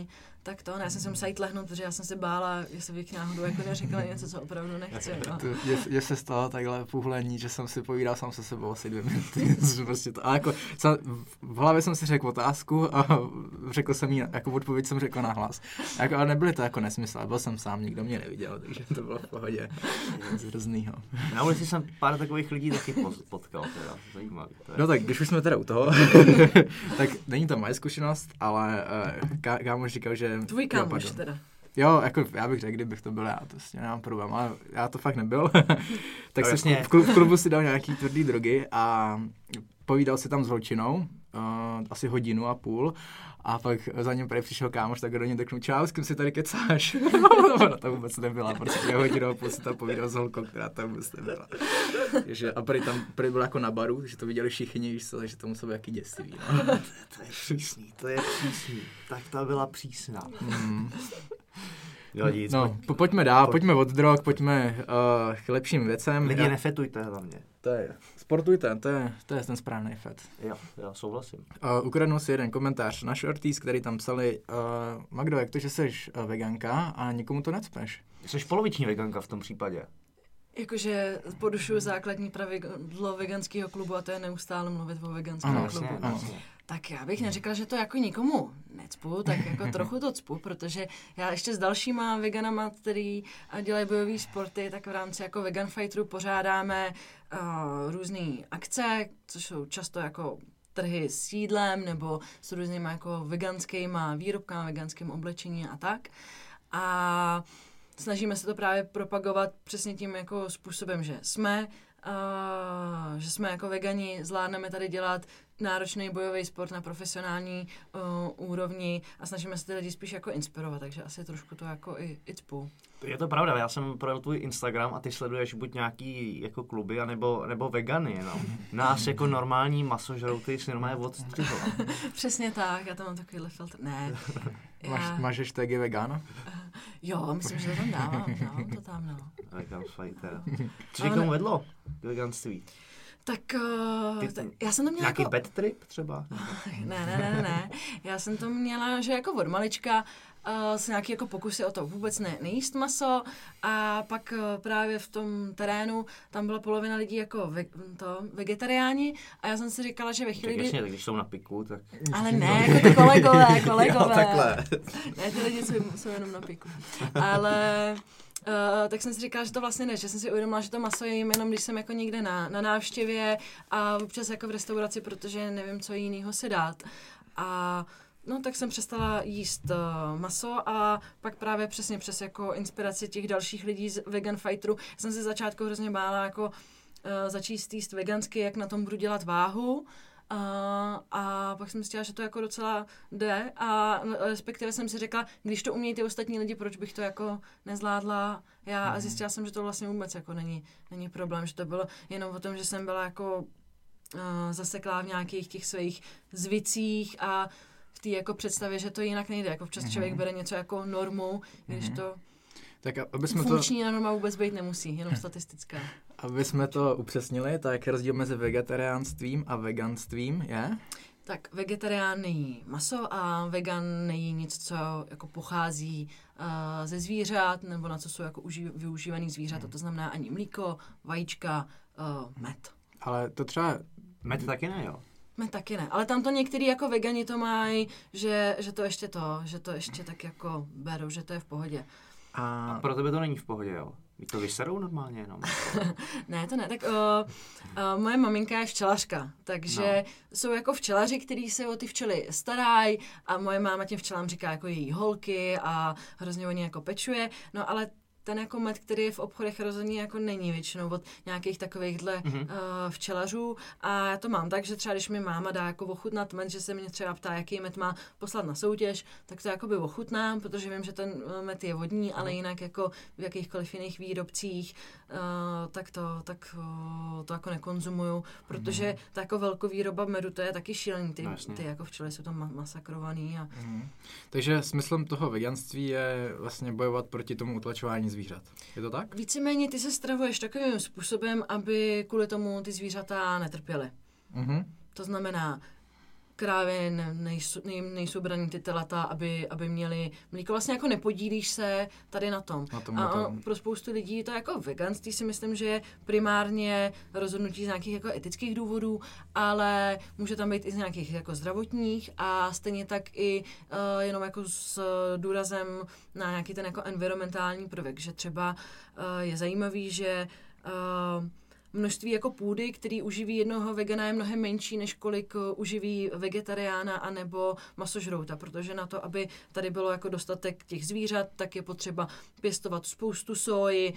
tak to, ne, já jsem si musela jít lehnout, protože já jsem se bála, jestli bych náhodou jako neřekla něco, co opravdu nechci. No. Je se stalo takhle půhlení, že jsem si povídal sám se sebou asi dvě minuty. prostě to, ale jako, co, v hlavě jsem si řekl otázku a řekl jsem jí, jako odpověď jsem řekl nahlas. Jako, ale nebyly to jako nesmysl, byl jsem sám, nikdo mě neviděl, takže to bylo v pohodě. Z hroznýho. Na ulici jsem pár takových lidí taky potkal, teda, zajímavý. To je. No tak, když už jsme teda u toho, tak není to moje zkušenost, ale uh, ká, kámoš říkal, že... Tvůj kámoš teda. Jo, jako já bych řekl, kdybych to byl já, to vlastně nemám problém, ale já to fakt nebyl. tak no, jsem v, v klubu si dal nějaký tvrdý drogy a povídal si tam s holčinou, uh, asi hodinu a půl, a pak za ním tady přišel kámoš, tak do něj řeknu, čau, s kým si tady kecáš? Ona to vůbec nebyla, prostě hodinu a půl si tam povídal s holkou, která tam vůbec nebyla. Takže, a prý tam prý byl jako na baru, takže to viděli všichni, víš co, takže to muselo být jaký děsivý. No. to, to je přísný, to je přísný. Tak to byla přísná. Mm. Jo, díc, no, pojď, po, pojďme dál, pojď. pojďme od drog, pojďme uh, k lepším věcem. Lidi Já, nefetujte hlavně. To je, sportujte, to je, to je ten správný fet. Jo, já souhlasím. Uh, ukradnu si jeden komentář na Shorties, který tam psali, uh, Magdo, jak to, že jsi uh, veganka a nikomu to necpeš? Jsi poloviční veganka v tom případě. Jakože porušuju základní pravidlo veganského klubu a to je neustále mluvit o veganském ano, klubu. Jasně, jasně. Tak já bych neřekla, že to jako nikomu necpu, tak jako trochu to cpu, protože já ještě s dalšíma veganama, který dělají bojové sporty, tak v rámci jako Vegan Fighteru pořádáme uh, různé akce, což jsou často jako trhy s jídlem nebo s různýma jako veganskýma výrobkama, veganským oblečením a tak. A snažíme se to právě propagovat přesně tím jako způsobem, že jsme, uh, že jsme jako vegani, zvládneme tady dělat náročný bojový sport na profesionální uh, úrovni a snažíme se ty lidi spíš jako inspirovat, takže asi trošku to jako i, i cpu. Je to pravda, já jsem projel tvůj Instagram a ty sleduješ buď nějaký jako kluby, anebo, nebo vegany, no. Nás jako normální masožrouty si normálně odstřihla. Přesně tak, já tam mám takovýhle filtr. Ne. Já... Máš, máš hashtagy vegana? Jo, myslím, že to tam dávám, dávám to tam, no. Vegan fighter. Co tě k tomu vedlo, k veganství? Tak uh, Ty, tak já jsem to měla nějaký jako... bad trip třeba? ne, ne, ne, ne, ne. Já jsem to měla, že jako od malička uh, s nějaký jako pokusy o to vůbec ne, nejíst maso a pak uh, právě v tom terénu tam byla polovina lidí jako ve, to, vegetariáni a já jsem si říkala, že ve chvíli, tak jasně, tak když jsou na piku, tak... Ale ne, jako ty kolegové, kolegové. Jo, takhle. Ne, ty lidi jsou, jsou jenom na piku. Ale... Uh, tak jsem si říkala, že to vlastně ne, že jsem si uvědomila, že to maso jím jenom, když jsem jako někde na, na návštěvě a občas jako v restauraci, protože nevím, co jinýho si dát. A no, tak jsem přestala jíst uh, maso a pak právě přesně přes jako inspiraci těch dalších lidí z Vegan Fighteru jsem se začátku hrozně bála jako uh, začít jíst vegansky, jak na tom budu dělat váhu. Uh, a pak jsem zjistila, že to jako docela jde a respektive jsem si řekla, když to umějí ty ostatní lidi, proč bych to jako nezvládla já a zjistila jsem, že to vlastně vůbec jako není, není problém, že to bylo jenom o tom, že jsem byla jako uh, zaseklá v nějakých těch svých zvicích a v té jako představě, že to jinak nejde, jako včas člověk bere něco jako normu, když to tak aby jsme funkční to... norma vůbec být nemusí, jenom statistická. Aby jsme to upřesnili, tak rozdíl mezi vegetariánstvím a veganstvím je? Tak vegetarián nejí maso a vegan nejí nic, co jako pochází uh, ze zvířat, nebo na co jsou jako uži- využívaný zvířata, to znamená ani mlíko, vajíčka, uh, med. Ale to třeba... Med taky ne, jo? Med taky ne, ale tam to některý jako vegani to mají, že, že to ještě to, že to ještě tak jako berou, že to je v pohodě. A... a pro tebe to není v pohodě, jo? Vy to vyserou normálně jenom? Ne, to ne. Tak uh, uh, moje maminka je včelařka, takže no. jsou jako včelaři, kteří se o ty včely starají a moje máma těm včelám říká jako její holky a hrozně o ně jako pečuje, no ale ten jako med, který je v obchodech rozhodně jako není většinou od nějakých takovýchhle mm-hmm. uh, včelařů a já to mám tak, že třeba když mi máma dá jako ochutnat med, že se mě třeba ptá, jaký med má poslat na soutěž, tak to jakoby ochutnám, protože vím, že ten med je vodní, ale jinak jako v jakýchkoliv jiných výrobcích uh, tak to tak uh, to jako nekonzumuju, protože mm-hmm. ta jako velkovýroba medu, to je taky šílený, ty, no, ty jako včely jsou tam masakrovaný. A... Mm-hmm. Takže smyslem toho veganství je vlastně bojovat proti tomu utlačování zvířat. Je to tak? Víceméně ty se stravuješ takovým způsobem, aby kvůli tomu ty zvířata netrpěly. Mm-hmm. To znamená, krávy ne, nejsou, ne, nejsou braní ty telata, aby, aby měli mlíko. Vlastně jako nepodílíš se tady na tom. Na tom, a na tom. pro spoustu lidí to jako veganství si myslím, že je primárně rozhodnutí z nějakých jako etických důvodů, ale může tam být i z nějakých jako zdravotních a stejně tak i uh, jenom jako s důrazem na nějaký ten jako environmentální prvek, že třeba uh, je zajímavý, že uh, množství jako půdy, který uživí jednoho vegana, je mnohem menší, než kolik uživí vegetariána anebo masožrouta, protože na to, aby tady bylo jako dostatek těch zvířat, tak je potřeba pěstovat spoustu soji,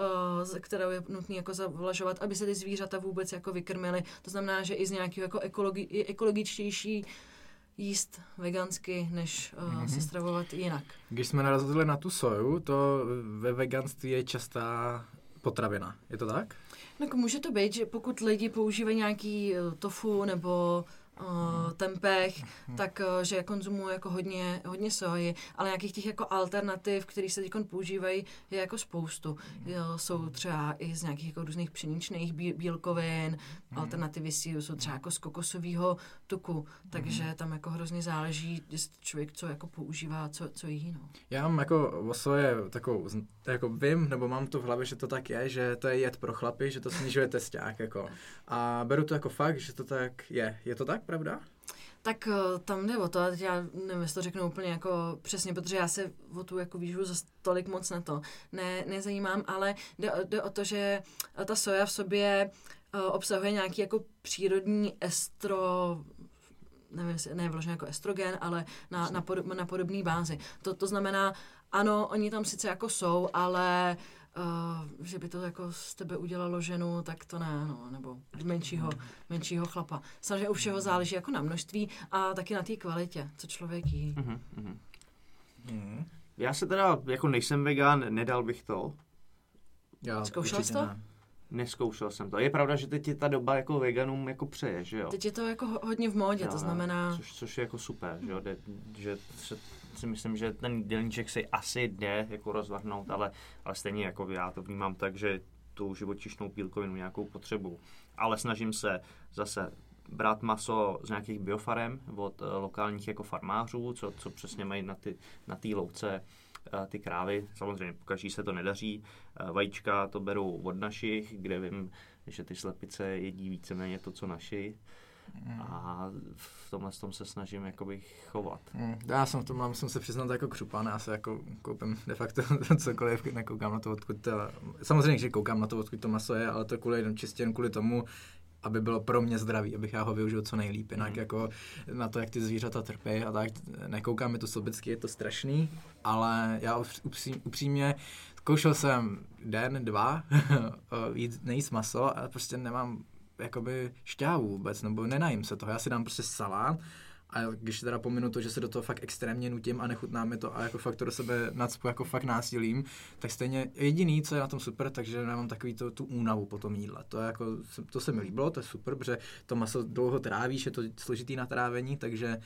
kterou je nutné jako zavlažovat, aby se ty zvířata vůbec jako vykrmily. To znamená, že i z nějakého jako ekologi- ekologičtější jíst vegansky, než uh, mm-hmm. se stravovat jinak. Když jsme narazili na tu soju, to ve veganství je častá potravina. Je to tak? No, může to být, že pokud lidi používají nějaký tofu nebo uh, tempeh, hmm. tak uh, že konzumují jako hodně, hodně soji, ale nějakých těch jako alternativ, které se teď používají, je jako spoustu. Jo, jsou třeba i z nějakých jako různých pšeničných bílkovin, hmm. alternativy jsou třeba jako z kokosového tuku, takže hmm. tam jako hrozně záleží, jestli člověk co jako používá, co, co jí. No. Já mám jako o soje takovou, jako vím, nebo mám to v hlavě, že to tak je, že to je jed pro chlapy, že to snižuje tesťák, jako. A beru to jako fakt, že to tak je. Je to tak, pravda? Tak tam jde o to, a teď já nevím, jestli to řeknu úplně jako přesně, protože já se o tu jako výživu za tolik moc na to ne, nezajímám, ale jde, jde o to, že ta soja v sobě obsahuje nějaký jako přírodní estro, nevím, ne vložně jako estrogen, ale na, na, podob, na podobné bázi. To, to znamená, ano, oni tam sice jako jsou, ale uh, že by to jako z tebe udělalo ženu, tak to ne, no, nebo menšího, menšího chlapa. Samozřejmě u všeho záleží jako na množství a taky na té kvalitě, co člověk jí. Mm-hmm. Mm. Já se teda, jako nejsem vegan, nedal bych to. Já, Zkoušel jsi to? Ne. Neskoušel jsem to. Je pravda, že teď je ta doba jako veganům jako přeje, že jo? Teď je to jako hodně v módě, jo, to znamená... Což, což je jako super, že jo? De, že se, si myslím, že ten jídelníček si asi jde jako rozvrhnout, ale, ale stejně jako já to vnímám tak, že tu živočišnou bílkovinu nějakou potřebu. Ale snažím se zase brát maso z nějakých biofarem od uh, lokálních jako farmářů, co, co přesně mají na ty na té louce uh, ty krávy. Samozřejmě pokaždý se to nedaří. Uh, vajíčka to beru od našich, kde vím, že ty slepice jedí víceméně to, co naši. Mm. A v tomhle tom se snažím jakoby chovat. Mm. Já jsem to mám, musím se přiznat jako křupan, já se jako koupím de facto cokoliv, nekoukám na to, odkud to, samozřejmě, že koukám na to, odkud to maso je, ale to kvůli, čistě jen kvůli tomu, aby bylo pro mě zdravý, abych já ho využil co nejlíp, jinak mm. jako na to, jak ty zvířata trpí a tak, nekoukám, je to sobecky, je to strašný, ale já upřím, upřímně zkoušel jsem den, dva, jít, nejíst maso a prostě nemám jakoby šťávu vůbec, nebo nenajím se toho, já si dám prostě salát a když teda pominu to, že se do toho fakt extrémně nutím a nechutná mi to a jako fakt to do sebe nacpu jako fakt násilím, tak stejně jediný, co je na tom super, takže nemám takový to, tu únavu po tom jídle. To, je jako, to se mi líbilo, to je super, protože to maso dlouho trávíš, je to složitý na trávení, takže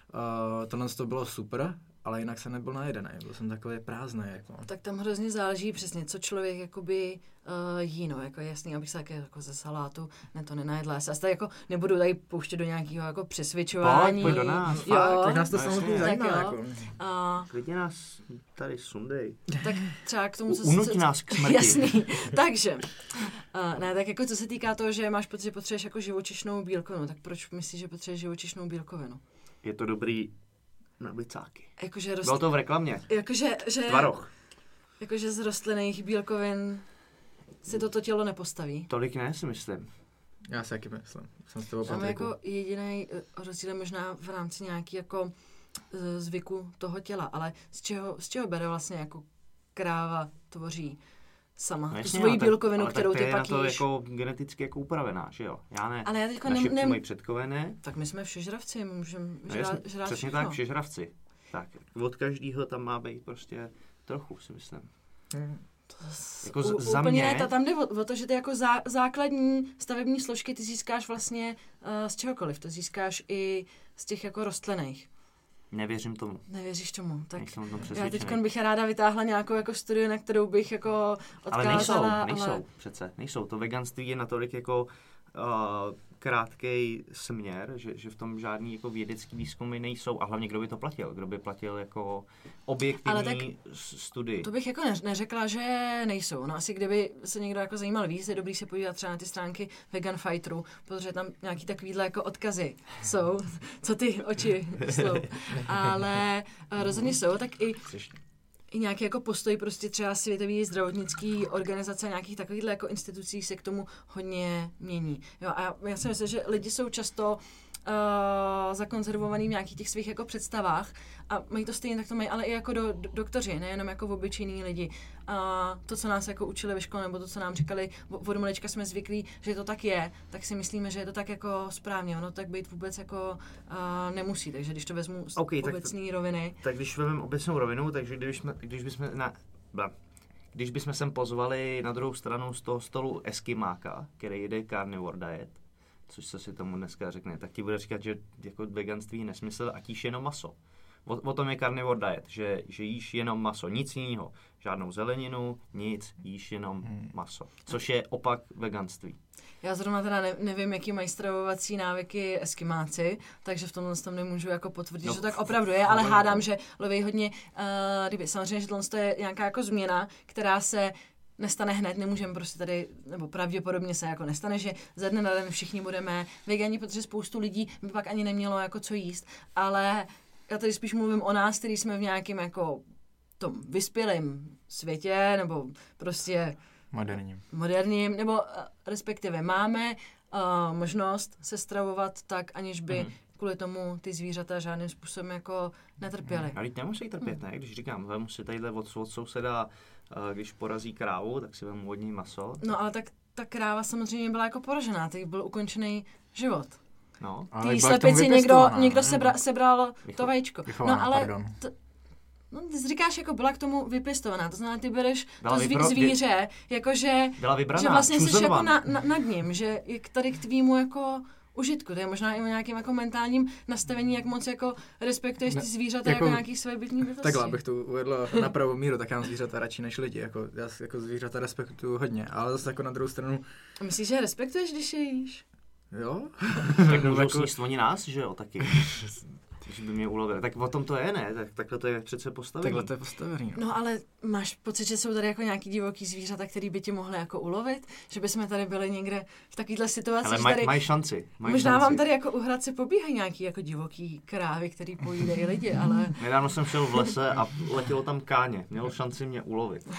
uh, tohle to bylo super, ale jinak jsem nebyl najedený, byl jsem takový prázdný. Jako. Tak tam hrozně záleží přesně, co člověk jakoby uh, jí, no, jako jasný, abych se také jako ze salátu, ne to nenajedla, já se asi jako nebudu tady pouštět do nějakého jako přesvědčování. Pojď, pojď do nás, jo, fakt, tak nás to no, samozřejmě zajímá. Jako. Uh, Klidně nás tady sundej. tak třeba k tomu, co Unuť nás k smrti. Jasný, takže, uh, ne, tak jako co se týká toho, že máš pocit, že potřebuješ jako živočišnou bílkovinu, tak proč myslíš, že potřebuješ živočišnou bílkovinu? Je to dobrý na bicáky. Jakože rost... Bylo to v reklamě. Jakože, že... Tvaroh. Jakože z rostlinných bílkovin si toto tělo nepostaví. Tolik ne, si myslím. Já si taky myslím. Jsem z toho Tam jako jediný rozdíl možná v rámci nějaký jako zvyku toho těla, ale z čeho, z čeho bere vlastně jako kráva tvoří sama No tu jasně, svoji no, bílkovinu, tak, kterou ty ty pak to jíš. jako geneticky jako upravená, že jo? Já ne. Ale já teďko Naši, nem, nem... moji předkové ne. Tak my jsme všežravci, my můžeme No, žrát, jasně, žrát přesně všechno. tak, všežravci. Tak, od každého tam má být prostě trochu, si myslím. Hmm. Jako U, z, za úplně mě... ne, ta, tam jde o, o to, že ty jako zá, základní stavební složky ty získáš vlastně uh, z čehokoliv, to získáš i z těch jako rostlinných. Nevěřím tomu. Nevěříš tomu, tak já teď bych ráda vytáhla nějakou jako studii, na kterou bych jako odkázala. Ale nejsou, nejsou ale... přece, nejsou. To veganství je natolik jako uh, krátký směr, že, že v tom žádný jako vědecký výzkumy nejsou a hlavně kdo by to platil, kdo by platil jako objektivní studii. To bych jako neřekla, že nejsou. No asi kdyby se někdo jako zajímal víc, je dobrý se podívat třeba na ty stránky Vegan Fighteru, protože tam nějaký takovýhle jako odkazy jsou, co ty oči jsou. Ale rozhodně jsou, tak i i nějaký jako postoj prostě třeba světový zdravotnický organizace, nějakých takovýchhle jako institucí se k tomu hodně mění. Jo, a já si myslím, že lidi jsou často uh, zakonzervovaný v nějakých těch svých jako představách a mají to stejně, tak to mají, ale i jako do, do, doktoři, nejenom jako v obyčejní lidi. A to, co nás jako učili ve škole, nebo to, co nám říkali, od malička jsme zvyklí, že to tak je, tak si myslíme, že je to tak jako správně. Ono tak být vůbec jako uh, nemusí, takže když to vezmu z okay, obecné roviny. Tak když vezmeme obecnou rovinu, takže když, jsme, když bychom na... Bla. Když bychom sem pozvali na druhou stranu z toho stolu Eskimáka, který jede carnivore diet, což se si tomu dneska řekne, tak ti bude říkat, že jako veganství je nesmysl a tíš jenom maso. O, o tom je carnivore diet, že, že jíš jenom maso, nic jiného. Žádnou zeleninu, nic, jíš jenom maso. Což je opak veganství. Já zrovna teda ne, nevím, jaký mají stravovací návyky Eskimáci, takže v tomhle tom nemůžu jako potvrdit, no, že to tak opravdu je, ale hádám, že loví hodně, uh, kdyby, samozřejmě, že tohle je nějaká jako změna, která se nestane hned, nemůžeme prostě tady, nebo pravděpodobně se jako nestane, že ze dne na den všichni budeme vegani, protože spoustu lidí by pak ani nemělo jako co jíst, ale já tady spíš mluvím o nás, který jsme v nějakém jako tom vyspělém světě, nebo prostě moderním, moderním nebo uh, respektive máme uh, možnost se stravovat tak, aniž by mm. kvůli tomu ty zvířata žádným způsobem jako netrpěly. Mm. Ale nemusí trpět, ne? Když říkám, vemu si tadyhle od, od souseda, uh, když porazí krávu, tak si vemu od ní maso. No ale tak ta kráva samozřejmě byla jako poražená, teď byl ukončený život. No. Ty slepici někdo, někdo sebra, sebral to vajíčko. No ale t- no, ty říkáš, jako byla k tomu vypěstovaná, to znamená, ty bereš byla to zví, vybro, zvíře, jakože že vlastně jsi jako na, na, nad ním, že je tady k tvýmu jako užitku, to je možná i o nějakým jako mentálním nastavení, jak moc jako respektuješ ty zvířata jako, jako nějaký své bytní bytosti. Takhle, abych tu uvedla na pravou míru, tak já mám zvířata radši než lidi, jako, já jako zvířata respektuju hodně, ale zase jako na druhou stranu. Myslíš, že respektuješ, když je jíš? Jo? Tak můžou jako sníst oni nás, že jo, taky. Když by mě ulovili. Tak o tom to je, ne? Tak, takhle to je přece postavený. Takhle to je postavený. No. no ale máš pocit, že jsou tady jako nějaký divoký zvířata, který by ti mohli jako ulovit? Že bychom tady byli někde v takovéhle situaci, ale že maj, tady... mají šanci. Maj možná šanci. vám tady jako u Hradce pobíhají nějaký jako divoký krávy, který pojídají lidi, ale... Nedávno jsem šel v lese a letělo tam káně. Mělo šanci mě ulovit.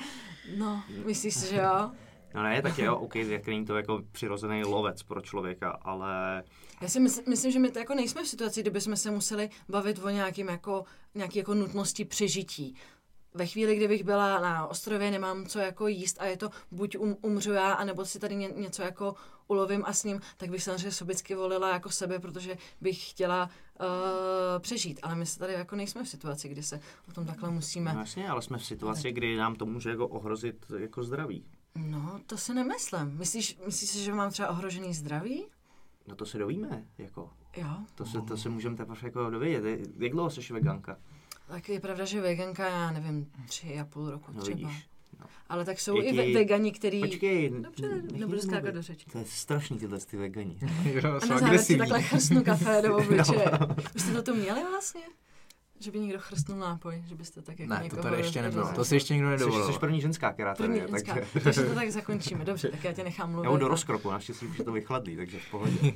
No, myslíš si, že jo? No ne, tak jo, ok, jak není to jako přirozený lovec pro člověka, ale... Já si mysl, myslím, že my to jako nejsme v situaci, kdyby jsme se museli bavit o nějakým jako, nějaký jako nutnosti přežití. Ve chvíli, kdybych byla na ostrově, nemám co jako jíst a je to buď um, umřu já, anebo si tady ně, něco jako ulovím a s ním, tak bych samozřejmě sobecky volila jako sebe, protože bych chtěla uh, přežít. Ale my se tady jako nejsme v situaci, kdy se o tom takhle musíme... No jasně, ale jsme v situaci, kdy nám to může jako ohrozit jako zdraví. No, to se nemyslím. Myslíš, myslíš si, že mám třeba ohrožený zdraví? No to se dovíme, jako. Jo. To se, to se můžeme teprve jako dovědět. Jak dlouho jsi veganka? Tak je pravda, že veganka, já nevím, tři a půl roku no, třeba. Vidíš. No. Ale tak jsou Jaký... i ve- vegani, který... Počkej, dobře, nebudu skákat do řeči. To je strašný tyhle ty vegani. A na závěr si takhle chrstnu kafe do obličeje. No. Už jste to tu měli vlastně? Že by někdo chrstnul nápoj, že byste tak jako ne, někoho... Ne, to tady ještě nebylo, to si ještě nikdo nedovolil. Jsi, jsi první ženská, která tady první je, ženská. takže... takže to tak zakončíme, dobře, tak já tě nechám mluvit. Já jdu do rozkroku, naštěstí už je to vychladlý, takže v pohodě.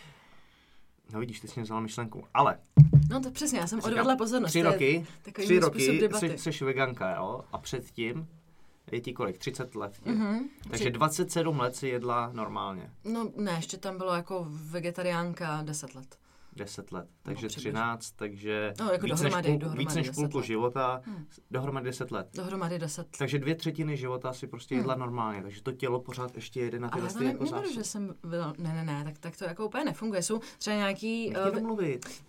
No vidíš, ty jsi mě vzala myšlenku, ale... No to přesně, já jsem odvedla pozornost. Tři roky, tři roky jsi, jsi veganka, jo? A předtím je ti kolik? třicet let. Mm-hmm. Takže tři... dvacet sedm let si jedla normálně. No ne, ještě tam bylo jako vegetariánka deset let. deset let, takže no, třináct, takže no, jako víc, dohromady, než půl, dohromady víc než půlku let. života, hmm. dohromady deset let. Dohromady deset let. Takže dvě třetiny života si prostě jedla hmm. normálně, takže to tělo pořád ještě jede na ty listy jako zásob. Ale že jsem byla, ne, ne, ne, tak, tak to jako úplně nefunguje. Jsou třeba nějaký... Nechtěl uh, mluvit.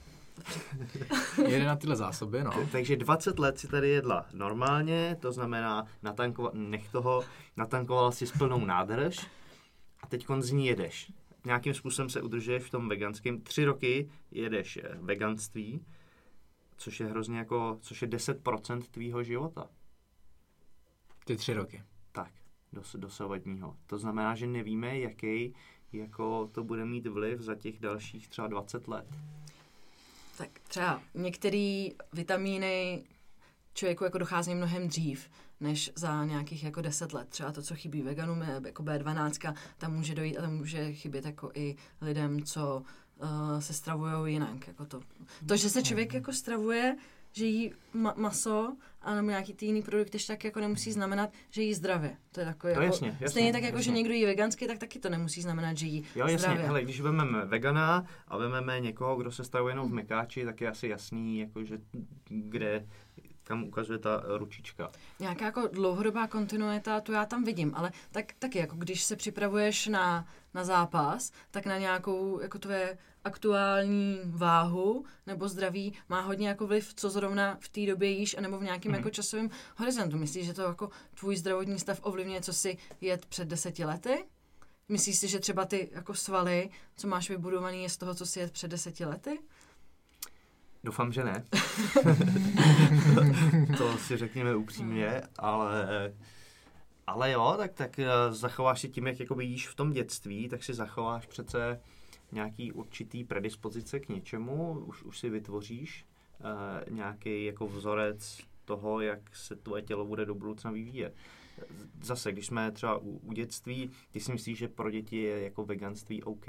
Jede na tyhle zásoby, no. Takže dvacet let si tady jedla normálně, to znamená, natankova, nech toho, natankovala si s plnou nádrž a teďkon z ní jedeš. Nějakým způsobem se udržuješ v tom veganském. Tři roky jedeš veganství, což je hrozně jako, což je deset procent tvýho života. Ty tři roky. Tak, dos, dosavadního. To znamená, že nevíme, jaký jako to bude mít vliv za těch dalších třeba dvacet let? Tak třeba některé vitamíny člověku jako dochází mnohem dřív, než za nějakých jako deset let. Třeba to, co chybí veganům, je jako bé dvanáct, tam může dojít a tam může chybět jako i lidem, co uh, se stravují jinak. Jako to. to, že se člověk jako stravuje, že jí ma- maso a nebo nějaký ty jiný produkt, ještě tak jako nemusí znamenat, že jí zdravě. To je takový to jako, jasně, jasně, stejně tak jako, jasně. že někdo jí vegansky, tak taky to nemusí znamenat, že jí jo, jasně. zdravě. Hele, když vezmeme vegana a vezmeme někoho, kdo se stravuje jenom v mekáči, tak je asi jasný, jako, že kde kam ukazuje ta ručička. Nějaká jako dlouhodobá kontinuita, to já tam vidím, ale tak, taky jako když se připravuješ na, na zápas, tak na nějakou jako tvoje aktuální váhu nebo zdraví má hodně jako vliv, co zrovna v té době jíš, anebo v nějakém mm. jako časovém horizontu. Myslíš, že to jako tvůj zdravotní stav ovlivňuje, co si jet před deseti lety? Myslíš si, že třeba ty jako svaly, co máš vybudovaný, je z toho, co si jet před deseti lety? Doufám, že ne. To si řekněme upřímně, ale, ale jo, tak, tak zachováš si tím, jak jakoby jíš v tom dětství, tak si zachováš přece nějaký určitý predispozice k něčemu, už, už si vytvoříš uh, nějaký jako vzorec toho, jak se tvoje tělo bude do budoucna vyvíjet. Zase, když jsme třeba u, u dětství, ty si myslíš, že pro děti je jako veganství OK?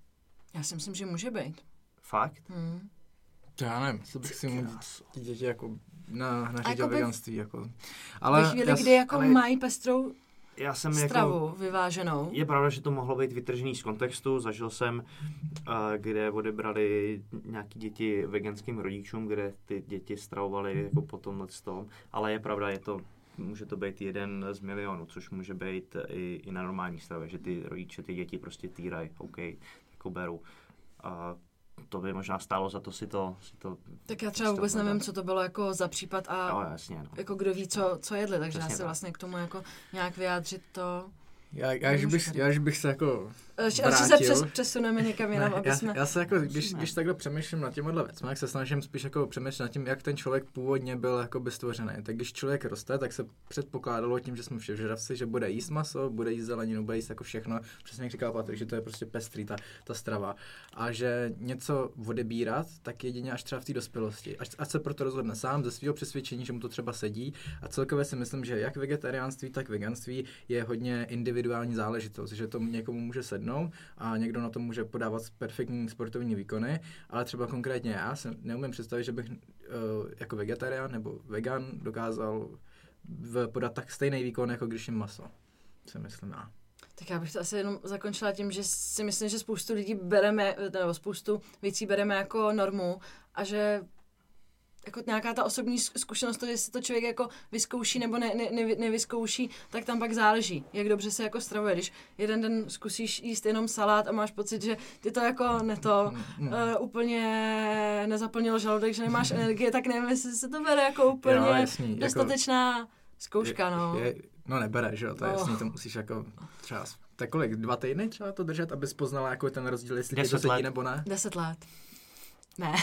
Já si myslím, že může být. Fakt? Hmm. To já nevím, co bych si mohl ty děti jako na, na jako veganství. Jako. Ale ve chvíli, já, kdy jako ale mají pestrou já jsem stravu jako, vyváženou. Je pravda, že to mohlo být vytržený z kontextu. Zažil jsem, uh, kde odebrali nějaký děti veganským rodičům, kde ty děti stravovaly jako po tomhle tom. Ale je pravda, je to, může to být jeden z milionů, což může být i, i na normální stravě, že ty rodiče ty děti prostě týrají, OK, jako beru. Uh, to by možná stálo za to si to... Si to tak já třeba vůbec nevím, co to bylo jako za případ a no, jasně, no. jako kdo ví, co, co jedli, takže Přesně já se tak. vlastně k tomu jako nějak vyjádřit to... Já, já, já, bych, já, že bych se jako Až, vrátil. až se přes, přesuneme někam jinam, ne, aby já, jsme... já se jako, když, když takhle přemýšlím nad těmhle věcmi, jak se snažím spíš jako přemýšlet nad tím, jak ten člověk původně byl jako by stvořený. Tak když člověk roste, tak se předpokládalo tím, že jsme všežravci, že bude jíst maso, bude jíst zeleninu, bude jíst jako všechno. Přesně jak říkal Patrik, že to je prostě pestrý ta, ta strava. A že něco odebírat, tak jedině až třeba v té dospělosti. Až, ať se proto rozhodne sám ze svého přesvědčení, že mu to třeba sedí. A celkově si myslím, že jak vegetariánství, tak veganství je hodně individuální záležitost, že to někomu může sednout a někdo na tom může podávat perfektní sportovní výkony, ale třeba konkrétně já se neumím představit, že bych uh, jako vegetarián nebo vegan dokázal v, podat tak stejný výkon, jako když jim maso. Si myslím já. Tak já bych to asi jenom zakončila tím, že si myslím, že spoustu lidí bereme, nebo spoustu věcí bereme jako normu a že jako nějaká ta osobní zkušenost, to, že si to člověk jako vyzkouší nebo ne, ne, ne, nevyzkouší, tak tam pak záleží, jak dobře se jako stravuje. Když jeden den zkusíš jíst jenom salát a máš pocit, že ty to jako ne to mm, mm. Uh, úplně nezaplnilo žaludek, že nemáš energie, tak nevím, jestli se to bere jako úplně jo, jasný, dostatečná jako zkouška, je, no. Je, no nebere, že jo, to je no. jasný, to musíš jako třeba, tak kolik, dva týdny třeba to držet, abys poznala jako ten rozdíl, jestli ti to sedí nebo ne? Deset let. Ne,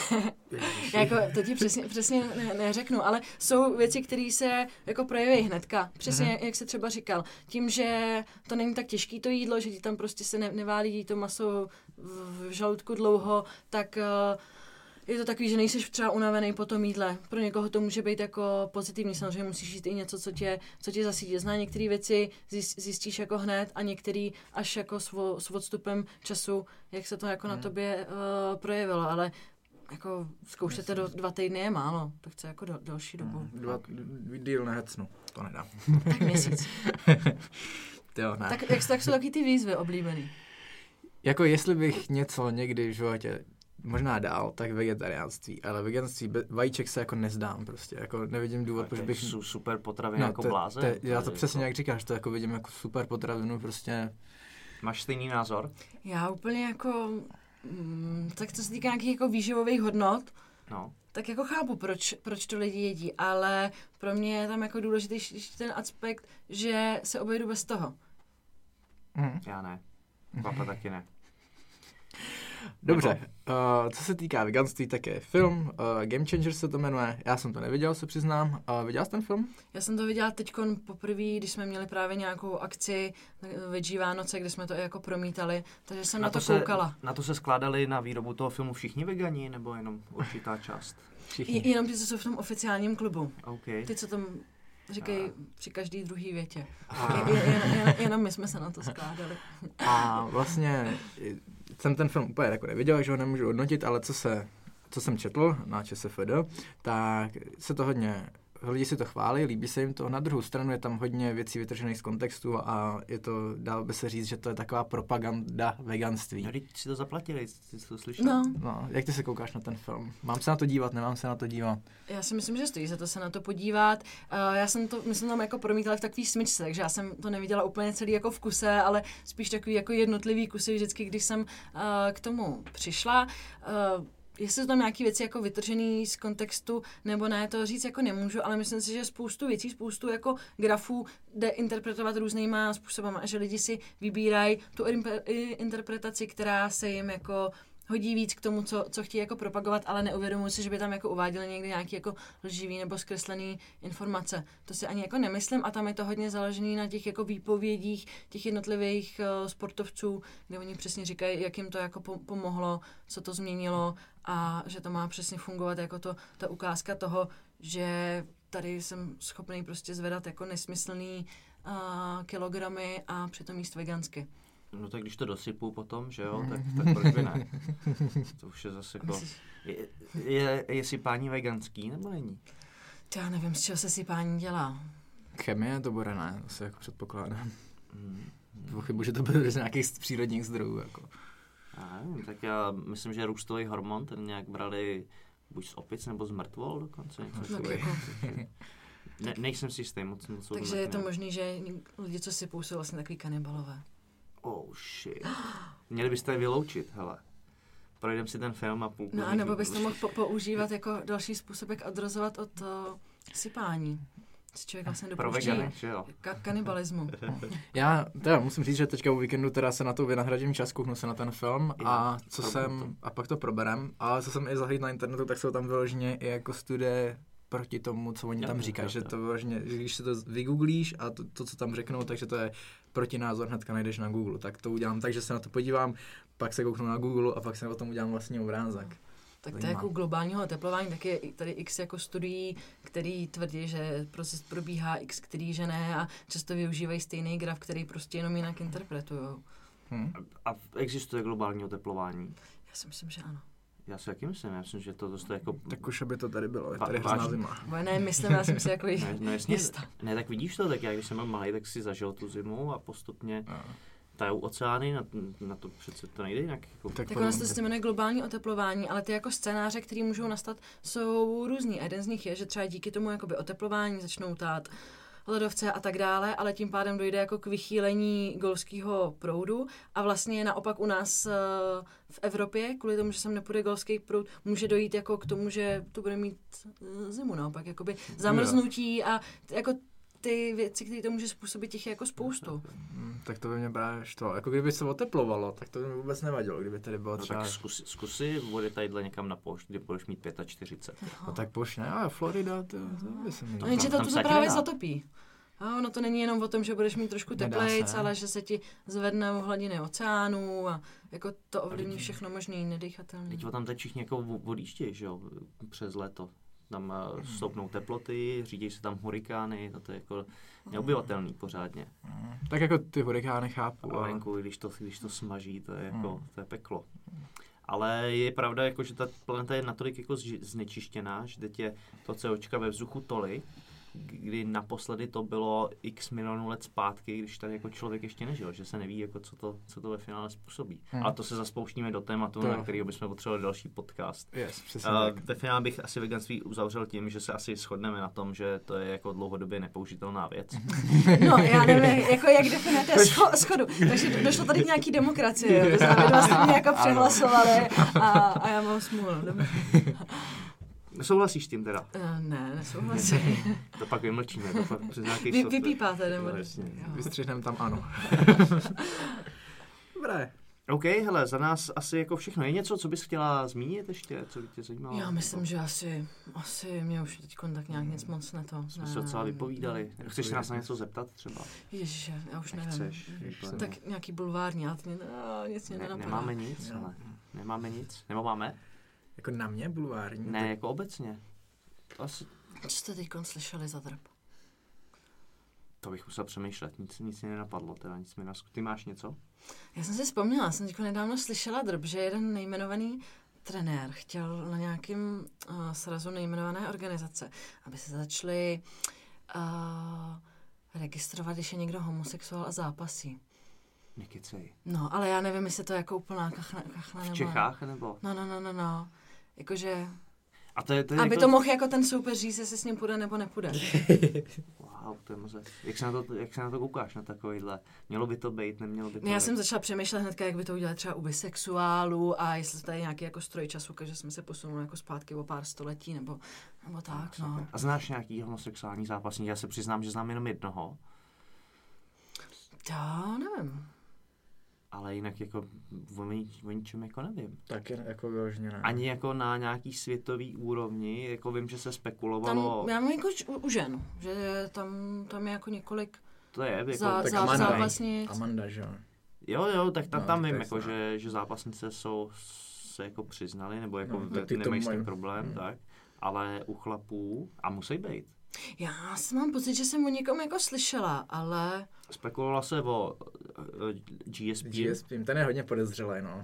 jako to ti přesně, přesně ne, neřeknu, ale jsou věci, které se jako projeví hnedka. Přesně, mm-hmm. jak se třeba říkal. Tím, že to není tak těžký to jídlo, že ti tam prostě se ne, neválí to maso v, v žaludku dlouho, tak uh, je to takový, že nejseš třeba unavený po tom jídle. Pro někoho to může být jako pozitivní, samozřejmě musíš jíst i něco, co tě, co tě zasítí. Zná některé věci zjistíš jako hned a některé až jako s, s odstupem času, jak se to jako mm. na tobě uh, projevilo, ale jako zkoušete do dva týdny je málo, to chce jako do, další dobu. Dva, díl nehecnu, to nedám. Tak měsíc. Jo, ne. Tak, jak, tak jsou taky ty výzvy oblíbený? Jako jestli bych něco někdy v životě možná dál, tak vegetariánství, ale veganství, vajíček se jako nezdám prostě, jako nevidím důvod, proč bych... Jsou super potraviny no, jako te, blázen. Te, já to přesně jak říkáš, to jako vidím jako super potravinu, prostě... Máš stejný názor? Já úplně jako... Mm, tak co se týká nějakých jako výživových hodnot, no. tak jako chápu, proč, proč to lidi jedí, ale pro mě je tam jako důležitý ten aspekt, že se obejdu bez toho. Mm. Já ne. Papa taky ne. Dobře, uh, co se týká veganství, tak je film, uh, Game Changer se to jmenuje, já jsem to neviděl, se přiznám. Uh, viděl jsi ten film? Já jsem to viděla teďkon poprvé, když jsme měli právě nějakou akci Veggie Vánoce, kde jsme to i jako promítali, takže jsem na, na to, to koukala. Se, na to se skládali na výrobu toho filmu všichni vegani, nebo jenom určitá část? Všichni. Jenom ty, co jsou v tom oficiálním klubu. Okay. Ty, co tam říkají a... při každý druhý větě. A... Je, je, jen, jenom my jsme se na to skládali. A vlastně jsem ten film úplně jako neviděl, že ho nemůžu hodnotit, ale co se, co jsem četl na ČSFD, tak se to hodně, lidi si to chválí, líbí se jim to. Na druhou stranu je tam hodně věcí vytržených z kontextu a je to, dalo by se říct, že to je taková propaganda veganství. No, teď si to zaplatili, jsi to slyšel? No. No, jak ty se koukáš na ten film? Mám se na to dívat, nemám se na to dívat? Já si myslím, že stojí za to se na to podívat. Uh, já jsem to, myslím, tam jako promítala v takový smyčce, takže já jsem to neviděla úplně celý jako v kuse, ale spíš takový jako jednotlivý kusy vždycky, když jsem uh, k tomu přišla. Uh, Jestli jsou tam nějaké věci jako vytržené z kontextu, nebo ne, to říct jako nemůžu, ale myslím si, že spoustu věcí, spoustu jako grafů jde interpretovat různýma způsobama a že lidi si vybírají tu interpretaci, která se jim jako hodí víc k tomu, co, co chtějí jako propagovat, ale neuvědomuji si, že by tam jako uváděli někdy nějaký jako lživý nebo zkreslený informace. To si ani jako nemyslím a tam je to hodně založený na těch jako výpovědích těch jednotlivých uh, sportovců, kde oni přesně říkají, jak jim to jako pomohlo, co to změnilo a že to má přesně fungovat jako to, ta ukázka toho, že tady jsem schopný prostě zvedat jako nesmyslný uh, kilogramy a přitom jíst vegansky. No tak když to dosypu potom, že jo, tak, tak proč by ne? To už je zase jako... Je, je, je sypání veganský, nebo není? To já nevím, z čeho se sypání dělá. Chemie to bude ne, to se jako předpokládám. Hmm. Pochybuji, že to bude z nějakých přírodních zdrojů, jako. Já nevím, tak já myslím, že růstový hormon, ten nějak brali buď z opic, nebo z mrtvol dokonce. No, jako. ne, nejsem si jistý moc. moc Takže je to možný, že lidi, co sypou, jsou vlastně takový kanibalové. Oh shit. Měli byste je vyloučit, hele. Projdem si ten film a půl. No a nebo byste mohl po- používat jako další způsob, jak odrazovat od uh, sypání. Si člověk vlastně dopouští ka- kanibalismu. Já teda musím říct, že teďka o víkendu teda se na to vynahradím čas, kouknu se na ten film a co jsem, a pak to proberem, ale co jsem i zahlídl na internetu, tak jsou tam vyloženě i jako studie proti tomu, co oni tam říkají, že to vyloženě, když si to vygooglíš a to, to, co tam řeknou, takže to je protinázor, hnedka najdeš na Google, tak to udělám tak, že se na to podívám, pak se kouknu na Google a pak se o tom udělám vlastní obrázek. Tak to je jako globálního oteplování, tak je tady x jako studií, který tvrdí, že proces probíhá, x, který že ne a často využívají stejný graf, který prostě jenom jinak interpretujou. Hmm. A existuje globální oteplování? Já si myslím, že ano. Já si taky myslím, já myslím, že to dost jako... Tak už aby to tady bylo, je tady hrozná zima. Ne, myslím, já jsem si jako ne, no jasně, ne, tak vidíš to, tak já když jsem byl malý, tak si zažil tu zimu a postupně no. tajou oceány, na, na to přece to nejde jinak. Jako... Tak, tak ono se jmenuje globální oteplování, ale ty jako scénáře, které můžou nastat, jsou různý. A jeden z nich je, že třeba díky tomu jakoby oteplování začnou tát ledovce a tak dále, ale tím pádem dojde jako k vychýlení golfského proudu a vlastně naopak u nás uh, v Evropě, kvůli tomu, že sem nepůjde golfský proud, může dojít jako k tomu, že to bude mít uh, zimu naopak, jakoby zamrznutí a t- jako ty věci, které to může způsobit, těch je jako spoustu. Hmm, tak to by mě právě štvalo. Jako kdyby se oteplovalo, tak to by mi vůbec nevadilo, kdyby tady bylo třeba... No tak zkusy, zkusy vody tadyhle někam na poušť, kde budeš mít čtyřicet pět. No tak poušť ne, ale Florida, to, to by se mi... No jenže to, to se právě zatopí. A ono to není jenom o tom, že budeš mít trošku teplejc, ale že se ti zvedne hladiny oceánů a jako to ovlivní všechno možný nedýchatelné. Teď tam teď všichni jako odjíždějí, že jo, přes léto. Tam stoupnou teploty, řídí se tam hurikány, to je jako neobyvatelný pořádně. Tak jako ty hurikány chápu. A venku, když to, když to smaží, to je jako, to je peklo. Ale je pravda, jako, že ta planeta je natolik jako znečištěná, že teď je to COčka ve vzduchu tolik, kdy naposledy to bylo x milionů let zpátky, když tady jako člověk ještě nežil, že se neví, jako co, to, co to ve finále způsobí. Hmm. A to se zaspouštíme do tématu, to. na kterého bychom potřebovali další podcast. Yes, přesně uh, tak. Ve finále bych asi veganství uzavřel tím, že se asi shodneme na tom, že to je jako dlouhodobě nepoužitelná věc. No, já nevím, jako jak definujete scho- schodu. Takže došlo tady k nějaký demokracii, jo. To znamená, že vás mě jako přehlasovali a, a já mám smůlu. Nesouhlasíš s tím teda? Uh, ne, nesouhlasím. To pak vymlčíme, to pak přes nějaký Vy, Vypípáte, nebo? Vystřihneme tam ano. Dobré. OK, hele, za nás asi jako všechno. Je něco, co bys chtěla zmínit ještě? Co by tě zajímalo? Já myslím, že asi, asi mě už teď tak nějak nic moc ne to. Jsme se docela vypovídali. Chceš se nás na něco zeptat třeba? Ježiš, já už nevím. Nechceš? Tak nějaký bulvární, ale mě, no, nic mě Ne, nenapadá. nemáme nic, ale nemáme nic. Nebo máme? Jako na mě bulvární? Ne, jako obecně. Asi... Co jste teď slyšeli za drb? To bych musel přemýšlet, nic, nic mi nenapadlo, teda nic mi nasku... Ty máš něco? Já jsem si vzpomněla, jsem teď nedávno slyšela drb, že jeden nejmenovaný trenér chtěl na nějakým uh, srazu nejmenované organizace, aby se začali uh, registrovat, když je někdo homosexuál a zápasí. Nekecej. No, ale já nevím, jestli to je jako úplná kachna, kachna V nebo... Čechách nebo? No, no, no, no, no. Jakože... A to je, to je Aby jako... to mohl jako ten soupeř říct, jestli s ním půjde nebo nepůjde. Wow, to je moze. Jak se, na to, jak se na to koukáš, na takovýhle? Mělo by to být, nemělo by to Já být? jsem začala přemýšlet hnedka, jak by to udělat třeba u bisexuálů a jestli tady je nějaký jako stroj času, že jsme se posunuli jako zpátky o pár století nebo, nebo tak, no. A znáš nějaký homosexuální zápasník? Já se přiznám, že znám jenom jednoho. Já nevím. Ale jinak jako o, nič, o ničem jako nevím. Tak je jako vyloženě ne. Ani jako na nějaký světový úrovni, jako vím, že se spekulovalo... Tam, já mám jako u, u žen, že tam, tam je jako několik to je, jako... zá, tak zá, Amanda, zápasnic. Amanda, že jo. Jo, jo, tak tam, No, tam tak vím, to jako, je že, že zápasnice jsou, se jako přiznali, nebo jako No, no, tak ty to nemají s tím mají. problém, Hmm. tak. Ale u chlapů, a musí být. Já si mám pocit, že jsem o někom jako slyšela, ale... Spekulovalo se o uh, G S P. G S P, ten je hodně podezřelý, no.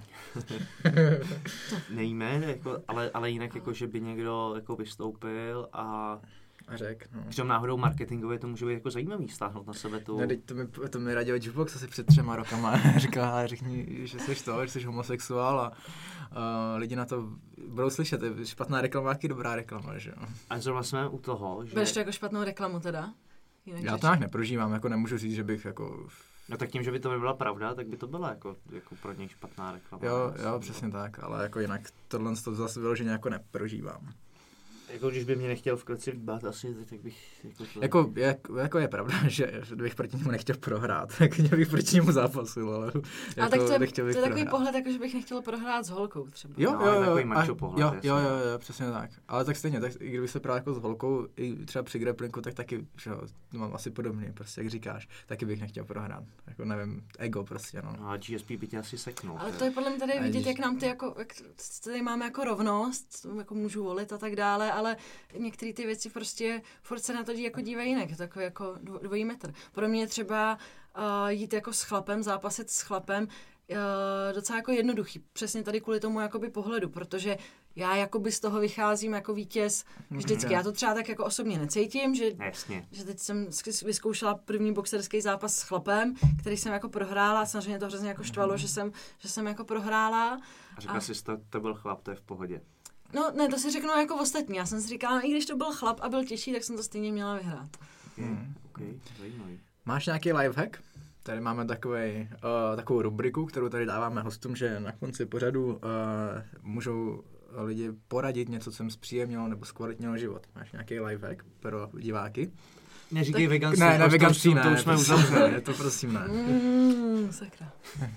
Nejme, jako, ale, ale jinak jako, že by někdo jako vystoupil a A řek, no. přitom náhodou marketingově to může být jako zajímavý stáhnout na sebe tu... No, teď to mi, to mi radil Jukebox asi před třema rokama. Říkal, ale řekni, že jsi to, že jsi homosexuál a uh, lidi na to budou slyšet. Je špatná reklama, jaký dobrá reklama, že jo. A zrovna jsme u toho, že... Bereš to jako špatnou reklamu teda? Jinak Já řeč. to nějak neprožívám, jako nemůžu říct, že bych jako... No tak tím, že by to nebyla pravda, tak by to byla jako, jako pro něj špatná reklama. Jo, jo, přesně tak, ale jako jinak tohle to zase vyloženě jako neprožívám. Jako když by mě nechtěl v kleci líbat asi, tak bych... Jako, to... Jako, jak, jako je pravda, že bych proti němu nechtěl prohrát, tak bych proti němu zápasil, ale jako A tak to je, nechtěl bych to je takový prohrát. pohled, jako že bych nechtěl prohrát s holkou třeba. Jo, No, jo, je jo, takový a- macho pohled, jo, jasně. jo, jo, jo, přesně tak. Ale tak stejně, tak i kdyby se právě jako s holkou, i třeba při grapplinku, tak taky, že jo, to mám asi podobně, prostě jak říkáš, taky bych nechtěl prohrát. Jako nevím, ego prostě, no. No a G S P by tě asi seknul. Ale teda. to je podle mě tady A vidět, když- jak nám ty jako, jak tady máme jako rovnost, jako můžu volit a tak dále, ale některé ty věci prostě furt se na to dí, jako dívají jinak, je to takový jako dvo- dvojí metr. Pro mě je třeba uh, jít jako s chlapem, zápasit s chlapem, uh, docela jako jednoduchý, přesně tady kvůli tomu jakoby pohledu, protože já jakoby z toho vycházím jako vítěz vždycky. Já to třeba tak jako osobně necítím, že Jasně. že teď jsem sk- vyzkoušela první boxerský zápas s chlapem, který jsem jako prohrála, samozřejmě to hrozně jako štvalo, že jsem, že jsem jako prohrála. A řekla A- jsi, to, to byl chlap, to je v pohodě. No ne, to si řeknu jako ostatní. Já jsem si říkala, no, i když to byl chlap a byl těžší, tak jsem to stejně měla vyhrát. Okay. Hmm. OK, zajímavý. Máš nějaký lifehack? Tady máme takovej, uh, takovou rubriku, kterou tady dáváme hostům, že na konci pořadu uh, můžou lidi poradit něco, co jim zpříjemnilo nebo zkvalitnilo život. Máš nějaký lifehack pro diváky? Neříkej Tak- veganství, Ne, ne, to- veganství to, ne, to už jsme to, uzavřeli. to prosím ne. Mm, sakra.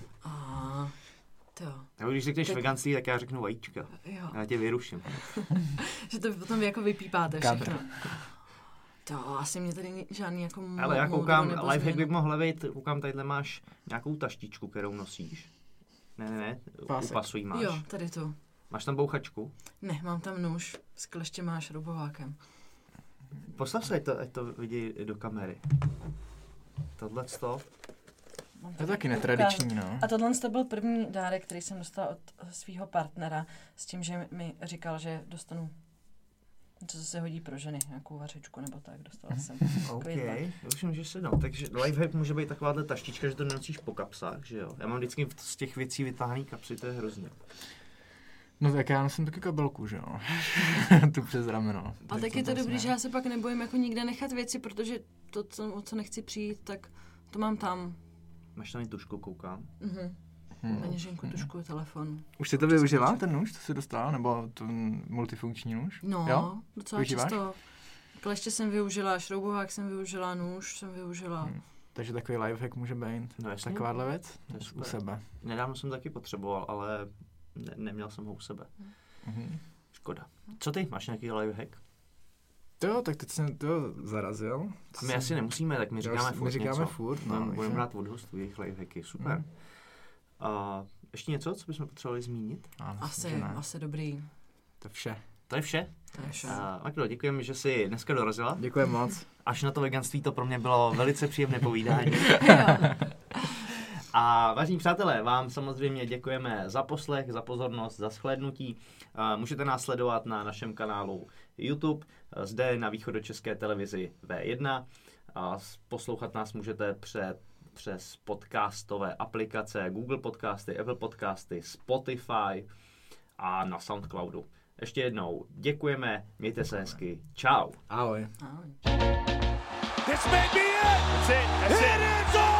A, to jo. Nebo když řekneš Tak- veganství, tak já řeknu vajíčka. jo. Já tě vyruším. Že to potom vy jako vypípáte Kadr. všechno. To asi mě tady ni- žádný jako mo- Ale já moudro koukám, nebo lifehack by změnu. mohl být, koukám, tadyhle máš nějakou taštičku, kterou nosíš. Ne, ne, ne, Pásek. u pasu jí máš. Jo, tady tu. Máš tam bouchačku? Ne, mám tam nůž s kleštěm a šroubovákem. Postav se, ať to, ať to vidí do kamery. Tohle to. To je taky netradiční, no. A tohle to byl první dárek, který jsem dostala od svého partnera s tím, že mi říkal, že dostanu něco, co se hodí pro ženy, nějakou vařičku nebo tak, dostala jsem. OK, Takový já už vím, že se no. Takže lifehack může být takováhle taštička, že to nenosíš po kapsách, že jo? Já mám vždycky z těch věcí vytáhný kapsy, to je hrozně. No tak já nosím taky kabelku, že jo. Tu přes rameno. A tak je to dobrý, že já se pak nebojím jako nikde nechat věci, protože to, co, o co nechci přijít, tak to mám tam. Máš tam i tušku, koukám. Mhm. Hmm. Peněženku, tušku, telefon. Už jsi to využila, ten nůž, co jsi dostala, nebo ten multifunkční nůž? No, Jo? docela Využíváš? často. Kleště jsem využila, šroubovák jsem využila, nůž jsem využila. Hmm. Takže takový lifehack může být No jasně. takováhle věc To je u super. sebe. Nedávno jsem taky potřeboval, ale ne- neměl jsem ho u sebe. Mhm. Škoda. Co ty? Máš nějaký lifehack? Jo, tak teď jsem to zarazil. A my asi nemusíme, tak my Jo, říkáme my furt říkáme něco. furt, no, no, takže- budeme brát od hostů jejich lifehacky, super. Mhm. A ještě něco, co bychom potřebovali zmínit? A, Asi, že ne. asi dobrý. To je vše. To je vše. To je vše. Uh, Magdo, děkujeme, že jsi dneska dorazila. Děkuji moc. Až na to veganství to pro mě bylo velice příjemné povídání. A vážení přátelé, vám samozřejmě děkujeme za poslech, za pozornost, za shlédnutí. Uh, můžete nás sledovat na našem kanálu YouTube, uh, zde na východočeské televizi V jedna. A poslouchat nás můžete před, přes podcastové aplikace Google Podcasty, Apple Podcasty, Spotify a na Soundcloudu. Ještě jednou děkujeme, mějte se hezky. Čau. Ahoj. Ahoj. This may be it. That's it. That's it. It is all.